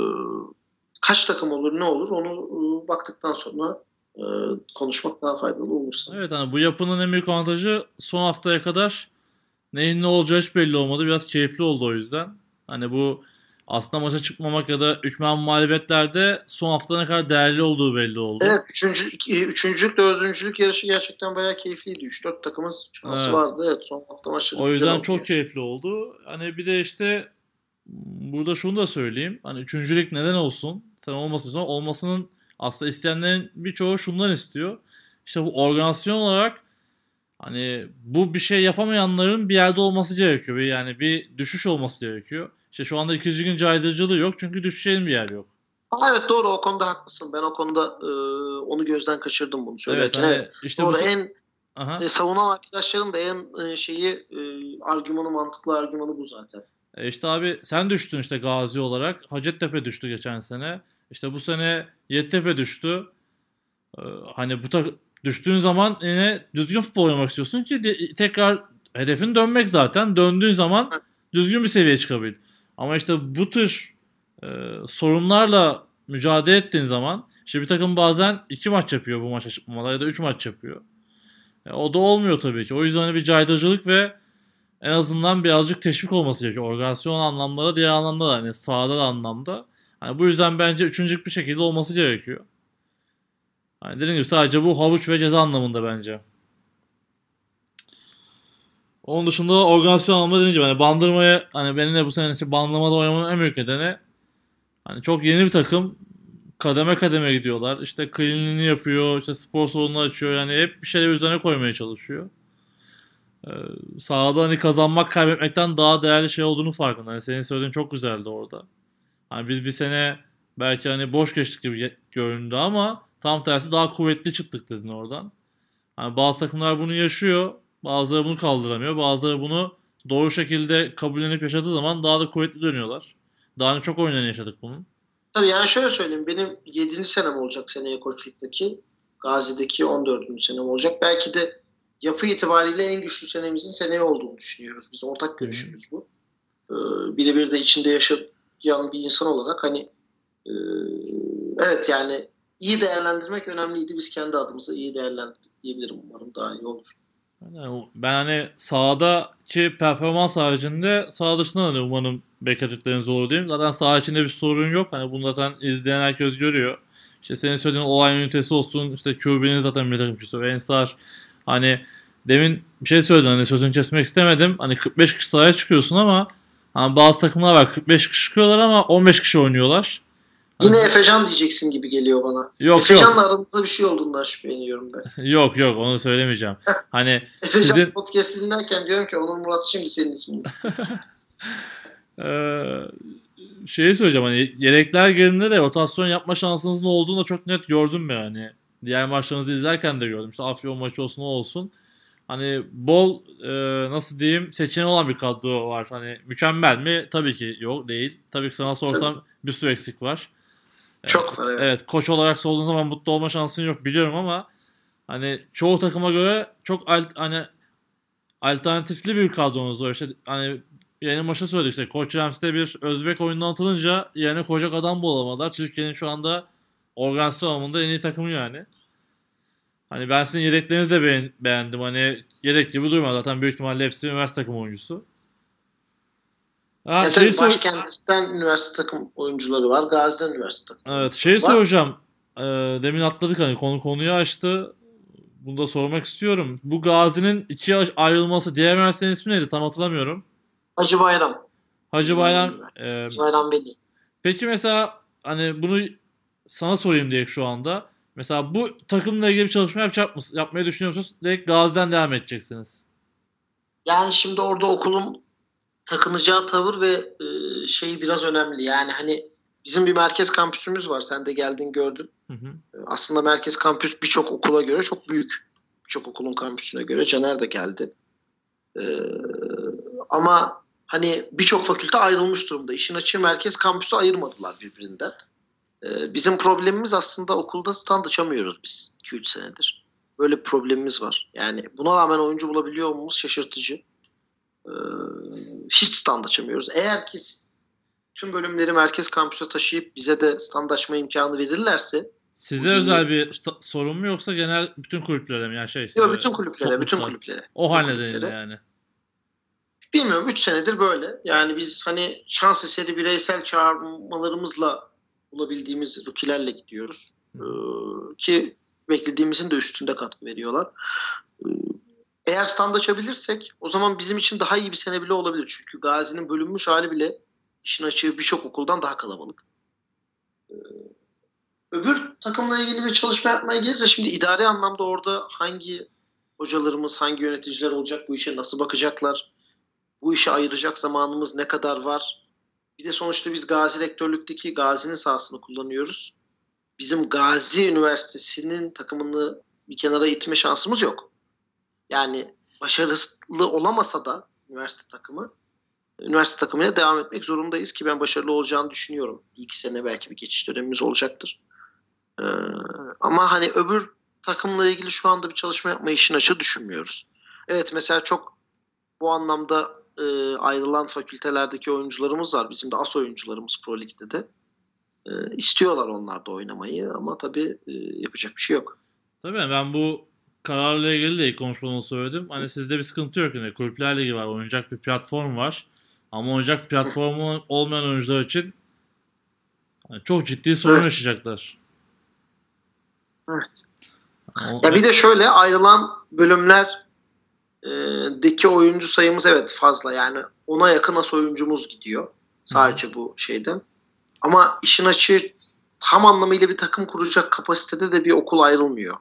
kaç takım olur ne olur onu e, baktıktan sonra e, konuşmak daha faydalı olur sanırım. Evet hani bu yapının en büyük avantajı son haftaya kadar neyin ne olacağı hiç belli olmadı. Biraz keyifli oldu o yüzden. Hani bu aslında maça çıkmamak ya da hükmen mağlubiyetlerde son hafta ne kadar değerli olduğu belli oldu. Evet. Üçüncü, üçüncülük, dördüncülük yarışı gerçekten bayağı keyifliydi. Üç dört takımız çıkması Evet. vardı. Evet. Son hafta maçları O güzel yüzden oldu çok gerçekten. keyifli oldu. Hani bir de işte burada şunu da söyleyeyim. Hani üçüncülük neden olsun? Sen olmasın istiyorsan olmasının aslında isteyenlerin birçoğu şundan istiyor. İşte bu organizasyon olarak hani bu bir şey yapamayanların bir yerde olması gerekiyor. Ve yani bir düşüş olması gerekiyor. İşte şu anda ikinci ligin caydırıcılığı yok. Çünkü düşeceğin bir yer yok. Aa, evet doğru o konuda haklısın. Ben o konuda e, onu gözden kaçırdım bunu söylerken. Evet, Evet, hani işte doğru bu se- en Aha. e, savunan arkadaşların da en e, şeyi e, argümanı mantıklı argümanı bu zaten. E işte abi sen düştün işte Gazi olarak. Hacettepe düştü geçen sene. İşte bu sene Yeditepe düştü. Ee, hani bu ta- düştüğün zaman yine düzgün futbol oynamak istiyorsun ki de- tekrar hedefin dönmek zaten. Döndüğün zaman düzgün bir seviyeye çıkabil. Ama işte bu tür e, sorunlarla mücadele ettiğin zaman işte bir takım bazen iki maç yapıyor bu maça çıkmamalar ya da üç maç yapıyor. E, o da olmuyor tabii ki. O yüzden hani bir caydırıcılık ve en azından birazcık teşvik olması gerekiyor. Organizasyon anlamda diğer anlamda da hani sahada da anlamda. Hani bu yüzden bence üçüncülük bir şekilde olması gerekiyor. Hani dediğim gibi sadece bu havuç ve ceza anlamında bence. Onun dışında organizasyon anlamında dediğim gibi hani Bandırma'ya hani benim de bu sene işte Bandırma'da oynamamın en büyük nedeni hani çok yeni bir takım kademe kademe gidiyorlar. İşte kliniğini yapıyor, işte spor salonunu açıyor. Yani hep bir şeyler üzerine koymaya çalışıyor. Ee, sahada hani kazanmak kaybetmekten daha değerli şey olduğunu farkında. Hani senin söylediğin çok güzeldi orada. Hani biz bir sene belki hani boş geçtik gibi ge- göründü ama tam tersi daha kuvvetli çıktık dedin oradan. Hani bazı takımlar bunu yaşıyor. Bazıları bunu kaldıramıyor. Bazıları bunu doğru şekilde kabullenip yaşadığı zaman daha da kuvvetli dönüyorlar. Daha önce çok oyunlarını yaşadık bunun. Tabii yani şöyle söyleyeyim. Benim yedinci senem olacak seneye koçluktaki. Gazi'deki on dördüncü senem olacak. Belki de yapı itibariyle en güçlü senemizin seneye olduğunu düşünüyoruz. Biz ortak görüşümüz bu. Ee, birebir de içinde yaşayan bir insan olarak hani e, evet yani iyi değerlendirmek önemliydi. Biz kendi adımıza iyi değerlendirdik diyebilirim. Umarım daha iyi olur. Yani ben hani sahadaki performans haricinde saha dışında da hani umarım bekledikleriniz olur diyeyim. Zaten saha içinde bir sorun yok. Hani bunu zaten izleyen herkes görüyor. İşte senin söylediğin olay ünitesi olsun. İşte Q B'nin zaten bir takım küsü. Ensar hani demin bir şey söyledin hani sözünü kesmek istemedim. Hani kırk beş kişi sahaya çıkıyorsun ama hani bazı takımlar var kırk beş kişi çıkıyorlar ama on beş kişi oynuyorlar. Yine Hani- Efecan diyeceksin gibi geliyor bana. Yok Efecan'la yok. aramızda bir şey olduğundan şüpheleniyorum ben. Yok yok onu söylemeyeceğim. Hani Efecan sizin podcast dinlerken diyorum ki Onur Murat şimdi senin ismin. Ee, şeyi söyleyeceğim hani yedekler girdiğinde de rotasyon yapma şansınızın olduğunu da çok net gördüm ben hani. Diğer maçlarınızı izlerken de gördüm. İşte Afyon maçı olsun o olsun. Hani bol e, nasıl diyeyim seçeneği olan bir kadro var. Hani mükemmel mi? Tabii ki yok değil. Tabii ki sana sorsam bir sürü eksik var. Ee, Çok var evet. evet koç olarak sorduğun zaman mutlu olma şansın yok biliyorum ama hani çoğu takıma göre çok alt, hani alternatifli bir kadronuz var. İşte hani yeni maçta söyledik işte Koç Rams'te bir Özbek oyundan atılınca yerine koyacak adam bulamadılar. Türkiye'nin şu anda organizasyon anlamında en iyi takımı yani. Hani ben sizin yedeklerinizi de beğen- beğendim. Hani yedek gibi durma. Zaten büyük ihtimalle hepsi üniversite takım oyuncusu. Ha, Ya şeyi tabii sor- başkentten üniversite takım oyuncuları var. Gazi'den üniversite takım evet, şeyi oyuncuları var. soracağım. Ee, demin atladık hani konu konuyu açtı. Bunu da sormak istiyorum. Bu Gazi'nin ikiye ayrılması diğer üniversitenin ismi neydi? Tam hatırlamıyorum. Hacı Bayram. Hacı Bayram. e, Hacı Bayram Veli. peki mesela hani bunu sana sorayım direkt şu anda. Mesela bu takımla ilgili bir çalışma yapacak mısınız? Yapmayı düşünüyor musunuz? Direkt Gazi'den devam edeceksiniz. Yani şimdi orada okulun takınacağı tavır ve e, şey biraz önemli. Yani hani bizim bir merkez kampüsümüz var. Sen de geldin gördün. Hı hı. E, Aslında merkez kampüs birçok okula göre çok büyük. Birçok okulun kampüsüne göre. Caner de geldi. E, ama hani birçok fakülte ayrılmış durumda. İşin açığı merkez kampüsü ayırmadılar birbirinden. E, bizim problemimiz aslında okulda stand açamıyoruz biz iki üç senedir. Böyle bir problemimiz var. Yani buna rağmen oyuncu bulabiliyor olmamız şaşırtıcı. Ee, hiç stand açamıyoruz. Eğer ki tüm bölümleri merkez kampüse taşıyıp bize de stand açma imkanı verirlerse Size bu yeni- özel bir sta- sorun mu yoksa genel bütün kulüplere mi? Yani şey. Yok, e, bütün kulüplere, bütün topluluklar. kulüplere. O hal Bütün nedeniyle kulüplere. yani. Bilmiyorum, üç senedir böyle. Yani biz hani şans eseri bireysel çağırmalarımızla bulabildiğimiz rukilerle gidiyoruz. Ee, ki beklediğimizin de üstünde katkı veriyorlar. Ee, eğer stand açabilirsek o zaman bizim için daha iyi bir sene bile olabilir. Çünkü Gazi'nin bölünmüş hali bile işin açığı birçok okuldan daha kalabalık. Ee, öbür takımla ilgili bir çalışma yapmaya gelirse şimdi idari anlamda orada hangi hocalarımız, hangi yöneticiler olacak, bu işe nasıl bakacaklar, bu işe ayıracak zamanımız ne kadar var? Bir de sonuçta biz Gazi Rektörlük'teki Gazi'nin sahasını kullanıyoruz. Bizim Gazi Üniversitesi'nin takımını bir kenara itme şansımız yok. Yani başarılı olamasa da üniversite takımı, üniversite takımıyla devam etmek zorundayız ki ben başarılı olacağını düşünüyorum. Bir iki sene belki bir geçiş dönemimiz olacaktır. Ee, ama hani öbür takımla ilgili şu anda bir çalışma yapma işin açığı düşünmüyoruz. Evet, mesela çok bu anlamda e, ayrılan fakültelerdeki oyuncularımız var. Bizim de as oyuncularımız Pro Lig'de de. E, istiyorlar onlar da oynamayı ama tabii e, yapacak bir şey yok. Tabii ben bu kararla ilgili de ilk konuşmamı söyledim. Hani sizde bir sıkıntı yok yine. Kulüpler Ligi var. Oynayacak bir platform var. Ama oynayacak platformu olmayan oyuncular için hani çok ciddi sorun Evet. yaşayacaklar. Evet. O- Ya bir de şöyle ayrılan bölümler e, deki oyuncu sayımız evet fazla. Yani ona yakın as oyuncumuz gidiyor. Sadece bu şeyden. Ama işin açığı tam anlamıyla bir takım kuracak kapasitede de bir okul ayrılmıyor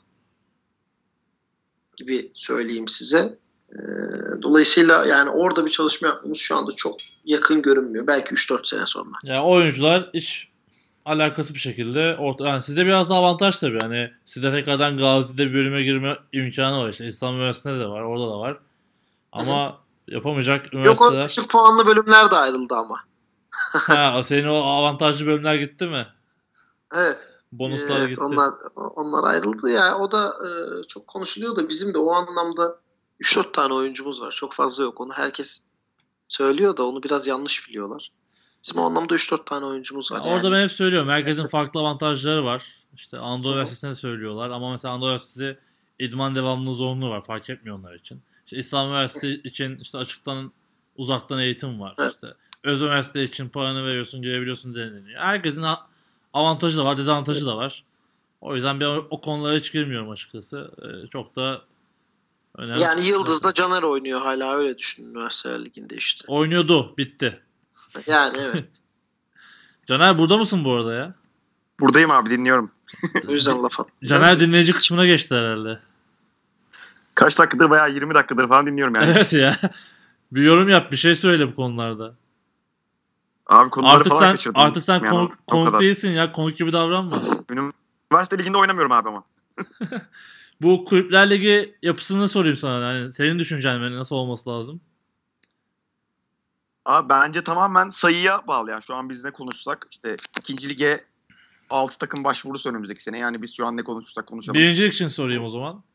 gibi söyleyeyim size. Ee, dolayısıyla yani orada bir çalışma yapmamız şu anda çok yakın görünmüyor. Belki üç dört sene sonra. Yani oyuncular hiç alakası bir şekilde orta, yani sizde biraz daha avantaj tabii. Hani sizde tekrardan Gazi'de bir bölüme girme imkanı var. İşte İslam Üniversitesi'nde de var, orada da var. Ama yapamayacak Yok, o üniversiteler. düşük puanlı bölümler de ayrıldı ama. Ha, senin o avantajlı bölümler gitti mi? Evet. Bonuslar Evet, gitti. onlar onlar ayrıldı ya. O da e, çok konuşuluyor da bizim de o anlamda üç dört tane oyuncumuz var. Çok fazla yok. Onu herkes söylüyor da onu biraz yanlış biliyorlar. Bizim o anlamda üç dört tane oyuncumuz var. Ya orada yani. ben hep söylüyorum. Herkesin farklı avantajları var. İşte Anadolu Hı hı. Üniversitesi'ne söylüyorlar. Ama mesela Anadolu Üniversitesi idman devamlılığı zorunlu var. Fark etmiyor onlar için. İşte İslam Üniversitesi için işte açıktan uzaktan eğitim var. Evet. İşte öz üniversite için paranı veriyorsun, girebiliyorsun deniliyor. Herkesin a- avantajı da var, dezavantajı da var. O yüzden ben o, o konulara hiç girmiyorum açıkçası. Ee, çok da önemli. Yani Yıldız'da Caner oynuyor hala, öyle düşün Üniversiteler Ligi'nde işte. Oynuyordu, bitti. Yani evet. Caner burada mısın bu arada ya? Buradayım abi, dinliyorum. O yüzden laf attım. Caner dinleyici kısmına geçti herhalde. Kaç dakikadır, bayağı yirmi dakikadır falan dinliyorum yani. Evet ya. Bir yorum yap, bir şey söyle bu konularda. Abi konuları Artık falan sen kaçırdım. artık sen Yani konuk, o konuk kadar. değilsin ya. Konuk gibi davranma. Üniversite liginde oynamıyorum abi ama. Bu Kulüpler Ligi yapısını sorayım sana. Yani senin düşüncen ne, nasıl olması lazım? Abi bence tamamen sayıya bağlı yani. Şu an biz ne konuşsak işte ikinci lige altı takım başvurursa önümüzdeki sene. Yani biz şu an ne konuşursak konuşalım. Birincilik için sorayım o zaman.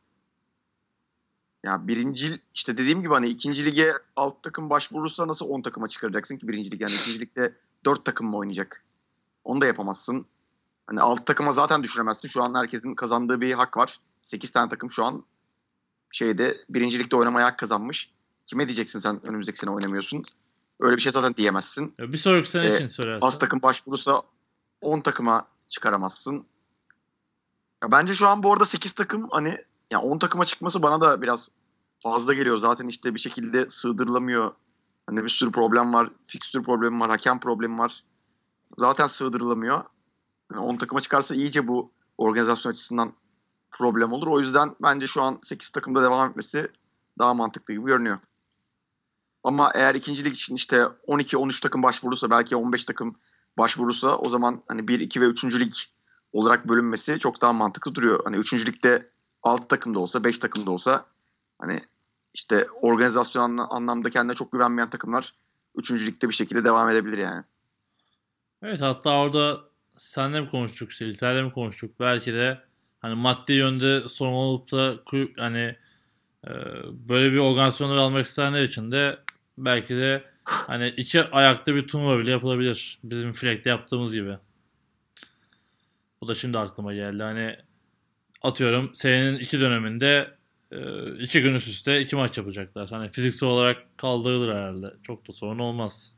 Ya birinci işte dediğim gibi hani ikinci lige alt takım başvurursa nasıl on takıma çıkaracaksın ki birinci lig? Yani ikinci ligde dört takım mı oynayacak? Onu da yapamazsın. Hani alt takıma zaten düşüremezsin. Şu an herkesin kazandığı bir hak var. sekiz tane takım şu an şeyde birincilikte oynamaya hak kazanmış. Kime diyeceksin sen önümüzdeki sene oynamıyorsun? Öyle bir şey zaten diyemezsin. Ya bir sonraki sene Ee, için söylersen. Az takım başvurursa on takıma çıkaramazsın. Ya bence şu an bu arada sekiz takım hani ya on takıma çıkması bana da biraz fazla geliyor. Zaten işte bir şekilde sığdırılamıyor. Hani bir sürü problem var. Fikstür problemi var. Hakem problemi var. Zaten sığdırılamıyor. Yani on takıma çıkarsa iyice bu organizasyon açısından problem olur. O yüzden bence şu an sekiz takımda devam etmesi daha mantıklı gibi görünüyor. Ama eğer ikincilik için işte on iki on üç takım başvurursa belki on beş takım başvurursa o zaman hani bir, iki ve üçüncü lig olarak bölünmesi çok daha mantıklı duruyor. Hani üçüncü ligde altı takım da olsa beş takım da olsa hani işte organizasyon anlamda kendine çok güvenmeyen takımlar üçüncü ligde bir şekilde devam edebilir yani. Evet, hatta orada senle mi konuştuk, işte İlter'le mi konuştuk? Belki de hani maddi yönde sorun olup da kulüp, hani e, böyle bir organizasyonları almak isteyenler için de belki de hani iki ayakta bir turnuva bile yapılabilir. Bizim Flag'de yaptığımız gibi. Bu da şimdi aklıma geldi. Hani atıyorum senenin iki döneminde e, iki gün üst üste iki maç yapacaklar. Hani fiziksel olarak kaldırılır herhalde. Çok da sorun olmaz.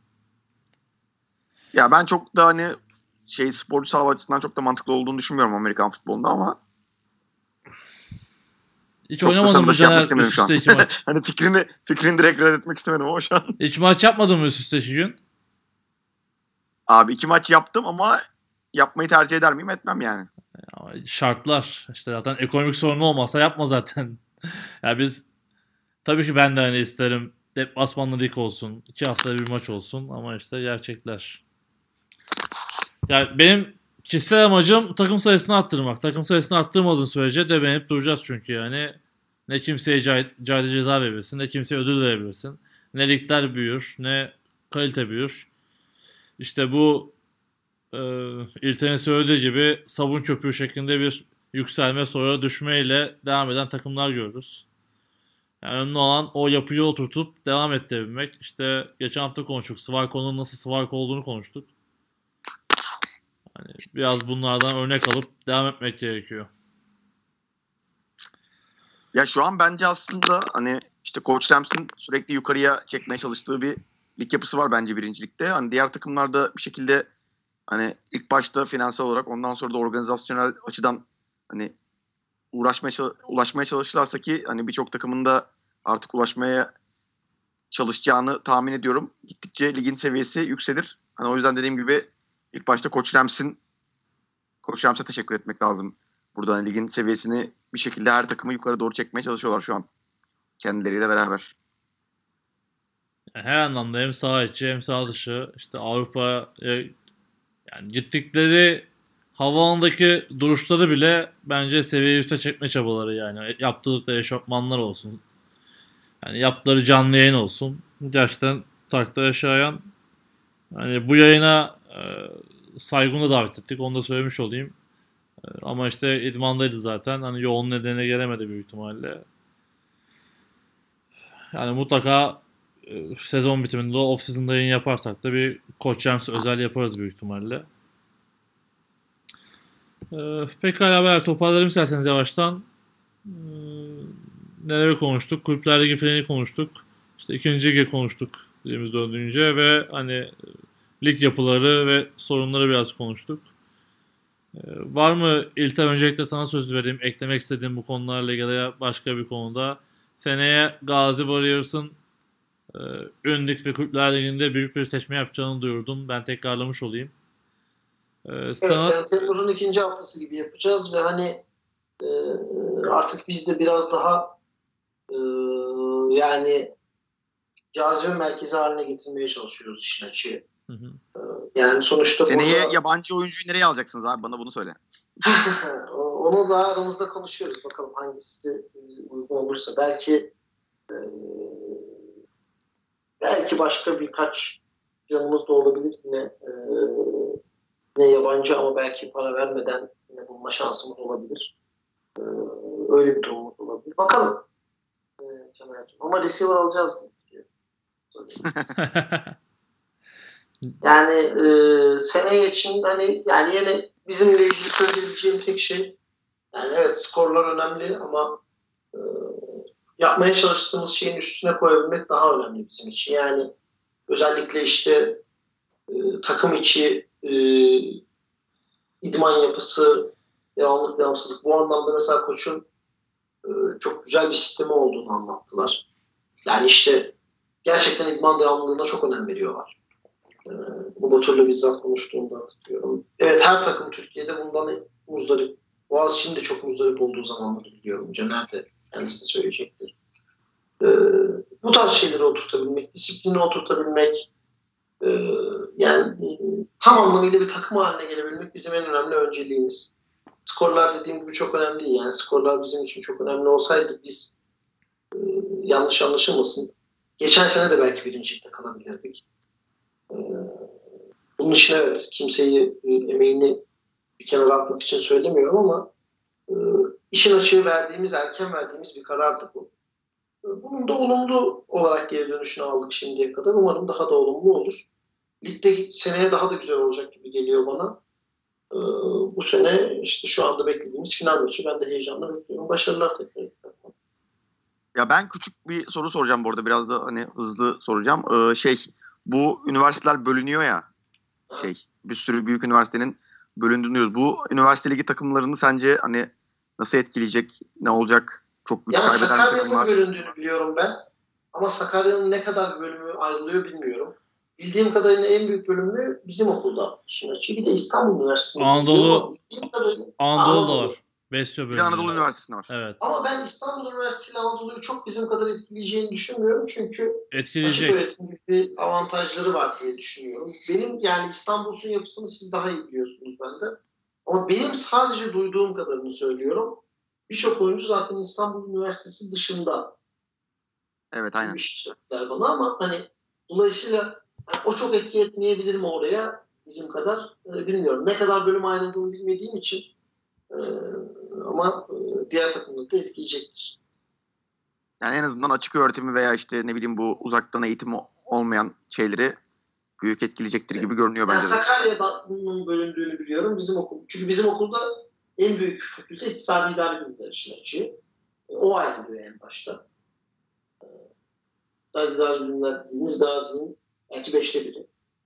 Ya ben çok da hani şey sporcu saha açısından çok da mantıklı olduğunu düşünmüyorum Amerikan futbolunda ama Hiç çok da oynamadın sana mı da şey yapmak Caner istemiyorum üst şu an. üste iki maç? Hani fikrini fikrini direkt reddetmek istemedim ama şu an. Hiç maç yapmadın mı üst üste iki gün? Abi iki maç yaptım ama yapmayı tercih eder miyim? Etmem yani. Ama şartlar işte, zaten ekonomik sorun olmasa yapma zaten. Ya biz tabii ki ben de hani isterim deplasmanlı lig olsun, iki haftada bir maç olsun ama işte gerçekler. Ya benim kişisel amacım takım sayısını arttırmak. Takım sayısını arttırmadığın sürece debelenip duracağız çünkü yani. Ne kimseye cayda ceza verebilirsin, ne kimseye ödül verebilirsin. Ne ligler büyür, ne kalite büyür. İşte bu e, İlter'in söylediği gibi sabun köpüğü şeklinde bir yükselme sonra düşmeyle devam eden takımlar görürüz. Yani önemli olan o yapıyı oturtup devam ettirebilmek. İşte geçen hafta konuştuk. Svarko'nun nasıl Svarko olduğunu konuştuk. Hani biraz bunlardan örnek alıp devam etmek gerekiyor. Ya şu an bence aslında hani işte Koç Rams'in sürekli yukarıya çekmeye çalıştığı bir lig yapısı var bence birincilikte. Hani diğer takımlarda bir şekilde hani ilk başta finansal olarak ondan sonra da organizasyonel açıdan hani uğraşmaya ulaşmaya çalışırlarsa ki hani birçok takımın da artık ulaşmaya çalışacağını tahmin ediyorum. Gittikçe ligin seviyesi yükselir. Hani o yüzden dediğim gibi ilk başta Koç Rams'in Koç Rams'e teşekkür etmek lazım. Burada hani ligin seviyesini bir şekilde her takımı yukarı doğru çekmeye çalışıyorlar şu an. Kendileriyle beraber. Her anlamda hem saha içi hem saha dışı işte Avrupa yani gittikleri havaalanındaki duruşları bile bence seviyeyi üste çekme çabaları yani. Yaptırdıkları eşofmanlar olsun. Yani yaptıkları canlı yayın olsun. Gerçekten takdire şayan. Hani bu yayına e, Saygun'u davet ettik. Onu da söylemiş olayım. E, ama işte idmandaydı zaten. Hani yoğun nedeniyle gelemedi büyük ihtimalle. Yani mutlaka e, sezon bitiminde off season'da yayın yaparsak da bir Koç James özel yaparız büyük ihtimalle. E, pekala beraber toparlarım isterseniz yavaştan. E, neleri konuştuk? Kulüpler Ligi finali konuştuk. İşte ikinci ligi konuştuk dilimiz döndüğünce ve hani lig yapıları ve sorunları biraz konuştuk. Ee, var mı İlter, öncelikle sana söz vereyim. Eklemek istediğim bu konularla ilgili ya başka bir konuda. Seneye Gazi Warriors'ın e, ön lig ve kulüpler liginde büyük bir seçme yapacağını duyurdum. Ben tekrarlamış olayım. Ee, sana... Evet, yani Temmuz'un ikinci haftası gibi yapacağız ve hani e, artık biz de biraz daha e, yani cazibe merkezi haline getirmeye çalışıyoruz işin açığı. Hı hı. Yani sonuçta seneye burada... yabancı oyuncuyu nereye alacaksınız abi? Bana bunu söyle. Onu da aramızda konuşuyoruz. Bakalım hangisi uygun olursa. Belki e, belki başka birkaç yanımız da olabilir. Yine e, ne yabancı ama belki para vermeden yine bulma şansımız olabilir. E, öyle bir durumumuz olabilir. Bakalım. E, ama receiver alacağız diye. Yani e, seneye için hani yani yine bizimle ilgili söyleyebileceğim tek şey Yani evet skorlar önemli ama e, yapmaya çalıştığımız şeyin üstüne koyabilmek daha önemli bizim için. Yani özellikle işte e, takım içi e, idman yapısı, devamlılık, devamsızlık. Bu anlamda mesela koçun e, çok güzel bir sistemi olduğunu anlattılar. Yani işte gerçekten idman devamlılığına çok önem veriyorlar. E, bu Batur'la bizzat konuştuğumda hatırlıyorum. Evet her takım Türkiye'de bundan muzdarip. Boğaziçi'nin de çok muzdarip olduğu zamanları biliyorum. Caner de kendisi de söyleyecektir. E, bu tarz şeyleri oturtabilmek, disiplini oturtabilmek, e, yani e, tam anlamıyla bir takım haline gelebilmek bizim en önemli önceliğimiz. Skorlar dediğim gibi çok önemli değil. Yani skorlar bizim için çok önemli olsaydı biz e, yanlış anlaşılmasın. Geçen sene de belki birincilikte kalabilirdik. E, bunun için evet kimseyi e, emeğini bir kenara atmak için söylemiyorum ama e, işin açığı verdiğimiz, erken verdiğimiz bir karardı bu. E, bunun da olumlu olarak geri dönüşünü aldık şimdiye kadar. Umarım daha da olumlu olur. Ligde seneye daha da güzel olacak gibi geliyor bana. Ee, bu sene işte şu anda beklediğimiz final maçı. Ben de heyecanla bekliyorum. Başarılar tekrar. Ya ben küçük bir soru soracağım bu arada. Biraz da hani hızlı soracağım. Ee, şey bu üniversiteler bölünüyor ya. Şey bir sürü büyük üniversitenin bölündüğünü diyoruz. Bu üniversite ligi takımlarını sence hani nasıl etkileyecek? Ne olacak? Çok güç Yani kaybeden Sakarya'nın takımlar. bölündüğünü biliyorum ben. Ama Sakarya'nın ne kadar bölümü ayrılıyor bilmiyorum. Bildiğim kadarıyla en büyük bölümü bizim okulda. Şimdi bir de İstanbul Üniversitesi'nde. Anadolu kadarıyla Anadolu da var. Besyo Bir de Anadolu bölümü. Üniversitesi'nde var. Evet. Ama ben İstanbul Üniversitesi ile Anadolu'yu çok bizim kadar etkileyeceğini düşünmüyorum. Çünkü açık Etkileyecek. öğretim gibi bir avantajları var diye düşünüyorum. Benim yani İstanbul'un yapısını siz daha iyi biliyorsunuz benden. Ama benim sadece duyduğum kadarını söylüyorum. Birçok oyuncu zaten İstanbul Üniversitesi dışında Evet aynen. demişler bana ama hani dolayısıyla hani o çok etki etmeyebilir mi oraya bizim kadar e, bilmiyorum. Ne kadar bölüm ayrıldığını bilmediğim için e, ama e, diğer takımları da etkileyecektir. Yani en azından açık öğretimi veya işte ne bileyim bu uzaktan eğitim olmayan şeyleri büyük etkileyecektir gibi görünüyor Yani bence de. Sakarya'nın bölündüğünü biliyorum bizim okul. Çünkü bizim okulda en büyük fakülte iktisadi idare bilimleri için açıyor. O ayrılıyor en başta. İktisadi idare bilimler dediğimiz Gazi'nin belki beşte biri.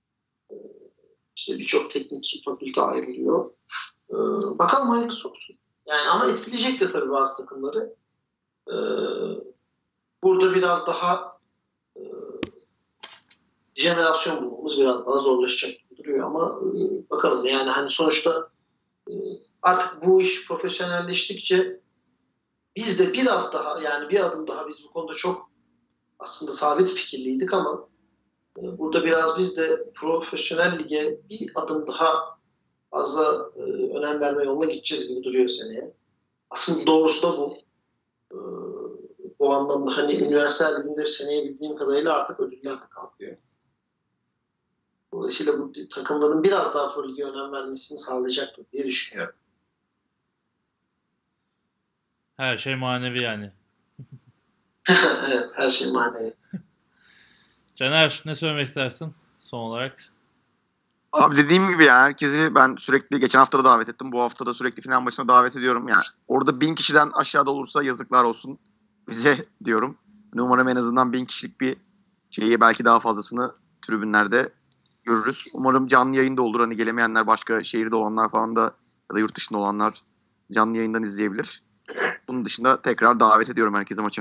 İşte birçok teknik fakülte ayrılıyor. Ee, bakalım hayırlısı olsun. Yani ama etkileyecektir tabii bazı takımları. Ee, burada biraz daha e, jenerasyon bulmamız biraz daha zorlaşacak gibi duruyor ama e, bakalım yani hani sonuçta e, artık bu iş profesyonelleştikçe biz de biraz daha yani bir adım daha biz bu konuda çok aslında sabit fikirliydik ama e, burada biraz biz de profesyonel lige bir adım daha fazla e, önem verme yoluna gideceğiz gibi duruyor seneye. Aslında doğrusu da bu. E, bu anlamda hani üniversite liginde seneye bildiğim kadarıyla artık ödüller de kalkıyor. Dolayısıyla bu takımların biraz daha Pro Lig'e önem vermesini sağlayacaktır diye düşünüyorum. Her şey manevi yani. Evet, her şey manevi. Caner ne söylemek istersin son olarak? Abi dediğim gibi ya herkesi ben sürekli geçen hafta da davet ettim. Bu hafta da sürekli final maçına davet ediyorum. Yani orada bin kişiden aşağıda olursa yazıklar olsun bize diyorum. Hani umarım en azından bin kişilik bir şeyi belki daha fazlasını tribünlerde görürüz. Umarım canlı yayında olur. Hani gelemeyenler başka şehirde olanlar falan da ya da yurt dışında olanlar canlı yayından izleyebilir. Bunun dışında tekrar davet ediyorum herkese maça.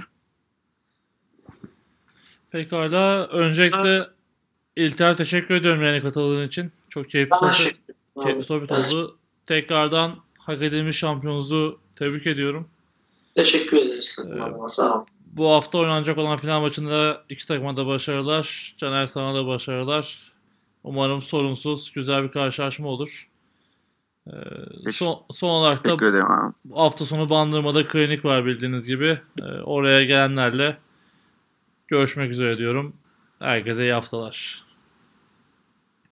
Pekala. Öncelikle İlter teşekkür ediyorum yani katıldığın için. Çok keyifli sohbet, keyifli sohbet oldu. Tekrardan hak edilmiş şampiyonunuzu tebrik ediyorum. Teşekkür ederiz. Ee, Sağ ol. Bu hafta oynanacak olan final maçında iki takıma da başarılar. Caner sana da başarılar. Umarım sorunsuz, güzel bir karşılaşma olur. Ee, son, son olarak da Teşekkür ederim abi. bu hafta sonu Bandırma'da klinik var bildiğiniz gibi. Ee, oraya gelenlerle görüşmek üzere diyorum. Herkese iyi haftalar.